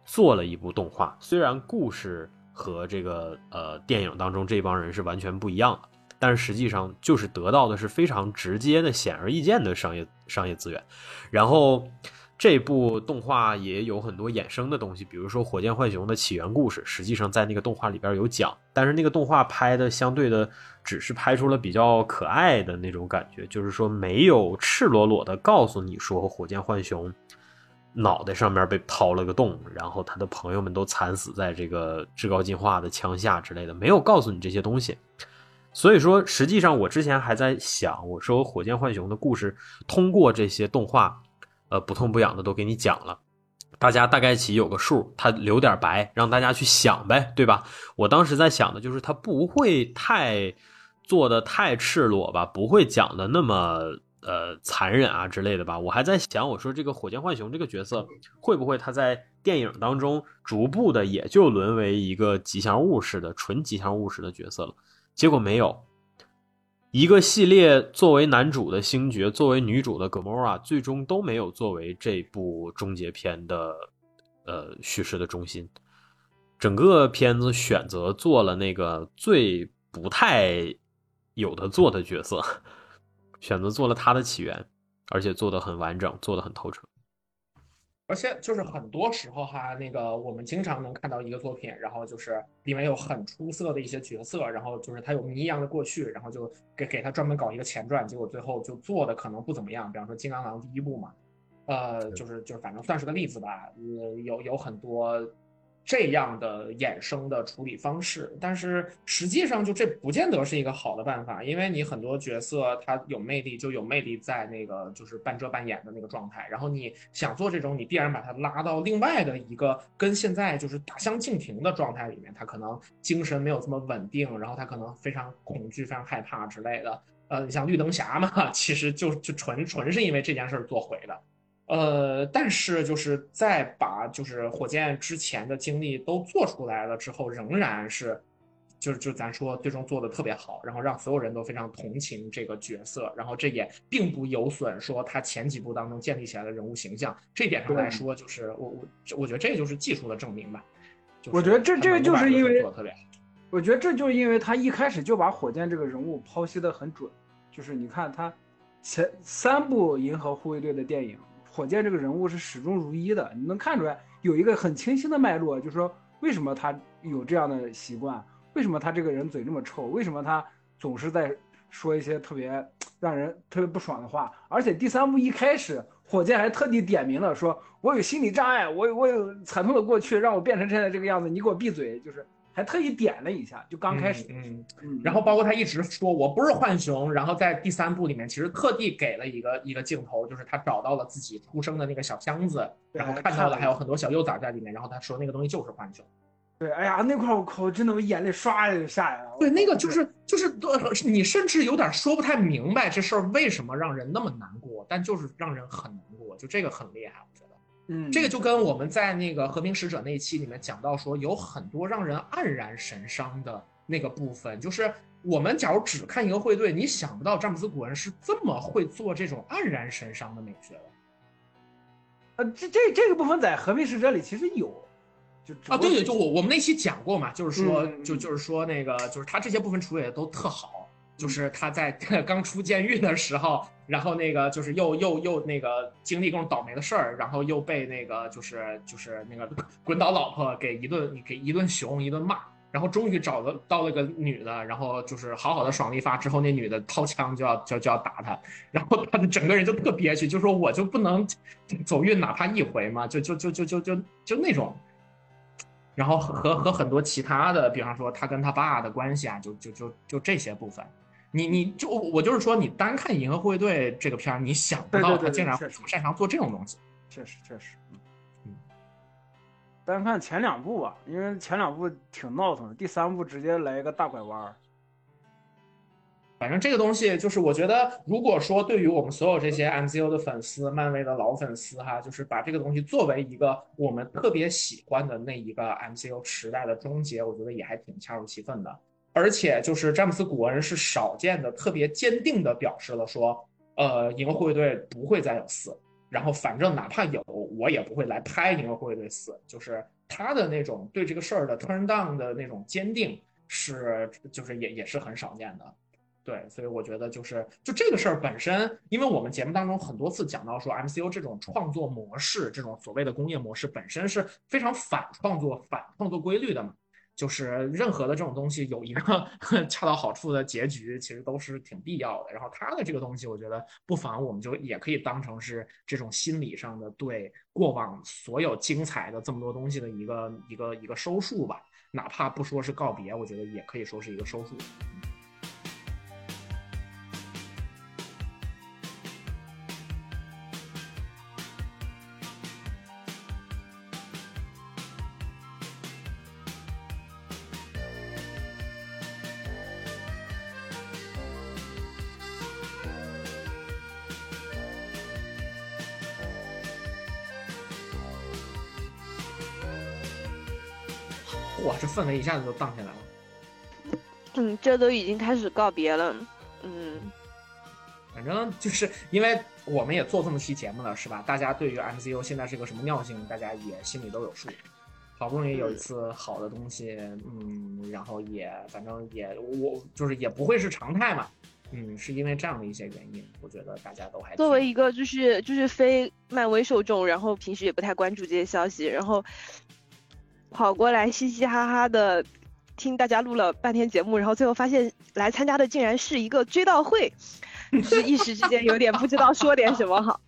做了一部动画。虽然故事和这个呃电影当中这帮人是完全不一样的，但是实际上就是得到的是非常直接的、显而易见的商业商业资源。然后这部动画也有很多衍生的东西，比如说火箭浣熊的起源故事，实际上在那个动画里边有讲，但是那个动画拍的相对的只是拍出了比较可爱的那种感觉，就是说没有赤裸裸的告诉你说火箭浣熊脑袋上面被掏了个洞，然后他的朋友们都惨死在这个至高进化的枪下之类的，没有告诉你这些东西。所以说实际上我之前还在想，我说火箭浣熊的故事通过这些动画呃，不痛不痒的都给你讲了，大家大概起有个数，他留点白让大家去想呗，对吧？我当时在想的就是他不会太做的太赤裸吧，不会讲的那么呃残忍啊之类的吧。我还在想，我说这个火箭浣熊这个角色会不会他在电影当中逐步的也就沦为一个吉祥物式的纯吉祥物式的角色了，结果没有。一个系列作为男主的星爵，作为女主的 Gamora， 最终都没有作为这部终结篇的呃叙事的中心。整个片子选择做了那个最不太有的做的角色，选择做了他的起源，而且做得很完整，做得很透彻。 而且就是很多时候哈，那个我们经常能看到一个作品，然后就是里面有很出色的一些角色，然后就是他有谜一样的过去，然后就给给他专门搞一个前传，结果最后就做的可能不怎么样。比方说《金刚狼》第一部嘛，呃，就是就是反正算是个例子吧，呃，有有很多这样的衍生的处理方式，但是实际上就这不见得是一个好的办法，因为你很多角色他有魅力就有魅力在那个就是半遮半掩的那个状态，然后你想做这种，你必然把它拉到另外的一个跟现在就是大相径庭的状态里面，他可能精神没有这么稳定，然后他可能非常恐惧、非常害怕之类的。呃，你像绿灯侠嘛，其实就就纯纯是因为这件事做毁的。呃，但是就是在把就是火箭之前的经历都做出来了之后，仍然是，就是就咱说最终做的特别好，然后让所有人都非常同情这个角色，然后这也并不有损说他前几部当中建立起来的人物形象，这一点上来说，就是我我我觉得这就是技术的证明吧。就是、 我觉得这这个就是因为做得特别好， 我觉得这就是因为他一开始就把火箭这个人物剖析的很准，就是你看他前三部银河护卫队的电影。火箭这个人物是始终如一的，你能看出来有一个很清晰的脉络，就是说为什么他有这样的习惯，为什么他这个人嘴这么臭，为什么他总是在说一些特别让人特别不爽的话。而且第三部一开始，火箭还特地点名了，说我有心理障碍，我我有惨痛的过去，让我变成现在这个样子，你给我闭嘴，就是还特意点了一下，就刚开始。 嗯，嗯然后包括他一直说我不是浣熊，然后在第三部里面其实特地给了一个一个镜头，就是他找到了自己出生的那个小箱子，然后看到了还有很多小幼崽在里面，然后他说那个东西就是浣熊。 对，哎呀，那块我靠，真的我眼泪唰就下来了。 对，那个就是就是你甚至有点说不太明白这事儿为什么让人那么难过，但就是让人很难过，就这个很厉害，我觉得。 嗯， 这个就跟我们在那个和平使者那一期里面讲到说，有很多让人黯然神伤的那个部分，就是我们假如只看一个会队，你想不到詹姆斯·古恩是这么会做这种黯然神伤的美学的。 呃，这这这个部分在和平使者里其实有，就啊，对对，就我我们那期讲过嘛，就是说， 嗯、 就就是说那个，就是他这些部分处理的都特好。就是他在刚出监狱的时候，然后那个就是又又又那个经历各种倒霉的事儿，然后又被那个就是就是那个滚倒老婆给一顿给一顿熊一顿骂，然后终于找到到了个女的，然后就是好好的爽了一发之后，那女的掏枪就要就就要打他，然后他的整个人就特憋屈，就说我就不能走运哪怕一回嘛，就就就就就就就那种。然后和和很多其他的，比方说他跟他爸的关系啊，就就就就这些部分。你你就我就是说，你单看《银河护卫队》这个片儿，你想不到他竟然会这么擅长做这种东西。 确实确实，嗯。单看前两部吧，因为前两部挺闹腾的，第三部直接来一个大拐弯。 反正这个东西就是，我觉得如果说对于我们所有这些 M C U 的粉丝、漫威的老粉丝哈，就是把这个东西作为一个我们特别喜欢的那一个 M C U 时代的终结，我觉得也还挺恰如其分的。而且就是詹姆斯·古恩是少见的特别坚定的表示了说，呃，银河护卫队不会再有四， 然后反正哪怕有，我也不会来拍《银河护卫队四》，就是他的那种对这个事儿的 turn down 的那种坚定是，就是也也是很少见的。对，所以我觉得就是就这个事儿本身，因为我们节目当中很多次讲到说 M C U 这种创作模式，这种所谓的工业模式本身是非常反创作、反创作规律的嘛。就是任何的这种东西有一个恰到好处的结局，其实都是挺必要的。然后他的这个东西，我觉得不妨我们就也可以当成是这种心理上的对过往所有精彩的这么多东西的一个一个一个收束吧。哪怕不说是告别，我觉得也可以说是一个收束。哇，这氛围一下子就荡起来了。 嗯，这都已经开始告别了。嗯， 反正就是因为我们也做这么期节目了，是吧？大家对于 M C U 现在是个什么尿性，大家也心里都有数。好不容易有一次好的东西，嗯，然后也反正也我就是也不会是常态嘛。嗯，是因为这样的一些原因，我觉得大家都还作为一个就是就是非漫威受众，然后平时也不太关注这些消息，然后跑过来嘻嘻哈哈的听大家录了半天节目，然后最后发现来参加的竟然是一个追悼会，是一时之间有点不知道说点什么好。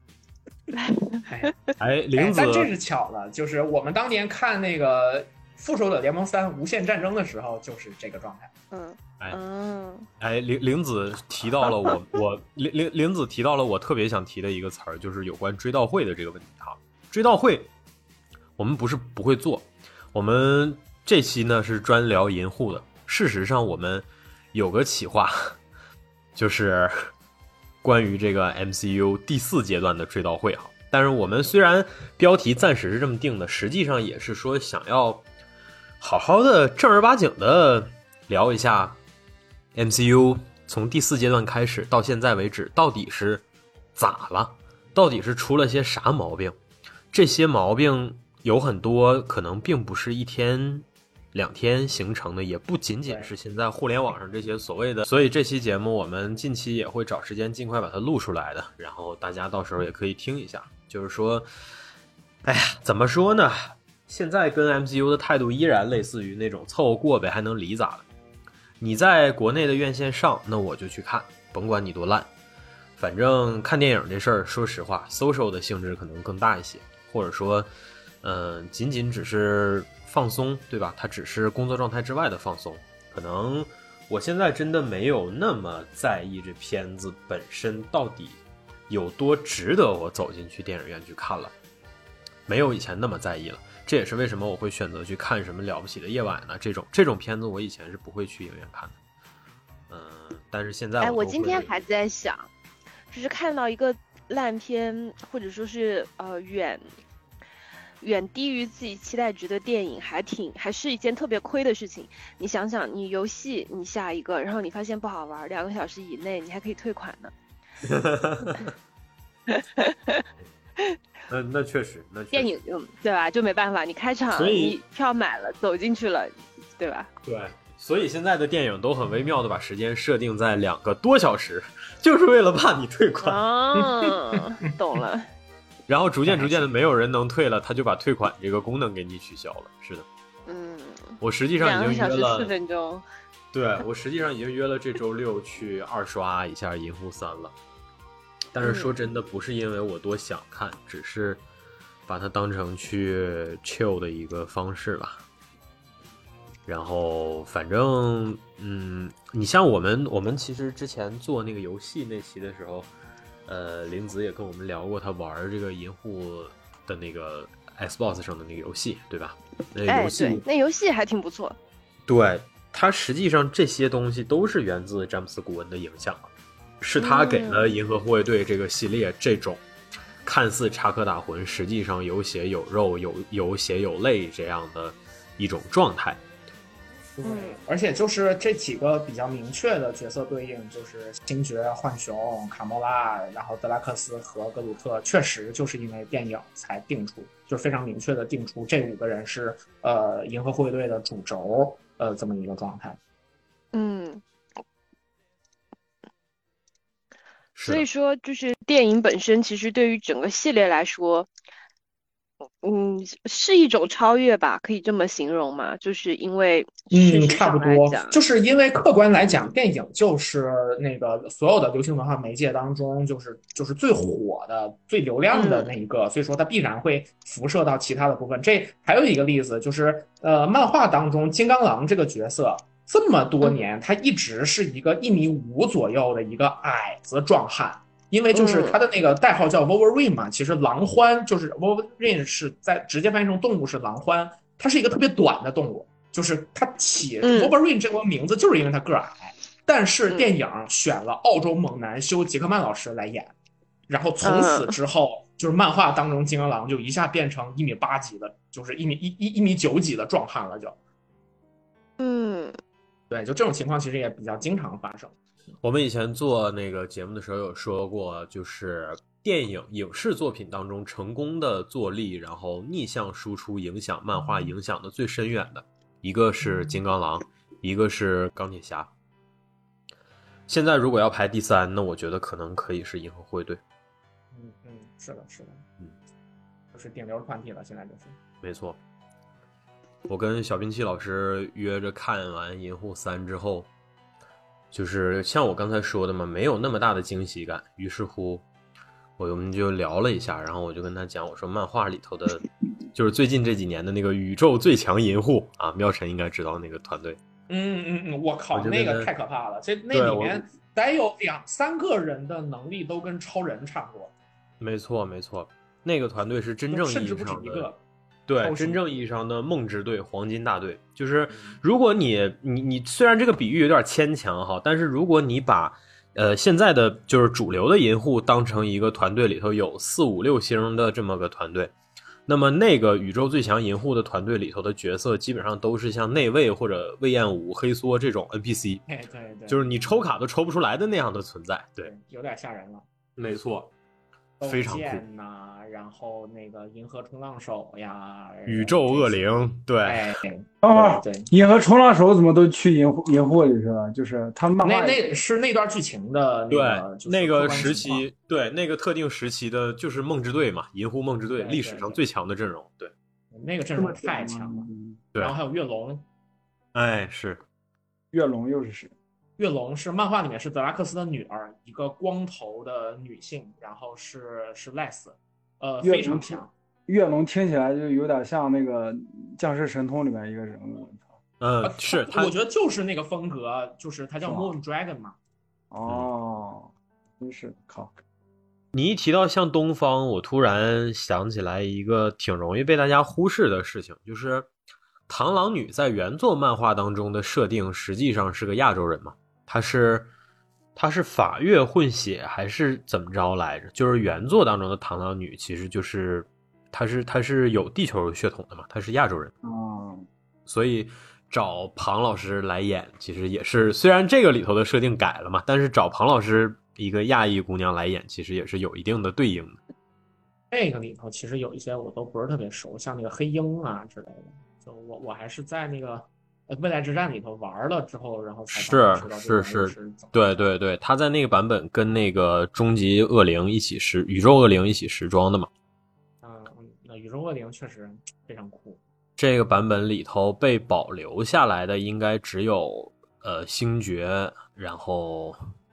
哎，玲子， 但这是巧了，就是我们当年看那个《复仇者联盟三：无限战争》的时候，就是这个状态。 嗯， 哎， 嗯， 哎，玲玲子提到了我我玲玲玲子提到了我特别想提的一个词儿，就是有关追悼会的这个问题哈。追悼会，我们不是不会做，我们这期呢是专聊银护的。事实上，我们有个企划，就是关于这个 M C U 第四阶段的追悼会哈。但是我们虽然标题暂时是这么定的，实际上也是说想要好好的正儿八经的聊一下 M C U 从第四阶段开始到现在为止到底是咋了，到底是出了些啥毛病。这些毛病有很多可能并不是一天两天形成的，也不仅仅是现在互联网上这些所谓的，所以这期节目我们近期也会找时间尽快把它录出来的，然后大家到时候也可以听一下。就是说，哎呀，怎么说呢，现在跟 M C U 的态度依然类似于那种凑合过呗，还能离咋了。你在国内的院线上，那我就去看，甭管你多烂。反正看电影这事儿，说实话 social 的性质可能更大一些，或者说嗯、呃，仅仅只是放松，对吧？它只是工作状态之外的放松。可能我现在真的没有那么在意这片子本身到底有多值得我走进去电影院去看了，没有以前那么在意了。这也是为什么我会选择去看什么了不起的夜晚呢？这种这种片子我以前是不会去影院看的。嗯、呃，但是现在我哎，我今天还在想，就是看到一个烂片，或者说是呃远远低于自己期待值的电影，还挺还是一件特别亏的事情。你想想，你游戏你下一个，然后你发现不好玩，两个小时以内你还可以退款呢。 那那确实，那确实电影嗯，对吧？就没办法，你开场你票买了，走进去了，对吧？ 对，所以现在的电影都很微妙的把时间设定在两个多小时，就是为了怕你退款。 哦，懂了。 然后逐渐逐渐的没有人能退了，他就把退款这个功能给你取消了。是的， 嗯， 我实际上已经约了两个小时四分钟。 对，我实际上已经约了这周六去二刷一下《银护三》了。但是说真的，不是因为我多想看，嗯、只是把它当成去 chill 的一个方式吧。然后反正，嗯，你像我们，我们其实之前做那个游戏那期的时候，呃，林子也跟我们聊过他玩这个银护的那个 Xbox 上的那个游戏，对吧？那游戏， 哎、对，那游戏还挺不错。 对，它实际上这些东西都是源自詹姆斯·古恩的影响。是他给了《银河护卫队》这个系列这种看似插科打诨，实际上有血有肉、有有血有泪这样的一种状态。 对，而且就是这几个比较明确的角色对应，就是星爵、浣熊、卡莫拉，然后德拉克斯和格鲁特，确实就是因为电影才定出，就是非常明确的定出这五个人是呃银河护卫队的主轴，呃这么一个状态。 嗯， 是的所以说就是电影本身其实对于整个系列来说，嗯，是一种超越吧，可以这么形容吗？就是因为事嗯， 实差不多， 上来讲， 就是因为客观来讲，电影就是那个所有的流行文化媒介当中，就是就是最火的、最流量的那一个，所以说它必然会辐射到其他的部分。这还有一个例子，就是呃，漫画当中金刚狼这个角色，这么多年，他一直是一个一米五左右的一个矮子壮汉。因为就是他的那个代号叫 Wolverine 嘛，其实狼獾就是 Wolverine 是在直接翻译成动物是狼獾，它是一个特别短的动物，就是它起 Wolverine 这个名字就是因为它个矮，但是电影选了澳洲猛男休·杰克曼老师来演，然后从此之后就是漫画当中金刚狼就一下变成一米八几的，就是一米一一一米九几的壮汉了就， 嗯， 对，就这种情况其实也比较经常发生。 我们以前做那个节目的时候有说过，就是电影影视作品当中成功的作例，然后逆向输出影响漫画影响的最深远的，一个是金刚狼，一个是钢铁侠。现在如果要排第三，那我觉得可能可以是银河护卫队。 嗯嗯，是的，是的， 嗯， 就是顶流团体了，现在就是。 没错。我跟小兵器老师约着看完银护三之后，就是像我刚才说的嘛，没有那么大的惊喜感。于是乎，我们就聊了一下，然后我就跟他讲，我说漫画里头的，就是最近这几年的那个宇宙最强银护啊，妙晨应该知道那个团队。 嗯嗯嗯，我靠，那个太可怕了！这那里面得有两三个人的能力都跟超人差不多。 没错没错，那个团队是真正意义上的， 甚至不止一个。 对，真正意义上的梦之队、黄金大队，就是如果你你你虽然这个比喻有点牵强哈，但是如果你把呃现在的就是主流的银护当成一个团队里头有四五六星的这么个团队，那么那个宇宙最强银护的团队里头的角色基本上都是像内卫或者魏彦武、黑梭这种 N P C， 对对对， 就是你抽卡都抽不出来的那样的存在，对， 有点吓人了。 没错。非常酷呐，然后那个银河冲浪手呀， 宇宙恶灵，对， 哎， 啊， 对， 银河冲浪手怎么都去银护银护里去了？就是他们漫画那那是那段剧情的， 对， 那个时期，对那个特定时期的，就是梦之队嘛，银护梦之队历史上最强的阵容，对， 那个阵容太强了， 对， 然后还有月龙， 哎，是， 月龙又是谁？ 月龙是漫画里面是德拉克斯的女儿，一个光头的女性，然后是是 Les， 呃，非常强。 月龙听起来就有点像那个《降世神通》里面一个人物。 嗯，是他， 我觉得就是那个风格，就是他叫 Moon Dragon 嘛。 哦，真是靠！ 你一提到像东方，我突然想起来一个挺容易被大家忽视的事情，就是螳螂女在原作漫画当中的设定实际上是个亚洲人嘛。他是他是法越混血还是怎么着来着？就是原作当中的螳螂女其实就是她是她是有地球血统的嘛，她是亚洲人。 哦， 所以找庞老师来演其实也是，虽然这个里头的设定改了嘛，但是找庞老师一个亚裔姑娘来演其实也是有一定的对应的。 这个里头其实有一些我都不是特别熟，像那个黑鹰啊之类的，就我我还是在那个未来之战里头玩了之后，然后才是是是是，对对对，他在那个版本跟那个终极恶灵一起时，宇宙恶灵一起时装的嘛。 嗯，那宇宙恶灵确实非常酷。 这个版本里头被保留下来的应该只有呃星爵，然后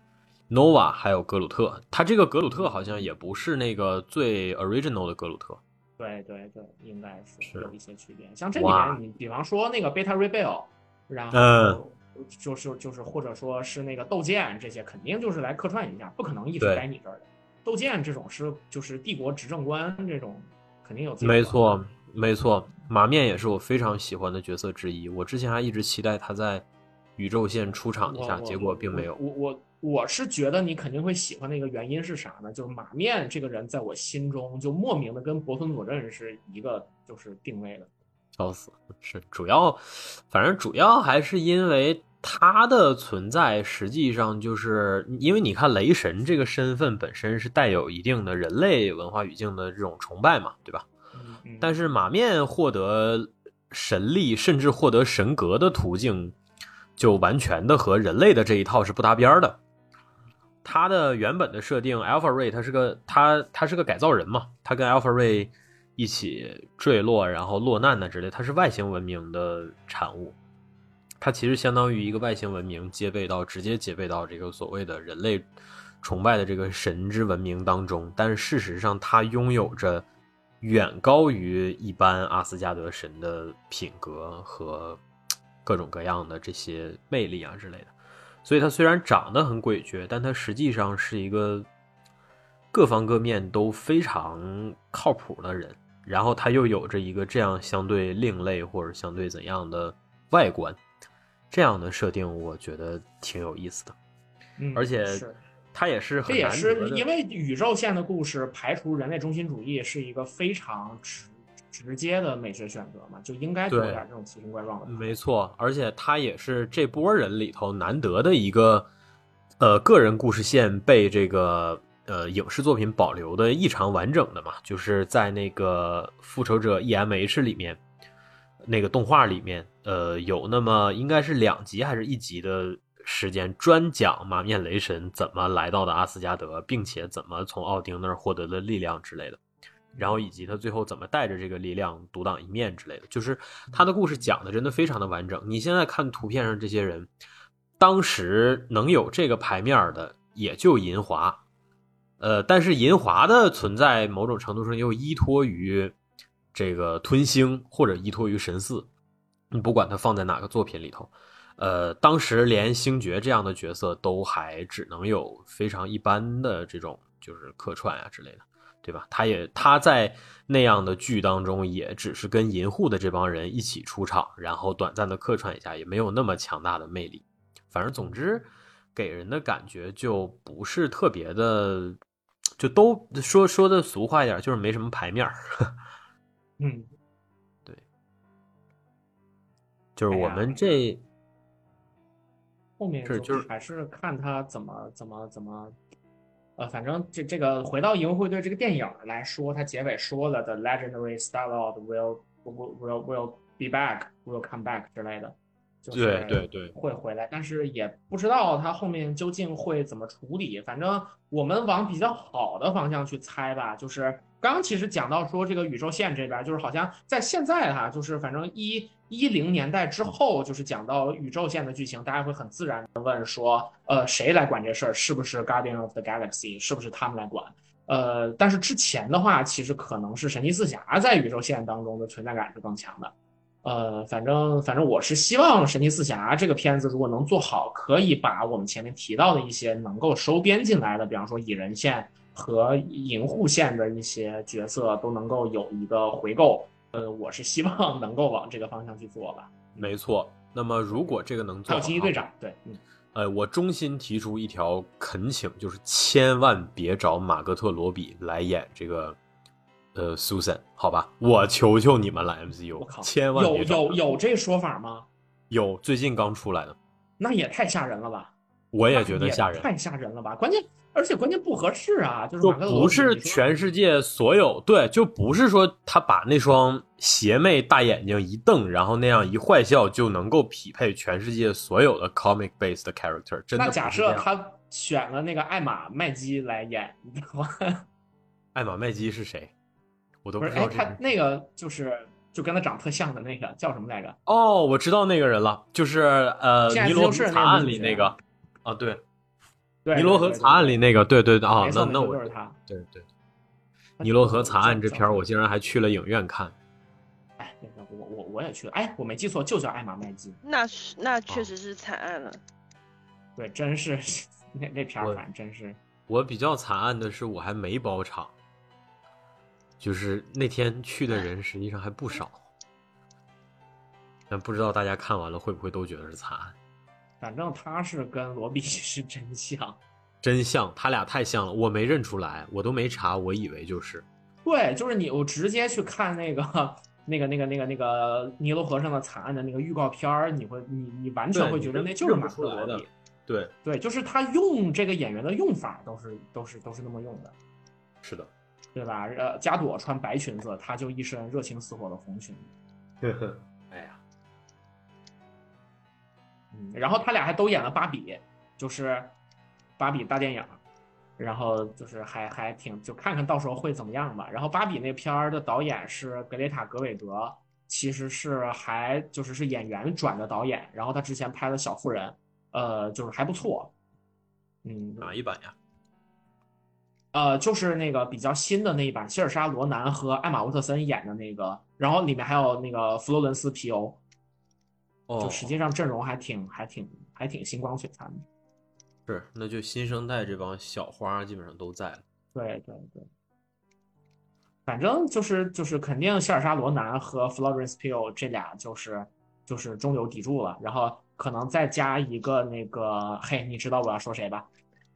Nova 还有格鲁特。他这个格鲁特好像也不是那个最 original 的格鲁特。 对对对，应该是有一些区别。像这里面，你比方说那个 Beta Rebel， 然后就是就是或者说是那个斗剑这些，肯定就是来客串一下，不可能一直待你这儿的。斗剑这种是就是帝国执政官这种，肯定有自己。 没错没错，马面也是我非常喜欢的角色之一。我之前还一直期待他在宇宙线出场一下，结果并没有。 我我我是觉得你肯定会喜欢的一个原因是啥呢？就是马面这个人在我心中就莫名的跟伯村佐镇是一个就是定位的。 笑死，是主要，反正主要还是因为他的存在，实际上就是因为你看雷神这个身份本身是带有一定的人类文化语境的这种崇拜嘛，对吧？ 嗯嗯、 但是马面获得神力甚至获得神格的途径，就完全的和人类的这一套是不搭边的。他的原本的设定 Alpha Ray 他是个他他是个改造人嘛，他跟 Alpha Ray 一起坠落然后落难的之类，他是外星文明的产物，他其实相当于一个外星文明接备到直接接备到这个所谓的人类崇拜的这个神之文明当中，但是事实上他拥有着远高于一般阿斯加德神的品格和各种各样的这些魅力啊之类的，所以他虽然长得很诡谲，但他实际上是一个各方各面都非常靠谱的人，然后他又有着一个这样相对另类或者相对怎样的外观，这样的设定我觉得挺有意思的。 嗯， 而且他也是很难得的， 这也是因为宇宙线的故事排除人类中心主义是一个非常直直接的美学选择嘛，就应该有点这种奇形怪状的。 没错，而且他也是这波人里头难得的一个呃个人故事线被这个呃影视作品保留的异常完整的嘛，就是在那个复仇者 E M H 里面那个动画里面，呃有那么应该是两集还是一集的时间专讲马面雷神怎么来到的阿斯加德，并且怎么从奥丁那儿获得了力量之类的，然后以及他最后怎么带着这个力量独当一面之类的，就是他的故事讲的真的非常的完整。你现在看图片上这些人，当时能有这个牌面的也就银华，呃，但是银华的存在某种程度上又依托于这个吞星或者依托于神四，你不管他放在哪个作品里头，呃，当时连星爵这样的角色都还只能有非常一般的这种就是客串啊之类的，对吧？他也他在那样的剧当中也只是跟银护的这帮人一起出场，然后短暂的客串一下，也没有那么强大的魅力。反正总之给人的感觉就不是特别的，就都说说的俗话一点，就是没什么牌面。 嗯， 对，就是我们这、哎、 后面就是还是看他怎么怎么怎么。呃，反正这这个回到银护队这个电影来说，它结尾说了 The legendary Star-Lord will will will will be back, will come back 之类的，就是对对对会回来，但是也不知道他后面究竟会怎么处理。反正我们往比较好的方向去猜吧，就是刚刚其实讲到说这个宇宙线这边，就是好像在现在哈，就是反正一一零年代之后，就是讲到宇宙线的剧情，大家会很自然的问说，呃，谁来管这事儿？是不是 Guardian of the Galaxy？ 是不是他们来管？呃，但是之前的话，其实可能是神奇四侠在宇宙线当中的存在感是更强的。呃，反正反正我是希望神奇四侠这个片子如果能做好，可以把我们前面提到的一些能够收编进来的，比方说蚁人线和银护线的一些角色都能够有一个回购。呃，我是希望能够往这个方向去做吧。 没错。那么如果这个能做好， 还有惊奇队长，对，嗯， 呃，我衷心提出一条恳请，就是千万别找马格特罗比来演这个呃 Susan， 好吧？我求求你们了 M C U， 千万别找。 有有有这说法吗？ 有，最近刚出来的。 那也太吓人了吧！ 我也觉得吓人， 太吓人了吧！关键。而且关键不合适啊，就是就不是全世界所有，对，就不是说他把那双邪魅大眼睛一瞪，然后那样一坏笑就能够匹配全世界所有的 comic based 的 character。真的， 那假设他选了那个艾玛麦基来演，你知道吗？ 艾玛麦基是谁？我都不知道。 哎，他那个就是就跟他长特像的那个叫什么来着？ 哦，我知道那个人了，就是呃《尼罗河惨案》里那个啊，对。尼罗河惨案里那个，对对对啊，那那我就是他， 对对。尼罗河惨案这片我竟然还去了影院看。 哎，我我我也去了，哎，我没记错，就叫艾玛麦基。 那是那确实是惨案了。 对，真是那那片儿，反正真是。 我比较惨案的是，我还没包场，就是那天去的人实际上还不少，但不知道大家看完了会不会都觉得是惨案。 反正他是跟罗比是真像， 真像，他俩太像了，我没认出来，我都没查，我以为就是。 对，就是你，我直接去看那个那个那个那个那个尼罗河上的惨案的那个预告片儿，你会你你完全会觉得那就是马克罗比。 对对，就是他用这个演员的用法都是都是都是那么用的。 是的， 对吧？呃，加朵穿白裙子，他就一身热情似火的红裙子。 呵呵，哎呀， 嗯，然后他俩还都演了芭比，就是芭比大电影。然后就是还还挺，就看看到时候会怎么样吧。然后芭比那片儿的导演是格雷塔·格韦格，其实是还就是是演员转的导演。然后他之前拍的小妇人，呃，就是还不错。嗯， 哪一版呀？ 呃，就是那个比较新的那一版，希尔莎·罗南和艾玛沃特森演的那个，然后里面还有那个弗洛伦斯·皮欧， 哦， 就实际上阵容还挺还挺还挺星光璀璨的。 是，那就新生代这帮小花基本上都在了。 对对对，反正就是就是肯定希尔莎·罗南和 Florence Pugh 这俩就是就是中流砥柱了，然后可能再加一个那个，嘿，你知道我要说谁吧？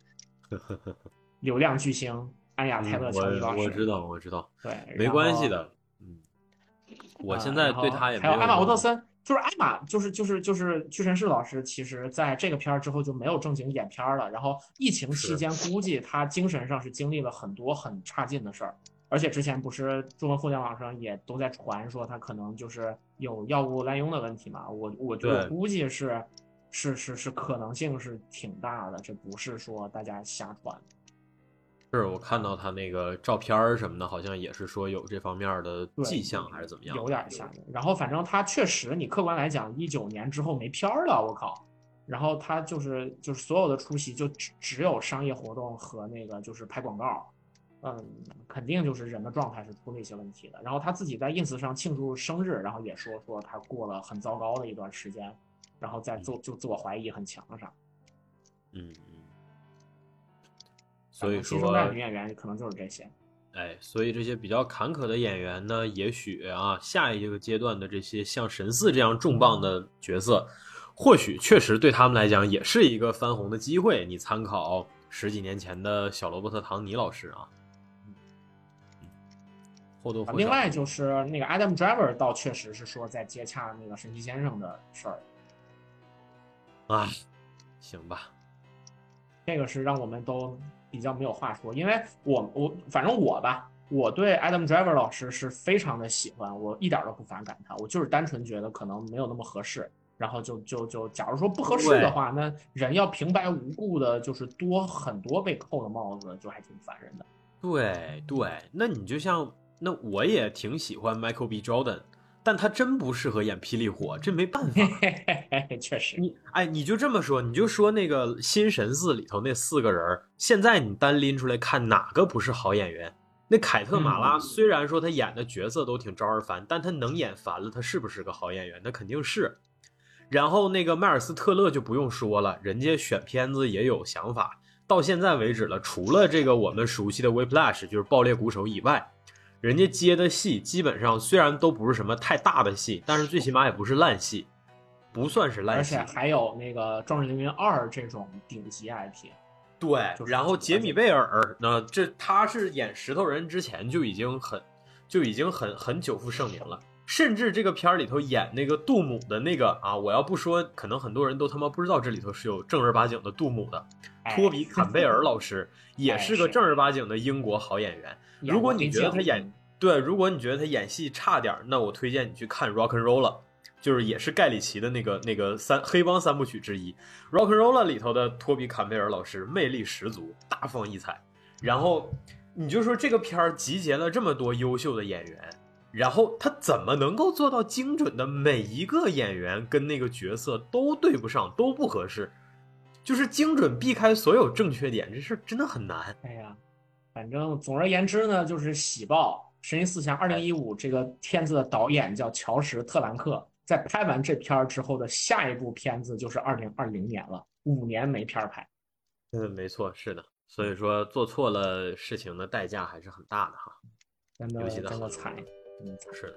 流量巨星安雅·泰勒·乔伊老师。 我我知道，我知道， 对， 没关系的。嗯，我现在对他也没有。 还有艾玛·沃特森，就是艾玛，就是就是就是屈臣氏老师，其实在这个片儿之后就没有正经演片了。然后疫情期间，估计他精神上是经历了很多很差劲的事儿。而且之前不是中文互联网上也都在传说他可能就是有药物滥用的问题嘛？我我觉得估计是是是是可能性是挺大的，这不是说大家瞎传。 是我看到他那个照片什么的，好像也是说有这方面的迹象，还是怎么样？ 有点吓人。然后反正他确实，你客观来讲，一九年之后没片儿了，我靠。然后他就是就是所有的出席就只只有商业活动和那个就是拍广告。嗯，肯定就是人的状态是出了一些问题的。然后他自己在 ins 上庆祝生日，然后也说说他过了很糟糕的一段时间，然后在自就自我怀疑很强啥。 嗯嗯。所以说， 新生代女演员可能就是这些。 哎，所以这些比较坎坷的演员呢，也许啊，下一个阶段的这些像神似这样重磅的角色，或许确实对他们来讲也是一个翻红的机会。你参考十几年前的小罗伯特·唐尼老师啊。或多或少。 另外就是那个 Adam Driver 倒确实是说在接洽那个神奇先生的事儿。 啊，行吧， 这个是让我们都比较没有话说，因为我我反正我吧，我对 Adam Driver 老师是非常的喜欢，我一点都不反感他，我就是单纯觉得可能没有那么合适，然后就就就假如说不合适的话，那人要平白无故的，就是多很多被扣的帽子，就还挺烦人的。 对对，那你就像那我也挺喜欢 Michael B. Jordan。但他真不适合演霹雳火，这没办法。 确实， 你哎，你就这么说，你就说那个新神四里头那四个人，现在你单拎出来看，哪个不是好演员？那凯特马拉、嗯、虽然说他演的角色都挺招人烦，但他能演烦了，他是不是个好演员？那肯定是。然后那个迈尔斯特勒就不用说了，人家选片子也有想法，到现在为止了，除了这个我们熟悉的 Whiplash 就是爆裂鼓手以外。人家接的戏基本上虽然都不是什么太大的戏，但是最起码也不是烂戏，不算是烂戏。 而且还有那个《壮志凌云二》这种顶级 I P。 对，就是、然后杰米贝尔呢，这他是演石头人之前就已经很就已经很很久负盛名了，甚至这个片里头演那个杜姆的那个啊，我要不说，可能很多人都他妈不知道这里头是有正儿八经的杜姆的。 哎、 托比坎贝尔老师也是个正儿八经的英国好演员。如果你觉得他演对，如果你觉得他演戏差点，那我推荐你去看 Rock'n'Rolla， 就是也是盖里奇的那个那个三黑帮三部曲之一。Rock'n'Rolla 里头的托比坎贝尔老师魅力十足，大放异彩。然后你就说这个片儿集结了这么多优秀的演员，然后他怎么能够做到精准的每一个演员跟那个角色都对不上，都不合适，就是精准避开所有正缺点，这事真的很难。 哎呀。反正总而言之呢，就是喜报《神奇四侠二零一五》这个片子的导演叫乔什·特兰克，在拍完这片儿之后的下一部片子就是二零二零年了，五年没片拍。 嗯，没错，是的。所以说做错了事情的代价还是很大的哈， 真的尤其真的惨，嗯， 是的。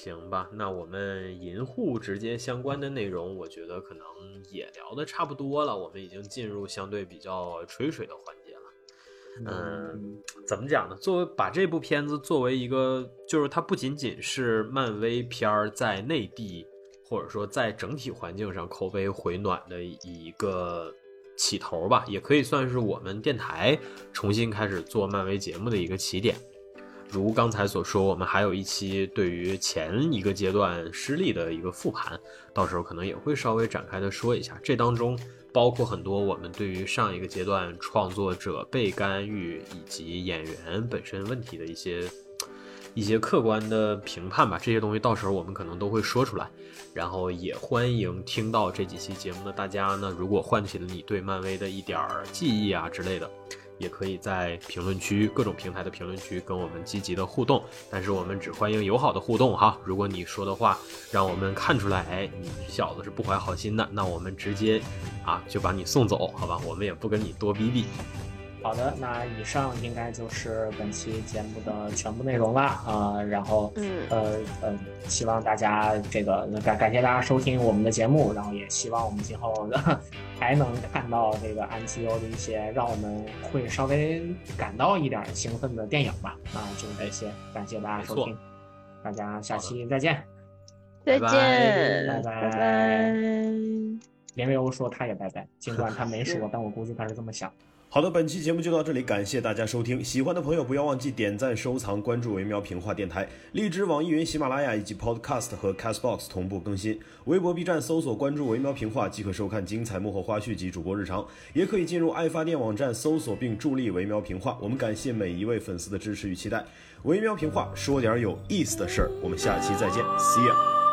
行吧，那我们银护直接相关的内容，我觉得可能也聊得差不多了，我们已经进入相对比较吹水的环节了。嗯，怎么讲呢？作为把这部片子作为一个，就是它不仅仅是漫威片儿在内地或者说在整体环境上口碑回暖的一个起头吧，也可以算是我们电台重新开始做漫威节目的一个起点。如刚才所说，我们还有一期对于前一个阶段失利的一个复盘，到时候可能也会稍微展开的说一下，这当中包括很多我们对于上一个阶段创作者被干预以及演员本身问题的一些一些客观的评判吧，这些东西到时候我们可能都会说出来。然后也欢迎听到这几期节目的大家呢，如果唤起了你对漫威的一点记忆啊之类的，也可以在评论区各种平台的评论区跟我们积极的互动，但是我们只欢迎友好的互动哈。如果你说的话让我们看出来，哎，你小子是不怀好心的，那我们直接啊就把你送走，好吧？我们也不跟你多逼逼。 好的，那以上应该就是本期节目的全部内容了啊、呃。然后，嗯，呃呃，希望大家这个感感谢大家收听我们的节目，然后也希望我们今后还能看到这个 M C U 的一些让我们会稍微感到一点兴奋的电影吧。啊，就是这些，感谢大家收听，大家下期再见， 再见， 拜拜， 拜拜。 连维欧说他也拜拜，尽管他没说，但我估计他是这么想。 好的，本期节目就到这里，感谢大家收听。喜欢的朋友不要忘记点赞、收藏、关注维喵评话电台，荔枝、网易云、喜马拉雅以及 Podcast 和 Castbox 同步更新。微博、B 站搜索关注维喵评话即可收看精彩幕后花絮及主播日常，也可以进入爱发电网站搜索并助力维喵评话。我们感谢每一位粉丝的支持与期待。维喵评话说点有意思的事儿，我们下期再见 ，See ya。